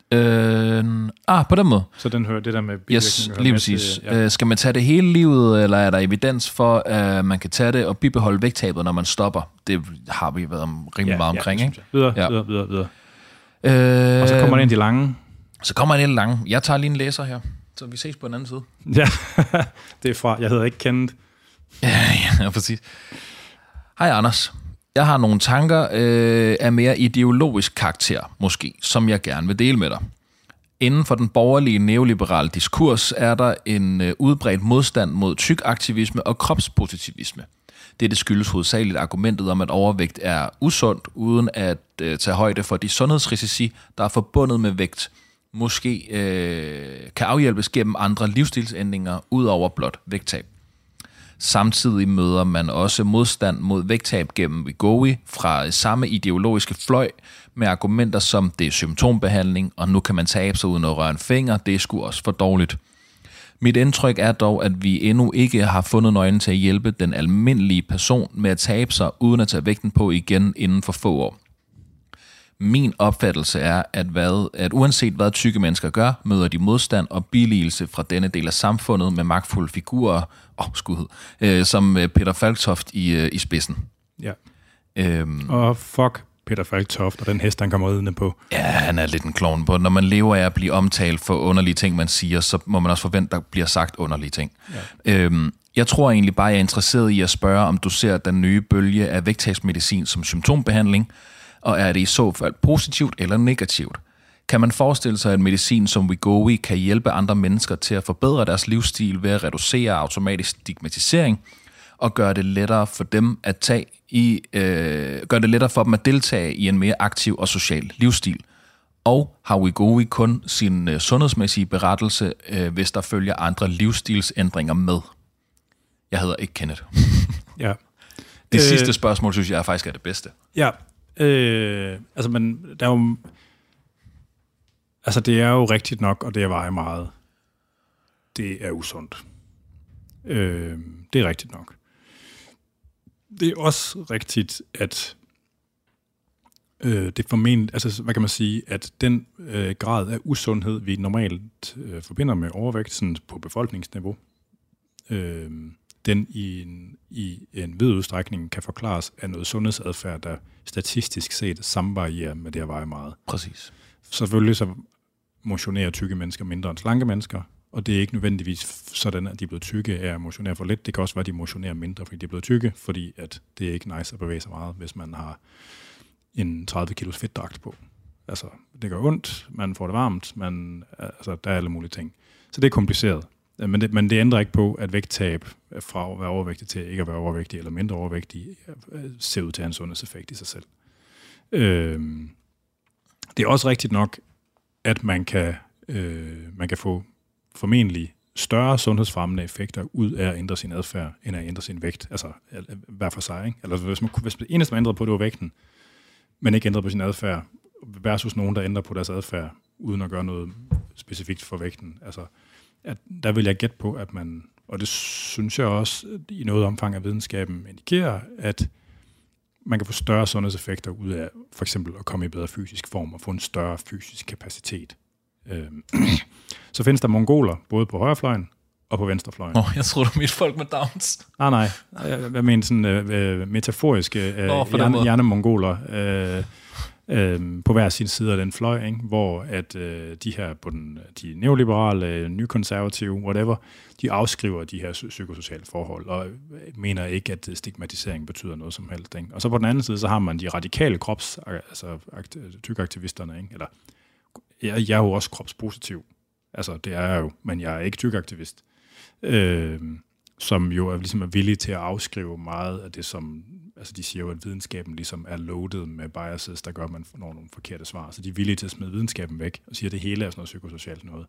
På den måde. Så den hører det der med bivirkninger. Yes, lige præcis. Skal man tage det hele livet, eller er der evidens for, at man kan tage det og bibeholde vægttabet, når man stopper? Det har vi været rimelig meget omkring, ikke? Videre. Og så kommer der ind de lange. Jeg tager lige en læser her, så vi ses på den anden side. Ja, det er fra, jeg hedder ikke Kenneth. Ja, præcis. Hej Anders. Jeg har nogle tanker af mere ideologisk karakter, måske, som jeg gerne vil dele med dig. Inden for den borgerlige neoliberale diskurs er der en udbredt modstand mod tykaktivisme og kropspositivisme. Det skyldes hovedsageligt argumentet om, at overvægt er usundt, uden at tage højde for de sundhedsrisici, der er forbundet med vægt. Måske kan afhjælpes gennem andre livsstilsændringer, ud over blot vægttab. Samtidig møder man også modstand mod vægttab gennem Wegovy fra samme ideologiske fløj med argumenter som det er symptombehandling, og nu kan man tabe sig uden at røre en finger, det er sgu også for dårligt. Mit indtryk er dog, at vi endnu ikke har fundet nøglen til at hjælpe den almindelige person med at tabe sig uden at tage vægten på igen inden for få år. Min opfattelse er, at uanset hvad tykke mennesker gør, møder de modstand og billigelse fra denne del af samfundet med magtfulde figurer, som Peter Falktoft i spidsen. Ja. Og fuck Peter Falktoft og den hest, han kommer ridende på. Ja, han er lidt en klovn på. Når man lever af at blive omtalt for underlige ting, man siger, så må man også forvente, at der bliver sagt underlige ting. Ja. Jeg tror egentlig bare, jeg er interesseret i at spørge, om du ser den nye bølge af vægttabsmedicin som symptombehandling, og er det i så fald positivt eller negativt? Kan man forestille sig, at medicin som Wegovy kan hjælpe andre mennesker til at forbedre deres livsstil ved at reducere automatisk stigmatisering og gøre det lettere for dem at deltage i en mere aktiv og social livsstil? Og har Wegovy kun sin sundhedsmæssige berettelse, hvis der følger andre livsstilsændringer med? Jeg hedder ikke Kenneth. Ja. Det sidste spørgsmål, synes jeg faktisk er det bedste. Ja. Men der er jo... Altså, det er jo rigtigt nok, og det er veje meget. Det er usundt. Det er rigtigt nok. Det er også rigtigt, at det formentlig... Altså, hvad kan man sige? At den grad af usundhed, vi normalt forbinder med overvægt sådan på befolkningsniveau, den i en vid udstrækning kan forklares af noget sundhedsadfærd, der statistisk set samvarierer med det at veje meget. Præcis. Selvfølgelig så motionerer tykke mennesker mindre end slanke mennesker, og det er ikke nødvendigvis sådan, at de er blevet tykke af at motionere for lidt. Det kan også være, at de motionerer mindre, fordi de er blevet tykke, fordi at det er ikke nice at bevæge sig meget, hvis man har en 30 kilos fedtdragt på. Altså, det gør ondt, man får det varmt, der er alle mulige ting. Så det er kompliceret. Men det ændrer ikke på, at vægttab fra at være overvægtig til ikke at være overvægtig eller mindre overvægtig ser ud til at have en sundhedseffekt i sig selv. Det er også rigtigt nok, at man kan få formentlig større sundhedsfremmende effekter ud af at ændre sin adfærd, end at ændre sin vægt. Altså hver for sig. Ikke? Eller hvis det eneste, man ændrede på, det var vægten, men ikke ændrede på sin adfærd, versus nogen, der ændrer på deres adfærd, uden at gøre noget specifikt for vægten. Altså, der vil jeg gætte på, at man, og det synes jeg også i noget omfang af videnskaben indikerer, at man kan få større sundhedseffekter ud af for eksempel at komme i bedre fysisk form og få en større fysisk kapacitet. Så findes der mongoler, både på højrefløjen og på venstrefløjen. Jeg tror du mente folk med Downs. Nej. Jeg mener sådan metaforiske hjernemongoler på hver sin side af den fløj, ikke? Hvor at de her på de neoliberale, nykonservative, whatever, de afskriver de her psykosociale forhold og mener ikke, at stigmatisering betyder noget som helst. Ikke? Og så på den anden side, så har man de radikale tykaktivisterne, ikke? Eller jeg er jo også kropspositiv. Altså, det er jeg jo, men jeg er ikke tykaktivist. Som jo ligesom er villige til at afskrive meget af det, som... Altså, de siger jo, at videnskaben ligesom er loaded med biases, der gør, at man får nogle forkerte svar. Så de er villige til at smide videnskaben væk og siger, at det hele er sådan noget psykosocialt noget.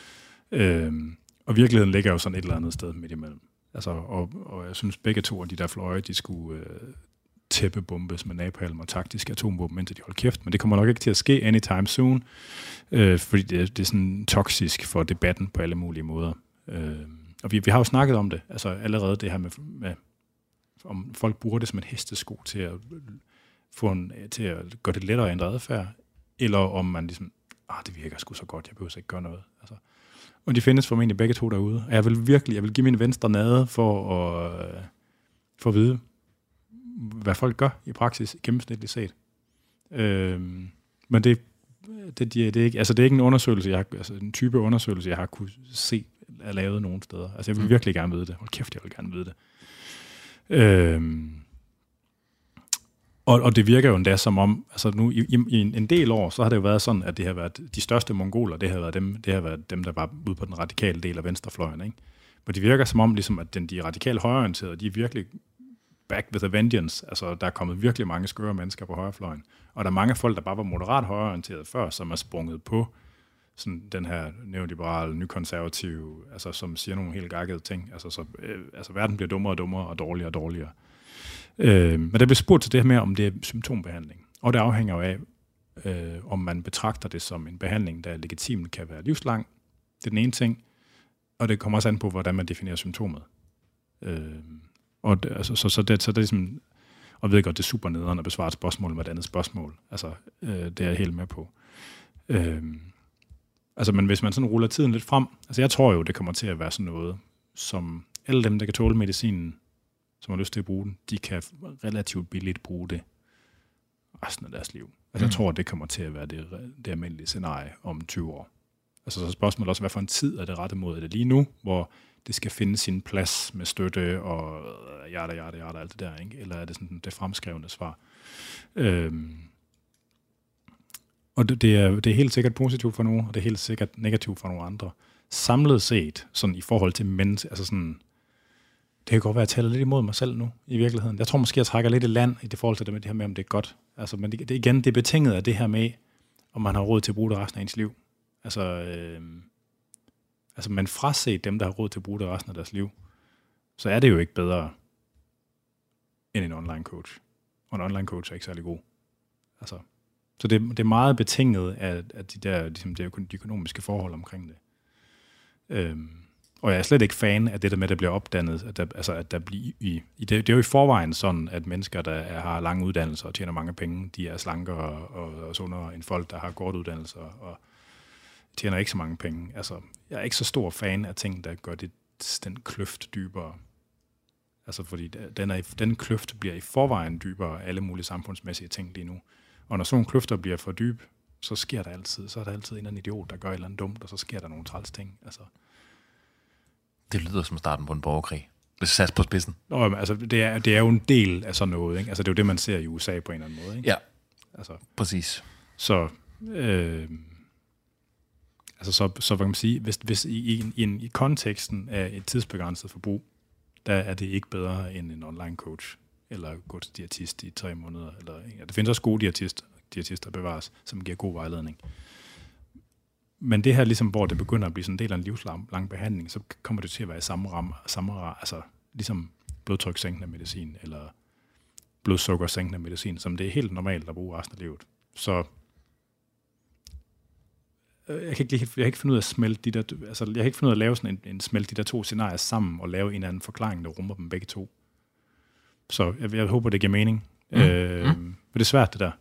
Og virkeligheden ligger jo sådan et eller andet sted midt imellem. Altså, og jeg synes, begge to af de der fløje, de skulle tæppebombes med napalm og taktisk atombombe, indtil de holdt kæft. Men det kommer nok ikke til at ske anytime soon, fordi det er sådan toksisk for debatten på alle mulige måder. Og vi har jo snakket om det, altså allerede det her med om folk bruger det som en hestesko til at til at gøre det lettere at ændre adfærd, eller om man ligesom, det virker sgu så godt, jeg behøver ikke gøre noget. Altså. Og de findes formentlig begge to derude. Og jeg vil give min venstre nade for at vide, hvad folk gør i praksis, gennemsnitligt set. Men det er ikke, altså det er ikke en undersøgelse, en type undersøgelse, jeg har kunne se er lavet nogen steder. Altså jeg vil virkelig gerne vide det. Hold kæft, jeg vil gerne vide det. Og det virker jo endda som om, altså nu i en del år, så har det jo været sådan, at det har været de største mongoler, det har været dem, der var ude på den radikale del af venstrefløjen, ikke? Men det virker som om, ligesom, at de radikale højreorienterede, de er virkelig back with a vengeance. Altså, der er kommet virkelig mange skøre mennesker på højrefløjen. Og der er mange folk, der bare var moderat højreorienterede før, som er sprunget på sådan den her neoliberale, nykonservative, altså som siger nogle helt gakkede ting. Altså verden bliver dummere og dummere og dårligere og dårligere. Men der bliver spurgt til det her med, om det er symptombehandling. Og det afhænger jo af, om man betragter det som en behandling, der legitimt kan være livslang. Det er den ene ting. Og det kommer også an på, hvordan man definerer symptomet. Og det er ligesom, Og ved godt, det er super nederen at besvare et spørgsmål med et andet spørgsmål. Altså, det er jeg helt med på. Men hvis man sådan ruller tiden lidt frem, altså jeg tror jo, det kommer til at være sådan noget, som alle dem, der kan tåle medicinen, som har lyst til at bruge den, de kan relativt billigt bruge det resten af deres liv. Altså jeg tror, det kommer til at være det almindelige scenarie om 20 år. Altså så spørgsmålet også, hvad for en tid er det rette mod? Er det lige nu, hvor det skal finde sin plads med støtte og jada, alt det der, ikke? Eller er det sådan det fremskrevne svar? Og det er helt sikkert positivt for nogle, og det er helt sikkert negativt for nogle andre. Samlet set, sådan i forhold til altså sådan, det kan godt være, at jeg taler lidt imod mig selv nu, i virkeligheden. Jeg tror måske, jeg trækker lidt i land i det forhold til det her med, om det er godt. Altså, men det er betinget af det her med, om man har råd til at bruge det resten af ens liv. Altså man fraset dem, der har råd til at bruge det resten af deres liv, så er det jo ikke bedre end en online coach. Og en online coach er ikke særlig god. Altså, så det er meget betinget af de økonomiske forhold omkring det. Og jeg er slet ikke fan af det der med, at der bliver opdannet, at der bliver det er jo i forvejen sådan, at mennesker, der har lange uddannelser og tjener mange penge, de er slankere og sundere end folk, der har korte uddannelser og tjener ikke så mange penge. Altså, jeg er ikke så stor fan af ting, der gør den kløft dybere. Altså, fordi den kløft bliver i forvejen dybere af alle mulige samfundsmæssige ting lige nu. Og når sådan nogle kløfter bliver for dybe, så er der altid en eller anden idiot, der gør et eller andet dumt, og så sker der nogle træls ting. Altså. Det lyder som starten på en borgerkrig. Det er sat på spidsen. Nå, altså, det er jo en del af sådan noget, ikke? Altså, det er jo det, man ser i USA på en eller anden måde, ikke? Ja, altså, præcis. Så hvad kan man sige, hvis i konteksten af et tidsbegrænset forbrug, der er det ikke bedre end en online coach, eller gå til diætist i 3 måneder. Eller, ja, det findes også gode diætister bevares, som giver god vejledning. Men det her, ligesom, hvor det begynder at blive sådan en del af en livslang behandling, så kommer det til at være i samme ramme, altså ligesom blodtrykssænkende medicin, eller blodsukkersænkende medicin, som det er helt normalt at bruge resten af livet. Så jeg kan ikke finde ud af at smelte de der, altså jeg kan ikke finde ud af at lave sådan en smelte de der to scenarier sammen og lave en eller anden forklaring, der rummer dem begge to. Så jeg håber, det giver mening. Men det er svært, det der.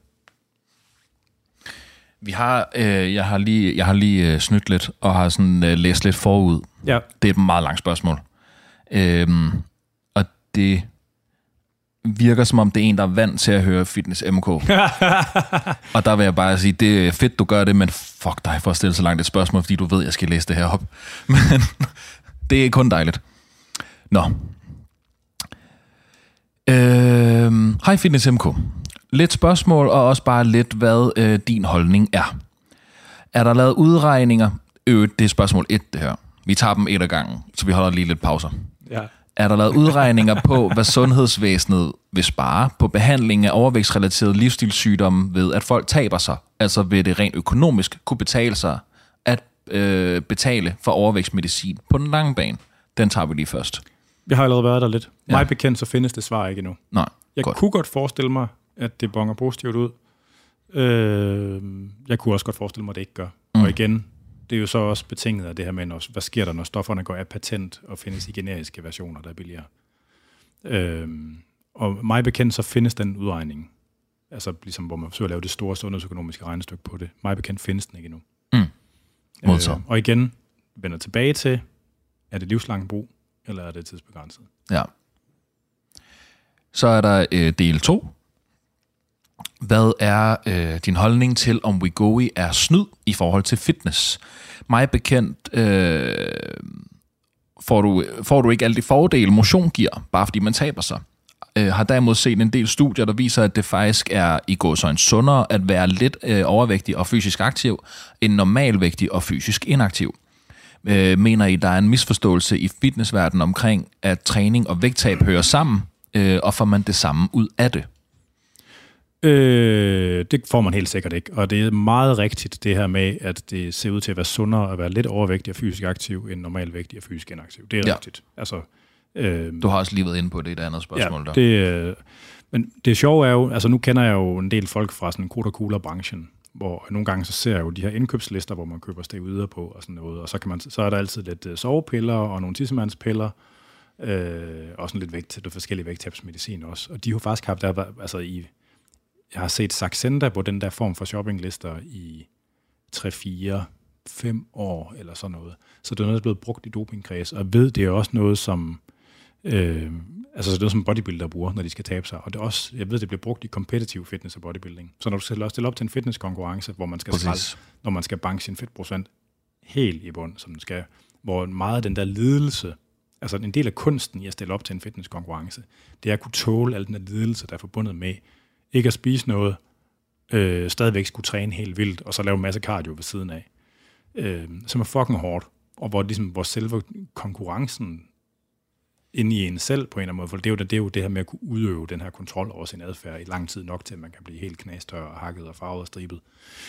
Jeg har lige snydt lidt og har sådan læst lidt forud. Ja. Det er et meget langt spørgsmål. Og det virker som om det er en, der er vant til at høre Fitness MK. Og der vil jeg bare sige, det er fedt, du gør det, men fuck dig for at stille så langt et spørgsmål, fordi du ved, jeg skal læse det her op. Men det er kun dejligt. Nå. Hej Fitness MK. Lidt spørgsmål, og også bare lidt, hvad din holdning er. Er der lavet udregninger? Det er spørgsmål 1, det her. Vi tager dem et ad gangen, så vi holder lige lidt pauser. Ja. Er der lavet udregninger på, hvad sundhedsvæsenet vil spare på behandling af overvægtsrelaterede livsstilssygdomme ved, at folk taber sig? Altså vil det rent økonomisk kunne betale sig at betale for overvægtsmedicin på den lange bane? Den tager vi lige først. Jeg har allerede været der lidt. Ja. Mig bekendt, så findes det svar ikke endnu. Nej, jeg kunne godt forestille mig, at det bonger positivt ud. Jeg kunne også godt forestille mig, at det ikke gør. Og igen, det er jo så også betinget af det her med, hvad sker der, når stofferne går af patent og findes i generiske versioner, der er billigere. Og mig bekendt, så findes den udregning. Altså ligesom, hvor man forsøger at lave det store sundhedsøkonomiske regnestykke på det. Mig bekendt findes den ikke endnu. Og igen, vender tilbage til, er det livslang brug, eller er det tidsbegrænset? Ja. Så er der del 2. Hvad er din holdning til, om Wegovy er snyd i forhold til fitness? Mig bekendt får du ikke alle de fordele, motion giver, bare fordi man taber sig. Har derimod set en del studier, der viser, at det faktisk er i gåseøjne sundere at være lidt overvægtig og fysisk aktiv, end normalvægtig og fysisk inaktiv. Mener I, der er en misforståelse i fitnessverdenen omkring, at træning og vægttab hører sammen, og får man det samme ud af det? Det får man helt sikkert ikke, og det er meget rigtigt det her med, at det ser ud til at være sundere at være lidt overvægtig og fysisk aktiv, end normalvægtig og fysisk inaktiv. Det er rigtigt. Altså, du har også lige været inde på det i et andet spørgsmål. Ja, der. Men det sjove er jo, altså nu kender jeg jo en del folk fra sådan Coca-Cola-branchen, hvor nogle gange så ser jeg jo de her indkøbslister, hvor man køber steroider på og sådan noget, og så er der altid lidt sovepiller og nogle tissemandspiller, Også lidt vægt, forskellige vægttabsmedicin også. Og de har faktisk haft, jeg har set Saxenda på den der form for shoppinglister i 3-4-5 år, eller sådan noget. Så det er noget, der er blevet brugt i dopingkreds, og jeg ved, det er også noget, som så det er noget, som bodybuilder bruger, når de skal tabe sig. Og det er også, jeg ved, det bliver brugt i competitive fitness og bodybuilding. Så når du skal stille op til en fitnesskonkurrence, hvor man skal når man skal banke sin fedtprocent helt i bund, som den skal, hvor meget af den der lidelse, altså en del af kunsten i at stille op til en fitnesskonkurrence, det er at kunne tåle al den der lidelse, der er forbundet med ikke at spise noget, stadigvæk skulle træne helt vildt, og så lave en masse cardio ved siden af. Som er fucking hårdt, og hvor selve konkurrencen inde i en selv på en eller anden måde, for det er jo det her med at kunne udøve den her kontrol over sin adfærd i lang tid nok til, at man kan blive helt knastør og hakket og farvet og stribet.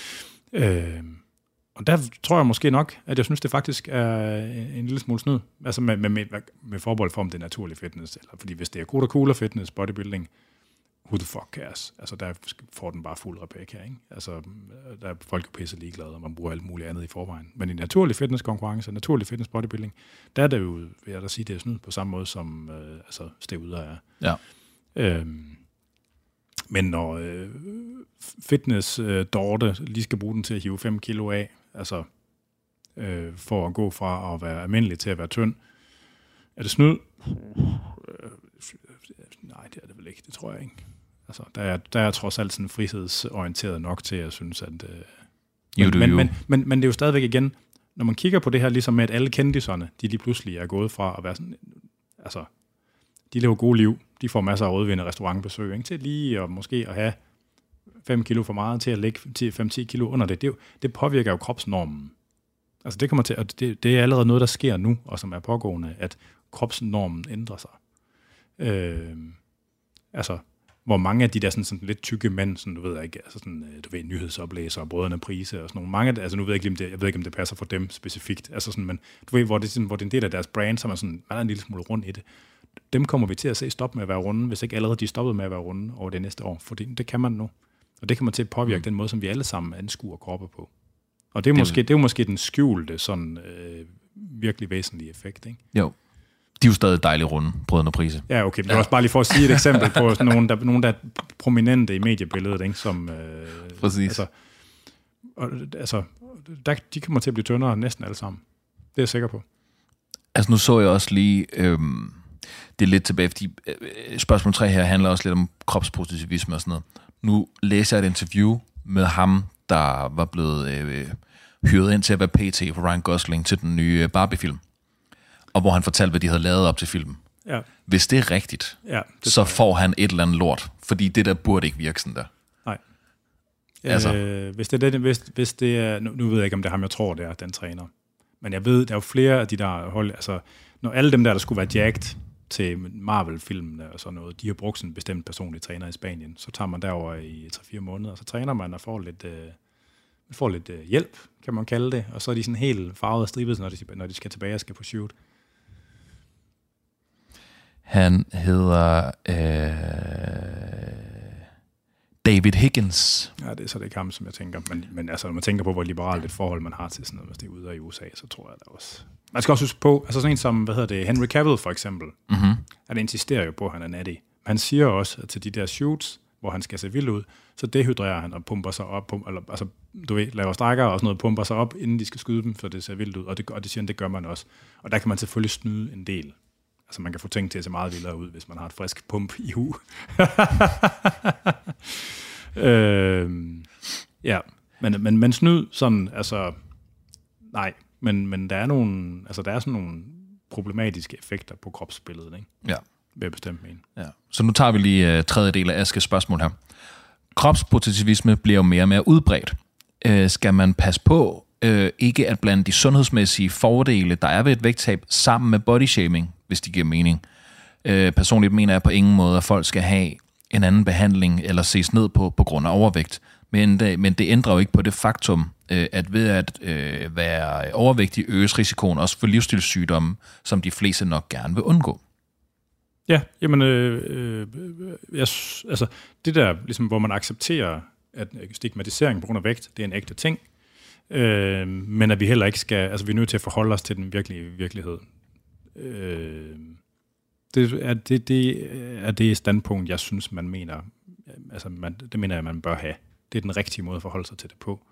Og der tror jeg måske nok, at jeg synes, det faktisk er en lille smule snyd. Altså med forbehold for, om det er naturlig fitness. Eller, fordi hvis det er cooler fitness, bodybuilding, who the fuck cares? Altså der får den bare fuld Rebecca, ikke? Altså der er folk jo pisse ligeglade, og man bruger alt muligt andet i forvejen. Men i naturlig fitnesskonkurrence, naturlig fitness bodybuilding, der er det jo, vil jeg da sige, det er snyd på samme måde som stævder er. Ja. Men når fitness Dorte lige skal bruge den til at hive 5 kilo af, altså for at gå fra at være almindelig til at være tynd, er det snyd? Nej, det er det vel ikke, det tror jeg ikke. Altså, der er trods alt sådan frihedsorienteret nok til, at jeg synes, at... Men det er jo stadigvæk igen, når man kigger på det her, ligesom med, at alle kendiserne, de lige pludselig er gået fra at være sådan... Altså, de lever gode liv, de får masser af rødvin og restaurantbesøg, ikke? Til lige og måske at have 5 kilo for meget, til at lægge 5-10 kilo under det. Det påvirker jo kropsnormen. Altså, det kommer til, og det er allerede noget, der sker nu, og som er pågående, at kropsnormen ændrer sig. Altså, hvor mange af de der sådan lidt tykke mænd, sådan, du ved ikke, altså sådan, nyhedsoplæsere, brødrene Prise og sådan nogle, mange, altså nu ved jeg ikke, om det passer for dem specifikt, altså sådan, men du ved, hvor det er en del af deres brand, som er sådan, man er en lille smule rundt i det. Dem kommer vi til at se stoppe med at være runde, hvis ikke allerede de stoppede med at være runde over det næste år, for det kan man nu. Og det kommer til at påvirke den måde, som vi alle sammen anskuer kroppe på. Og det er jo måske den skjulte, sådan virkelig væsentlige effekt, ikke? Jo. De er jo stadig dejlige runde, brødrene Prise. Ja, okay. Men det er også bare lige for at sige et eksempel på sådan nogen, der er prominente i mediebilledet, ikke? Som, præcis. De kommer til at blive tyndere næsten alle sammen. Det er jeg sikker på. Altså nu så jeg også lige, det er lidt tilbage, fordi spørgsmål 3 her handler også lidt om kropspositivisme og sådan noget. Nu læser jeg et interview med ham, der var blevet hyret ind til at være PT for Ryan Gosling til den nye Barbie-film. Og hvor han fortalte, hvad de havde lavet op til filmen. Ja. Hvis det er rigtigt, så får han et eller andet lort. Fordi det der burde ikke virke sådan der. Nej. Altså. Hvis det er... Nu ved jeg ikke, om det er ham, jeg tror, det er, den træner. Men jeg ved, der er jo flere af de der hold... Altså, når alle dem der skulle være jacked til Marvel-filmene og sådan noget, de har brugt sådan en bestemt personlig træner i Spanien, så tager man derover i 3-4 måneder, og så træner man og får lidt hjælp, kan man kalde det, og så er de sådan helt farvet og stribet, når de skal tilbage og skal på shoot. Han hedder David Higgins. Ja, det er så det ikke ham, som jeg tænker. Men altså, når man tænker på, hvor liberalt et forhold man har til sådan noget, hvis det er ude af USA, så tror jeg da også... Man skal også huske på, altså sådan en som, Henry Cavill for eksempel, han insisterer jo på, at han er natty. Han siger også, at til de der shoots, hvor han skal se vild ud, så dehydrerer han og pumper sig op, laver strækker og sådan noget, pumper sig op, inden de skal skyde dem, for det ser vildt ud, og det siger han, det gør man også. Og der kan man selvfølgelig snyde en del. Altså man kan få ting til at se meget vildere ud, hvis man har et frisk pump i hu. Ja, men snyd sådan, altså, nej, men der er sådan nogle problematiske effekter på kropsbilledet, ikke? Ja. Vil jeg bestemt mene. Ja. Så nu tager vi lige tredje del af Askes spørgsmål her. Kropspositivisme bliver jo mere og mere udbredt. Skal man passe på ikke at blande de sundhedsmæssige fordele, der er ved et vægttab, sammen med bodyshaming, hvis det giver mening? Personligt mener jeg på ingen måde, at folk skal have en anden behandling eller ses ned på grund af overvægt. Men det ændrer jo ikke på det faktum, at ved at være overvægtig øges risikoen også for livsstilssygdomme, som de fleste nok gerne vil undgå. Ja, jamen, altså det der, ligesom, hvor man accepterer, at stigmatisering på grund af vægt, det er en ægte ting, men at vi heller ikke skal, altså vi er nødt til at forholde os til den virkelige virkelighed. Det er det standpunkt, jeg synes, man mener, altså det mener jeg, man bør have. Det er den rigtige måde at forholde sig til det på.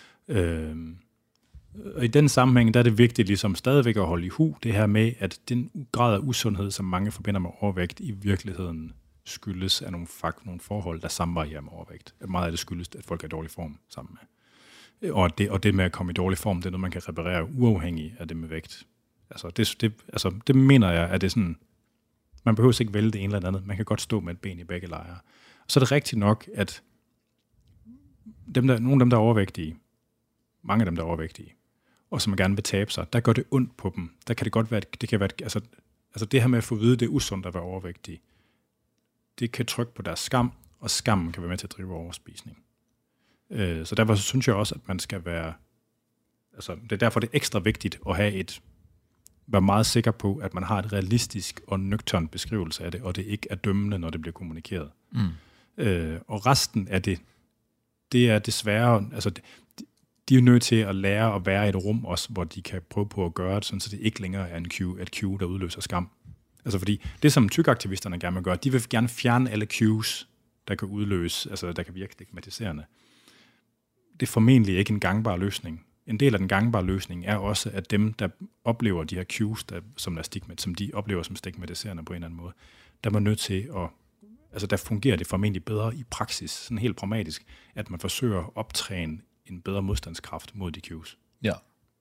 Og i den sammenhæng, der er det vigtigt ligesom stadigvæk at holde i hu, det her med, at den grad af usundhed, som mange forbinder med overvægt, i virkeligheden skyldes af nogle forhold, der samvarierer med overvægt. Meget af det skyldes, at folk er i dårlig form sammen med. Og det med at komme i dårlig form, det er noget, man kan reparere uafhængigt af det med vægt. Altså, det mener jeg, at det er sådan, man behøver ikke vælge det ene eller andet. Man kan godt stå med et ben i begge lejre. Så er det rigtigt nok, at nogle af dem, der er overvægtige, mange af dem, der er overvægtige, og som gerne vil tabe sig, der gør det ondt på dem. Der kan det godt være, altså det her med at få at vide, det er usundt at være overvægtig, det kan trykke på deres skam, og skammen kan være med til at drive overspisning. Så derfor synes jeg også, at man skal være, altså det er derfor, det er ekstra vigtigt at være meget sikker på, at man har et realistisk og nøgtern beskrivelse af det, og det ikke er dømmende, når det bliver kommunikeret. Og resten af det er desværre, altså de er nødt til at lære at være i et rum også, hvor de kan prøve på at gøre det, sådan, så det ikke længere er et cue, der udløser skam. Altså fordi det, som tykaktivisterne gerne vil gøre, de vil gerne fjerne alle cues, der kan udløse, altså der kan virke stigmatiserende. Det er formentlig ikke en gangbar løsning. En del af den gangbare løsning er også, at dem, der oplever de her cues, som de oplever som stigmatiserende på en eller anden måde, der er nødt til at, altså der fungerer det formentlig bedre i praksis, sådan helt pragmatisk, at man forsøger at optræne en bedre modstandskraft mod de cues. Ja.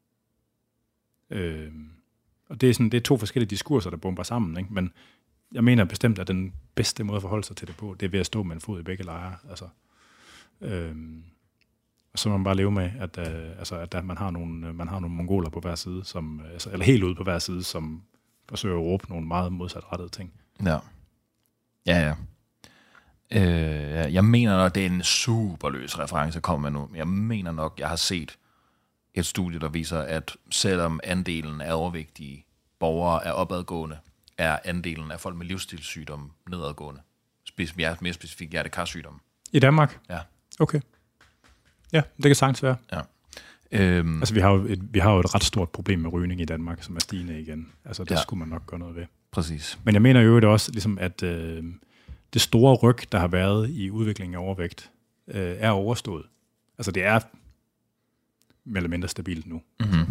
Og det er to forskellige diskurser, der bomber sammen, ikke? Men jeg mener bestemt, at den bedste måde at forholde sig til det på, det er ved at stå med en fod i begge lejre. Altså, og så må man bare leve med, at man har nogle mongoler på hver side, eller helt ude på hver side, som forsøger at råbe nogle meget modsatrettede ting. Ja. Ja. Jeg mener nok, det er en super løs reference at komme med nu. Jeg mener nok, jeg har set et studie, der viser, at selvom andelen af overvægtige borgere er opadgående, er andelen af folk med livsstilssygdomme nedadgående. Mere specifikt hjertekarsygdomme. I Danmark? Ja. Okay. Ja, det kan sagtens være. Ja. Altså, vi har jo et ret stort problem med rygning i Danmark, som er stigende igen. Altså, det skulle man nok gøre noget ved. Præcis. Men jeg mener jo det også, ligesom, at det store ryg, der har været i udviklingen af overvægt, er overstået. Altså, det er mere eller mindre stabilt nu. Mm-hmm.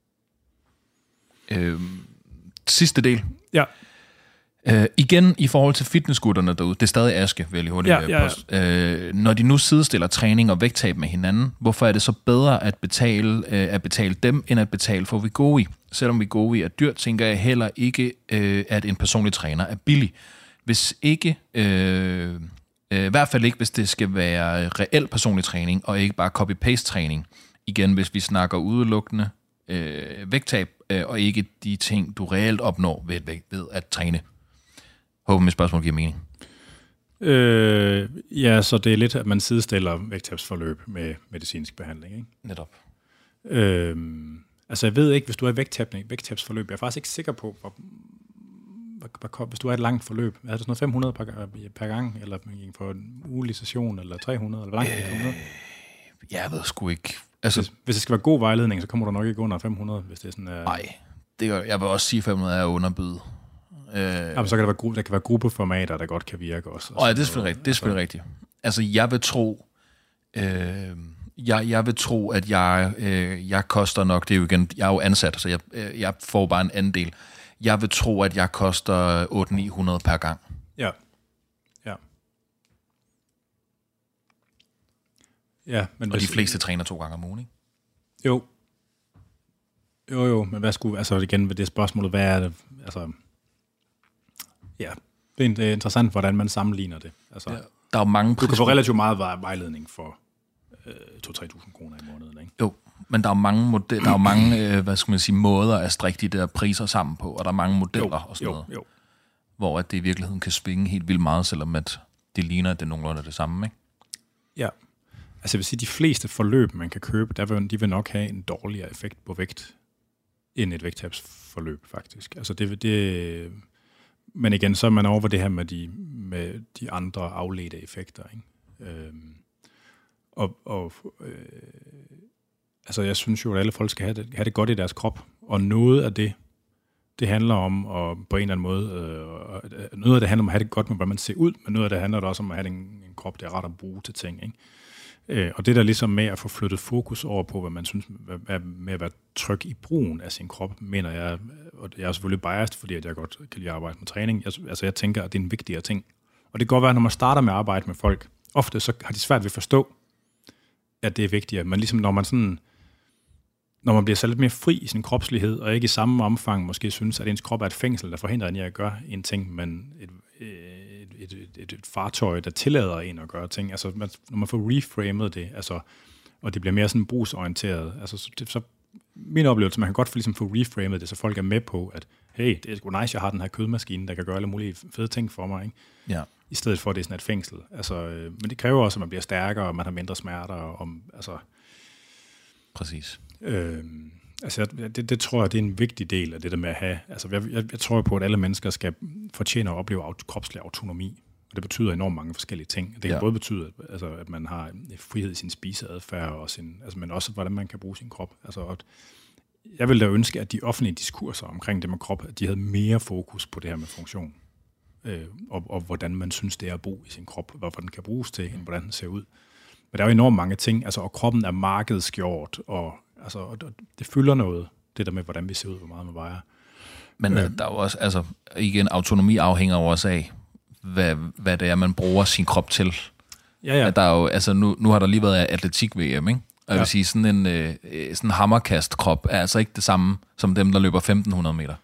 Sidste del. Ja. Igen i forhold til fitnessgutterne derude, det er stadig Aske, vil jeg hurtigt når de nu sidestiller træning og vægttab med hinanden, hvorfor er det så bedre at betale dem, end at betale for Wegovy? Selvom Wegovy er dyrt, tænker jeg heller ikke, at en personlig træner er billig. Hvis ikke, i hvert fald ikke, hvis det skal være reel personlig træning, og ikke bare copy-paste-træning. Igen, hvis vi snakker udelukkende vægttab, og ikke de ting, du reelt opnår ved at træne. Håber, mit spørgsmål giver mening. Ja, så det er lidt, at man sidestiller vægttabsforløb med medicinsk behandling, ikke? Netop. Altså, jeg ved ikke, hvis du er i vægttabsforløb, jeg er faktisk ikke sikker på, hvis du er et langt forløb, er det sådan noget 500 per gang, eller for en ugelig session, eller 300, eller hvor langt er det? Jeg ved sgu ikke. Altså, hvis det skal være god vejledning, så kommer du nok ikke under 500, hvis det er sådan... Nej, jeg vil også sige, 500 er underbyde. Jamen, så kan der kan være gruppeformater, der godt kan virke også. Ja, det er selvfølgelig rigtigt. Altså, jeg vil tro... Jeg vil tro, at jeg koster nok... Det er jo igen... Jeg er jo ansat, så jeg får bare en andel. Jeg vil tro, at jeg koster 800-900 per gang. Ja. Ja, men og de fleste træner 2 gange om ugen, ikke? Jo, men hvad skulle... Altså igen ved det spørgsmål, hvad er det... Altså... Ja, det er interessant, hvordan man sammenligner det. Altså, ja, der er mange... Du kan få relativt meget vejledning for 2-3.000 kroner i måneden, ikke? Jo, men der er mange, hvad skal man sige, måder at strikke de der priser sammen på, og der er mange modeller og sådan noget. Hvor at det i virkeligheden kan svinge helt vildt meget, selvom at det ligner, at det er nogenlunde det samme, ikke? Ja. Altså jeg vil sige, de fleste forløb, man kan købe, de vil nok have en dårligere effekt på vægt, end et vægttabsforløb, faktisk. Altså det men igen, så er man over det her med de andre afledte effekter, ikke? Altså jeg synes jo, at alle folk skal have det godt i deres krop, og noget af det, Det handler om at på en eller anden måde, noget af det handler om at have det godt med, hvordan man ser ud, men noget af det handler også om at have en krop, der er ret at bruge til ting, ikke? Og det der ligesom med at få flyttet fokus over på, hvad man synes med at være tryg i brugen af sin krop, mener jeg, og jeg er selvfølgelig biased, fordi at jeg godt kan lide at arbejde med træning. Jeg tænker, at det er en vigtigere ting. Og det kan godt være, når man starter med at arbejde med folk, ofte så har de svært ved at forstå, at det er vigtigere. Men ligesom når man bliver så lidt mere fri i sin kropslighed, og ikke i samme omfang måske synes, at ens krop er et fængsel, der forhindrer en i at gøre en ting, men et fartøj, der tillader en at gøre ting. Altså, når man får reframet det, altså, og det bliver mere sådan brugsorienteret, altså, så min oplevelse, man kan godt ligesom få reframet det, så folk er med på, at hey, det er sgu nice, jeg har den her kødmaskine, der kan gøre alle mulige fede ting for mig, ikke? Ja. I stedet for, at det er sådan et fængsel. Altså, men det kræver også, at man bliver stærkere, og man har mindre smerter. Altså, præcis. Altså, det tror jeg, det er en vigtig del af det der med at have. Altså, jeg tror på, at alle mennesker skal fortjene at opleve kropslig autonomi. Og det betyder enormt mange forskellige ting. Det kan både betyde, at man har frihed i sin spiseadfærd, og men også, hvordan man kan bruge sin krop. Altså, jeg ville da ønske, at de offentlige diskurser omkring det med krop, at de havde mere fokus på det her med funktion. Og hvordan man synes, det er at bo i sin krop, hvorfor den kan bruges til, end hvordan den ser ud. Men der er jo enormt mange ting, altså, og kroppen er markedsgjort, og det fylder noget, det der med, hvordan vi ser ud, hvor meget man vejer. Men der er jo også, altså igen, autonomi afhænger jo også af, hvad det er, man bruger sin krop til. Ja. Der er jo, altså nu har der lige været atletik-VM, ikke? Og jeg vil sige, sådan en hammerkast-krop er altså ikke det samme som dem, der løber 1500 meter.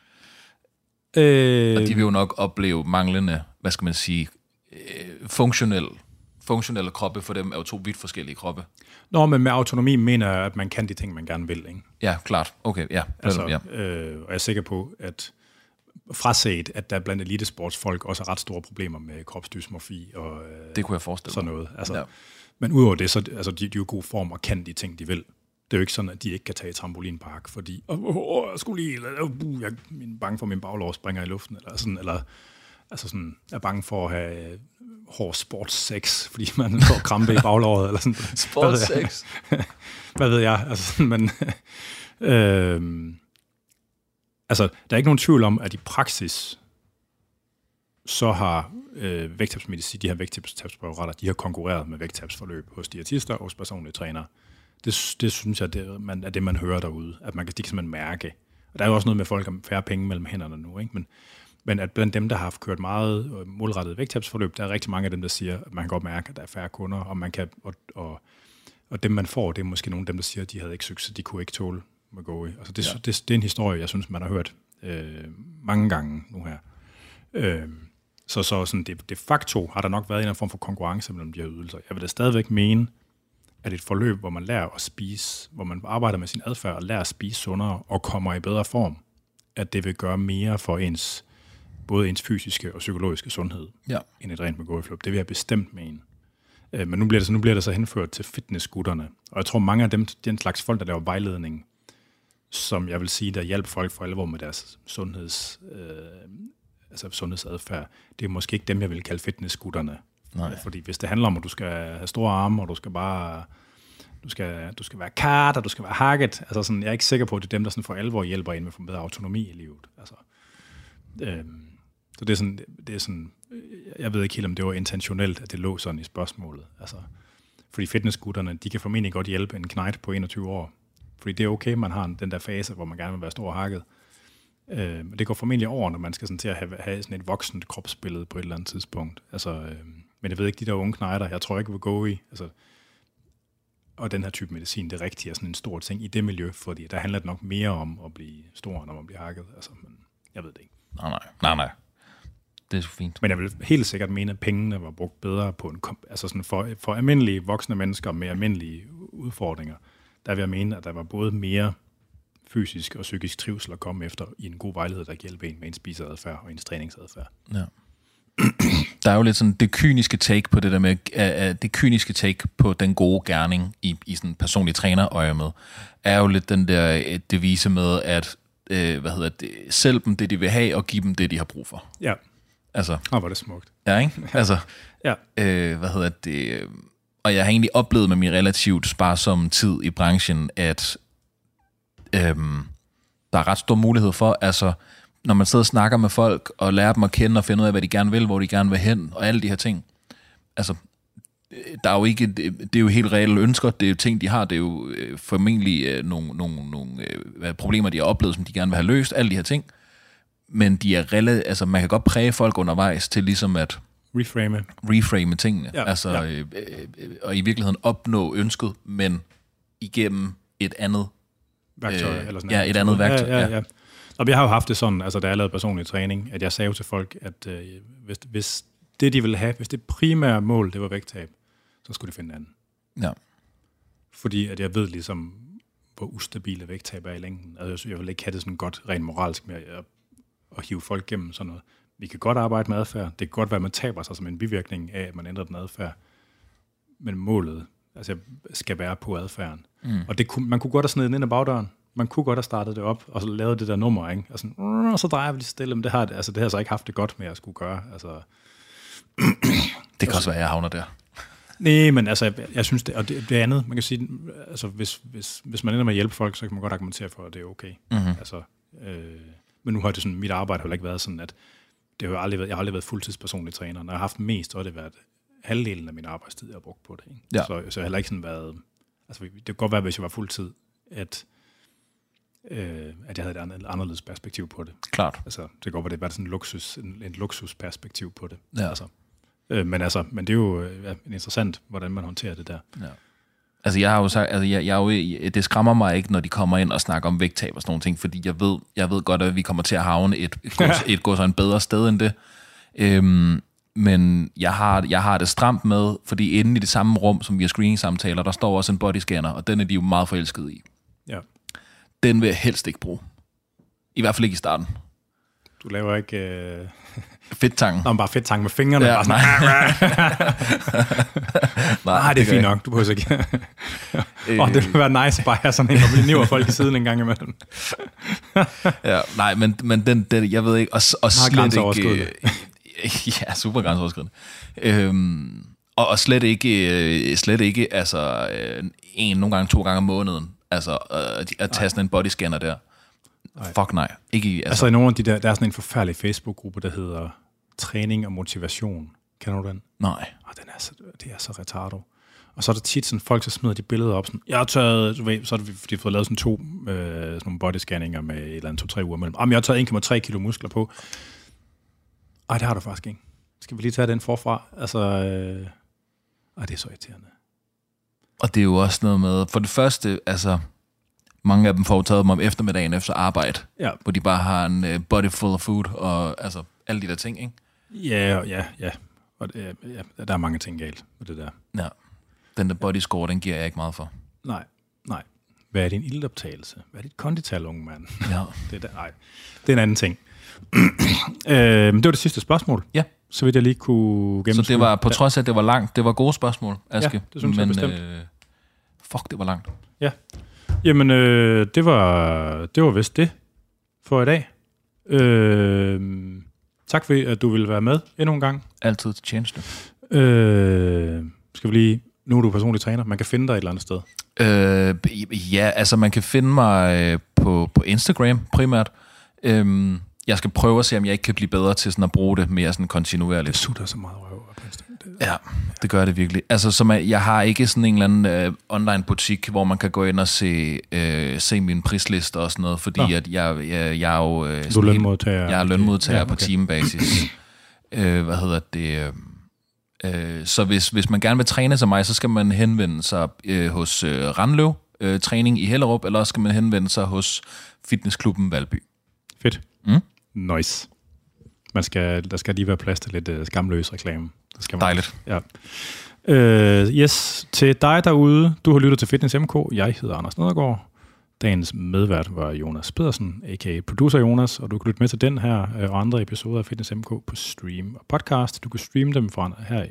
Og de vil jo nok opleve manglende, hvad skal man sige, funktionelle kroppe, for dem er jo to vidt forskellige kroppe. Nå, men med autonomi mener jeg, at man kan de ting, man gerne vil, ikke? Ja, klart. Okay, ja. Altså, og jeg er sikker på, at fraset, at der blandt elitesportsfolk også er ret store problemer med kropsdysmorfi og det kunne jeg forestille mig. Sådan noget. Altså, ja. Men udover det, så altså, de er jo i god form og kan de ting, de vil. Det er jo ikke sådan, at de ikke kan tage i trampolinpark, fordi jeg skulle lige, jeg er bange for, at min baglår springer i luften, eller sådan, eller altså sådan, er bange for at have hård sportssex, fordi man får krampe i baglåret, eller sådan. Sportssex? Hvad ved jeg? Altså, men, altså, der er ikke nogen tvivl om, at i praksis, så har vægttabsmedicin, de her vægttabspræparater, de har konkurreret med vægttabsforløb hos diætister og hos personlige trænere. Det synes jeg, er det, man hører derude, at de kan simpelthen mærke. Og der er jo også noget med folk om færre penge mellem hænderne nu, ikke? Men at blandt dem, der har kørt meget målrettet vægttabsforløb, der er rigtig mange af dem, der siger, at man kan godt mærke, at der er færre kunder, og man kan, og dem, man får, det er måske nogle af dem, der siger, at de havde ikke succes, de kunne ikke tåle at gå i. Altså det er en historie, jeg synes, man har hørt mange gange nu her. Så sådan de facto har der nok været en eller anden form for konkurrence mellem de her ydelser. Jeg vil da stadigvæk mene, at et forløb, hvor man lærer at spise, hvor man arbejder med sin adfærd og lærer at spise sundere og kommer i bedre form, at det vil gøre mere for både ens fysiske og psykologiske sundhed, end et rent med gåefløb. Det vil jeg bestemt mene. Men nu bliver det så henført til fitnessgutterne. Og jeg tror, mange af dem, den slags folk, der laver vejledning, som jeg vil sige, der hjælper folk for alvor med deres sundhedsadfærd, det er måske ikke dem, jeg vil kalde fitnessgutterne. Nej. Fordi hvis det handler om, at du skal have store arme, og du skal være kart, og du skal være hakket, altså sådan, jeg er ikke sikker på, at det er dem, der sådan for alvor hjælper ind med at få bedre autonomi i livet. Altså, så det er sådan, jeg ved ikke helt, om det var intentionelt, at det lå sådan i spørgsmålet. Altså, fordi fitnessgutterne, de kan formentlig godt hjælpe en knejt på 21 år. Fordi det er okay, man har den der fase, hvor man gerne vil være stor og hakket. Men det går formentlig over, når man skal sådan til at have sådan et voksent kropsbillede på et eller andet tidspunkt. Altså, men jeg ved ikke, de der unge knejder, jeg tror ikke, vil gå i. Altså, og den her type medicin, det rigtige er sådan en stor ting i det miljø, fordi der handler det nok mere om at blive stor, når man bliver hakket. Altså, men jeg ved det ikke. Nej. Det er så fint. Men jeg vil helt sikkert mene, at pengene var brugt bedre på altså sådan for almindelige voksne mennesker med almindelige udfordringer. Der vil jeg mene, at der var både mere fysisk og psykisk trivsel at komme efter i en god vejleder, der kan hjælpe en med ens spiseadfærd og ens træningsadfærd. Ja. Der er jo lidt sådan det kyniske take på det der med, det kyniske take på den gode gerning i sådan personlig trænerøje med, er jo lidt den der devise med, at sælge dem det, de vil have, og give dem det, de har brug for. Ja. Altså. Var det smukt. Ja, ikke? Altså. Ja. Og jeg har egentlig oplevet med min relativt sparsomme tid i branchen, at der er ret stor mulighed for, altså, når man sidder og snakker med folk, og lærer dem at kende, og finder ud af, hvad de gerne vil, hvor de gerne vil hen, og alle de her ting. Altså, der er jo ikke, det er jo helt reelle ønsker, det er jo ting, de har, det er jo formentlig nogle problemer, de har oplevet, som de gerne vil have løst, alle de her ting. Men de er altså, man kan godt præge folk undervejs til ligesom at reframe tingene. Ja, altså, og i virkeligheden opnå ønsket, men igennem et andet værktøj. Eller sådan et andet værktøj. Ja. Og jeg har jo haft det sådan, altså da jeg lavede personlig træning, at jeg sagde til folk, at hvis det, de ville have, hvis det primære mål, det var vægttab, så skulle de finde anden. Ja. Fordi at jeg ved ligesom, hvor ustabile vægttab er i længden. Altså, jeg vil ikke have det sådan godt rent moralsk med at hive folk gennem sådan noget. Vi kan godt arbejde med adfærd. Det kan godt være, at man taber sig som en bivirkning af, at man ændrer den adfærd. Men målet skal være på adfærden. Og man kunne godt have snedet ind ad bagdøren. Man kunne godt have startet det op, og så lavet det der nummer, ikke? Og så drejer vi lige stille. Men det har så ikke haft det godt med at skulle gøre. Altså, det kan også være, at jeg havner der. Nej, men altså, jeg synes, det andet, man kan sige, altså, hvis man ender med at hjælpe folk, så kan man godt argumentere for, at det er okay. Mm-hmm. Altså, men nu har det sådan, mit arbejde har ikke været sådan, at jeg har aldrig været fuldtidspersonlig træner. Når jeg har haft mest, så har det været halvdelen af min arbejdstid, jeg har brugt på det. Ikke? Ja. Så jeg har heller ikke sådan været, altså det kan godt være, hvis jeg var fuldtid, at jeg havde et anderledes perspektiv på det. Klart. Altså, det kan godt være, det var sådan en luksusperspektiv på det. Ja. Altså, men det er jo interessant, hvordan man håndterer det der. Ja. Altså jeg har jo sagt, det skræmmer mig ikke, når de kommer ind og snakker om vægttab og sådan nogle ting, fordi jeg ved godt, at vi kommer til at havne et gå så en bedre sted end det. Men jeg har det stramt med, fordi inde i det samme rum, som vi har screening-samtaler, der står også en bodyscanner, og den er de jo meget forelskede i. Ja. Den vil jeg helst ikke bruge. I hvert fald ikke i starten. Du laver ikke... Fedttangen. Nå, bare fedttangen med fingrene. Ja, nej, det er fint nok. Du behøver ikke. Det ville være nice bare at have sådan en, og blive folk i siden en gang imellem. Ja, nej, men den jeg ved ikke, og slet ikke... Ja, super grænseoverskridende. Og slet ikke, altså, nogle gange 2 gange om måneden, altså, at tage sådan en bodyscanner der. Nej. Fuck nej. Ikke, altså i nogle af de der er sådan en forfærdelig Facebook-gruppe, der hedder Træning og Motivation. Kender du den? Nej. Det er så retardo. Og så er der tit sådan folk, der smider de billeder op. Sådan, jeg har taget, så har de fået lavet sådan 2 sådan nogle bodyscanninger med et eller andet 2-3 uger mellem. Jeg har taget 1,3 kilo muskler på. Ej, det har du faktisk ikke. Skal vi lige tage den forfra? Altså, det er så irriterende. Og det er jo også noget med, for det første, altså, mange af dem får taget dem om eftermiddagen efter arbejde, hvor de bare har en body full of food, og altså alle de der ting, ikke? Ja. Og der er mange ting galt med det der. Ja, den der body score, den giver jeg ikke meget for. Nej. Hvad er din ildoptagelse? Hvad er dit kondital, unge mand? Ja. Det er en anden ting. Det var det sidste spørgsmål. Ja. Så vidt jeg lige kunne gennemskue. Så det var, på trods af, at det var langt, det var gode spørgsmål, Aske. Ja, det synes jeg bestemt. Fuck, det var langt. Ja. Jamen, det var vist det for i dag. Tak for, at du ville være med endnu en gang. Altid til tjeneste. Skal vi lige... Nu er du personlig træner. Man kan finde dig et eller andet sted. Ja, altså man kan finde mig på Instagram primært. Jeg skal prøve at se, om jeg ikke kan blive bedre til sådan at bruge det mere sådan kontinuerligt. Det sutter så meget røv på Instagram. Ja, det gør det virkelig. Altså, jeg har ikke sådan en eller anden online butik, hvor man kan gå ind og se min prisliste og sådan noget, fordi at jeg er jo... Du er lønmodtager. Jeg er lønmodtager på timebasis. Så hvis man gerne vil træne som mig, så skal man henvende sig hos Randløv Træning i Hellerup, eller også skal man henvende sig hos Fitnessklubben Valby. Fedt. Nice. Der skal lige være plads til lidt skamløs reklame. Dejligt. Ja. Yes, til dig derude, du har lyttet til Fitness MK. Jeg hedder Anders Nedergaard. Dagens medvært var Jonas Pedersen, a.k.a. producer Jonas, og du kan lytte med til den her og andre episoder af Fitness MK på stream og podcast. Du kan streame dem fra her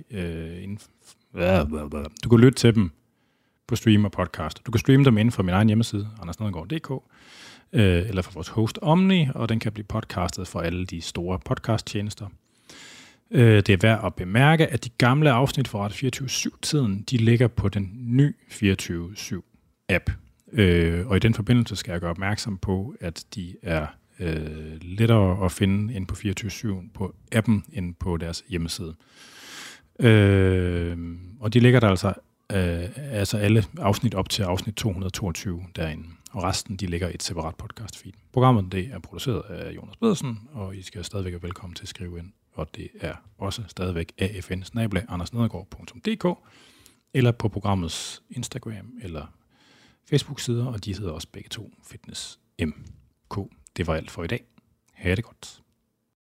Du kan lytte til dem på stream og podcast. Du kan streame dem inden for min egen hjemmeside, andersnedergaard.dk, eller fra vores host Omni, og den kan blive podcastet fra alle de store podcasttjenester. Det er værd at bemærke, at de gamle afsnit fra Radio 24/7-tiden, de ligger på den nye 24/7-app. Og i den forbindelse skal jeg gøre opmærksom på, at de er lettere at finde ind på 24/7 på appen end på deres hjemmeside. Og de ligger der altså alle afsnit op til afsnit 222 derinde. Og resten, de ligger i et separat podcast feed. Programmet, det er produceret af Jonas Pedersen, og I skal stadigvæk være velkommen til at skrive ind. Og det er også stadigvæk afn@andersnedergaard.dk eller på programmets Instagram eller Facebook-sider, og de hedder også begge to Fitness MK. Det var alt for i dag. Ha' det godt.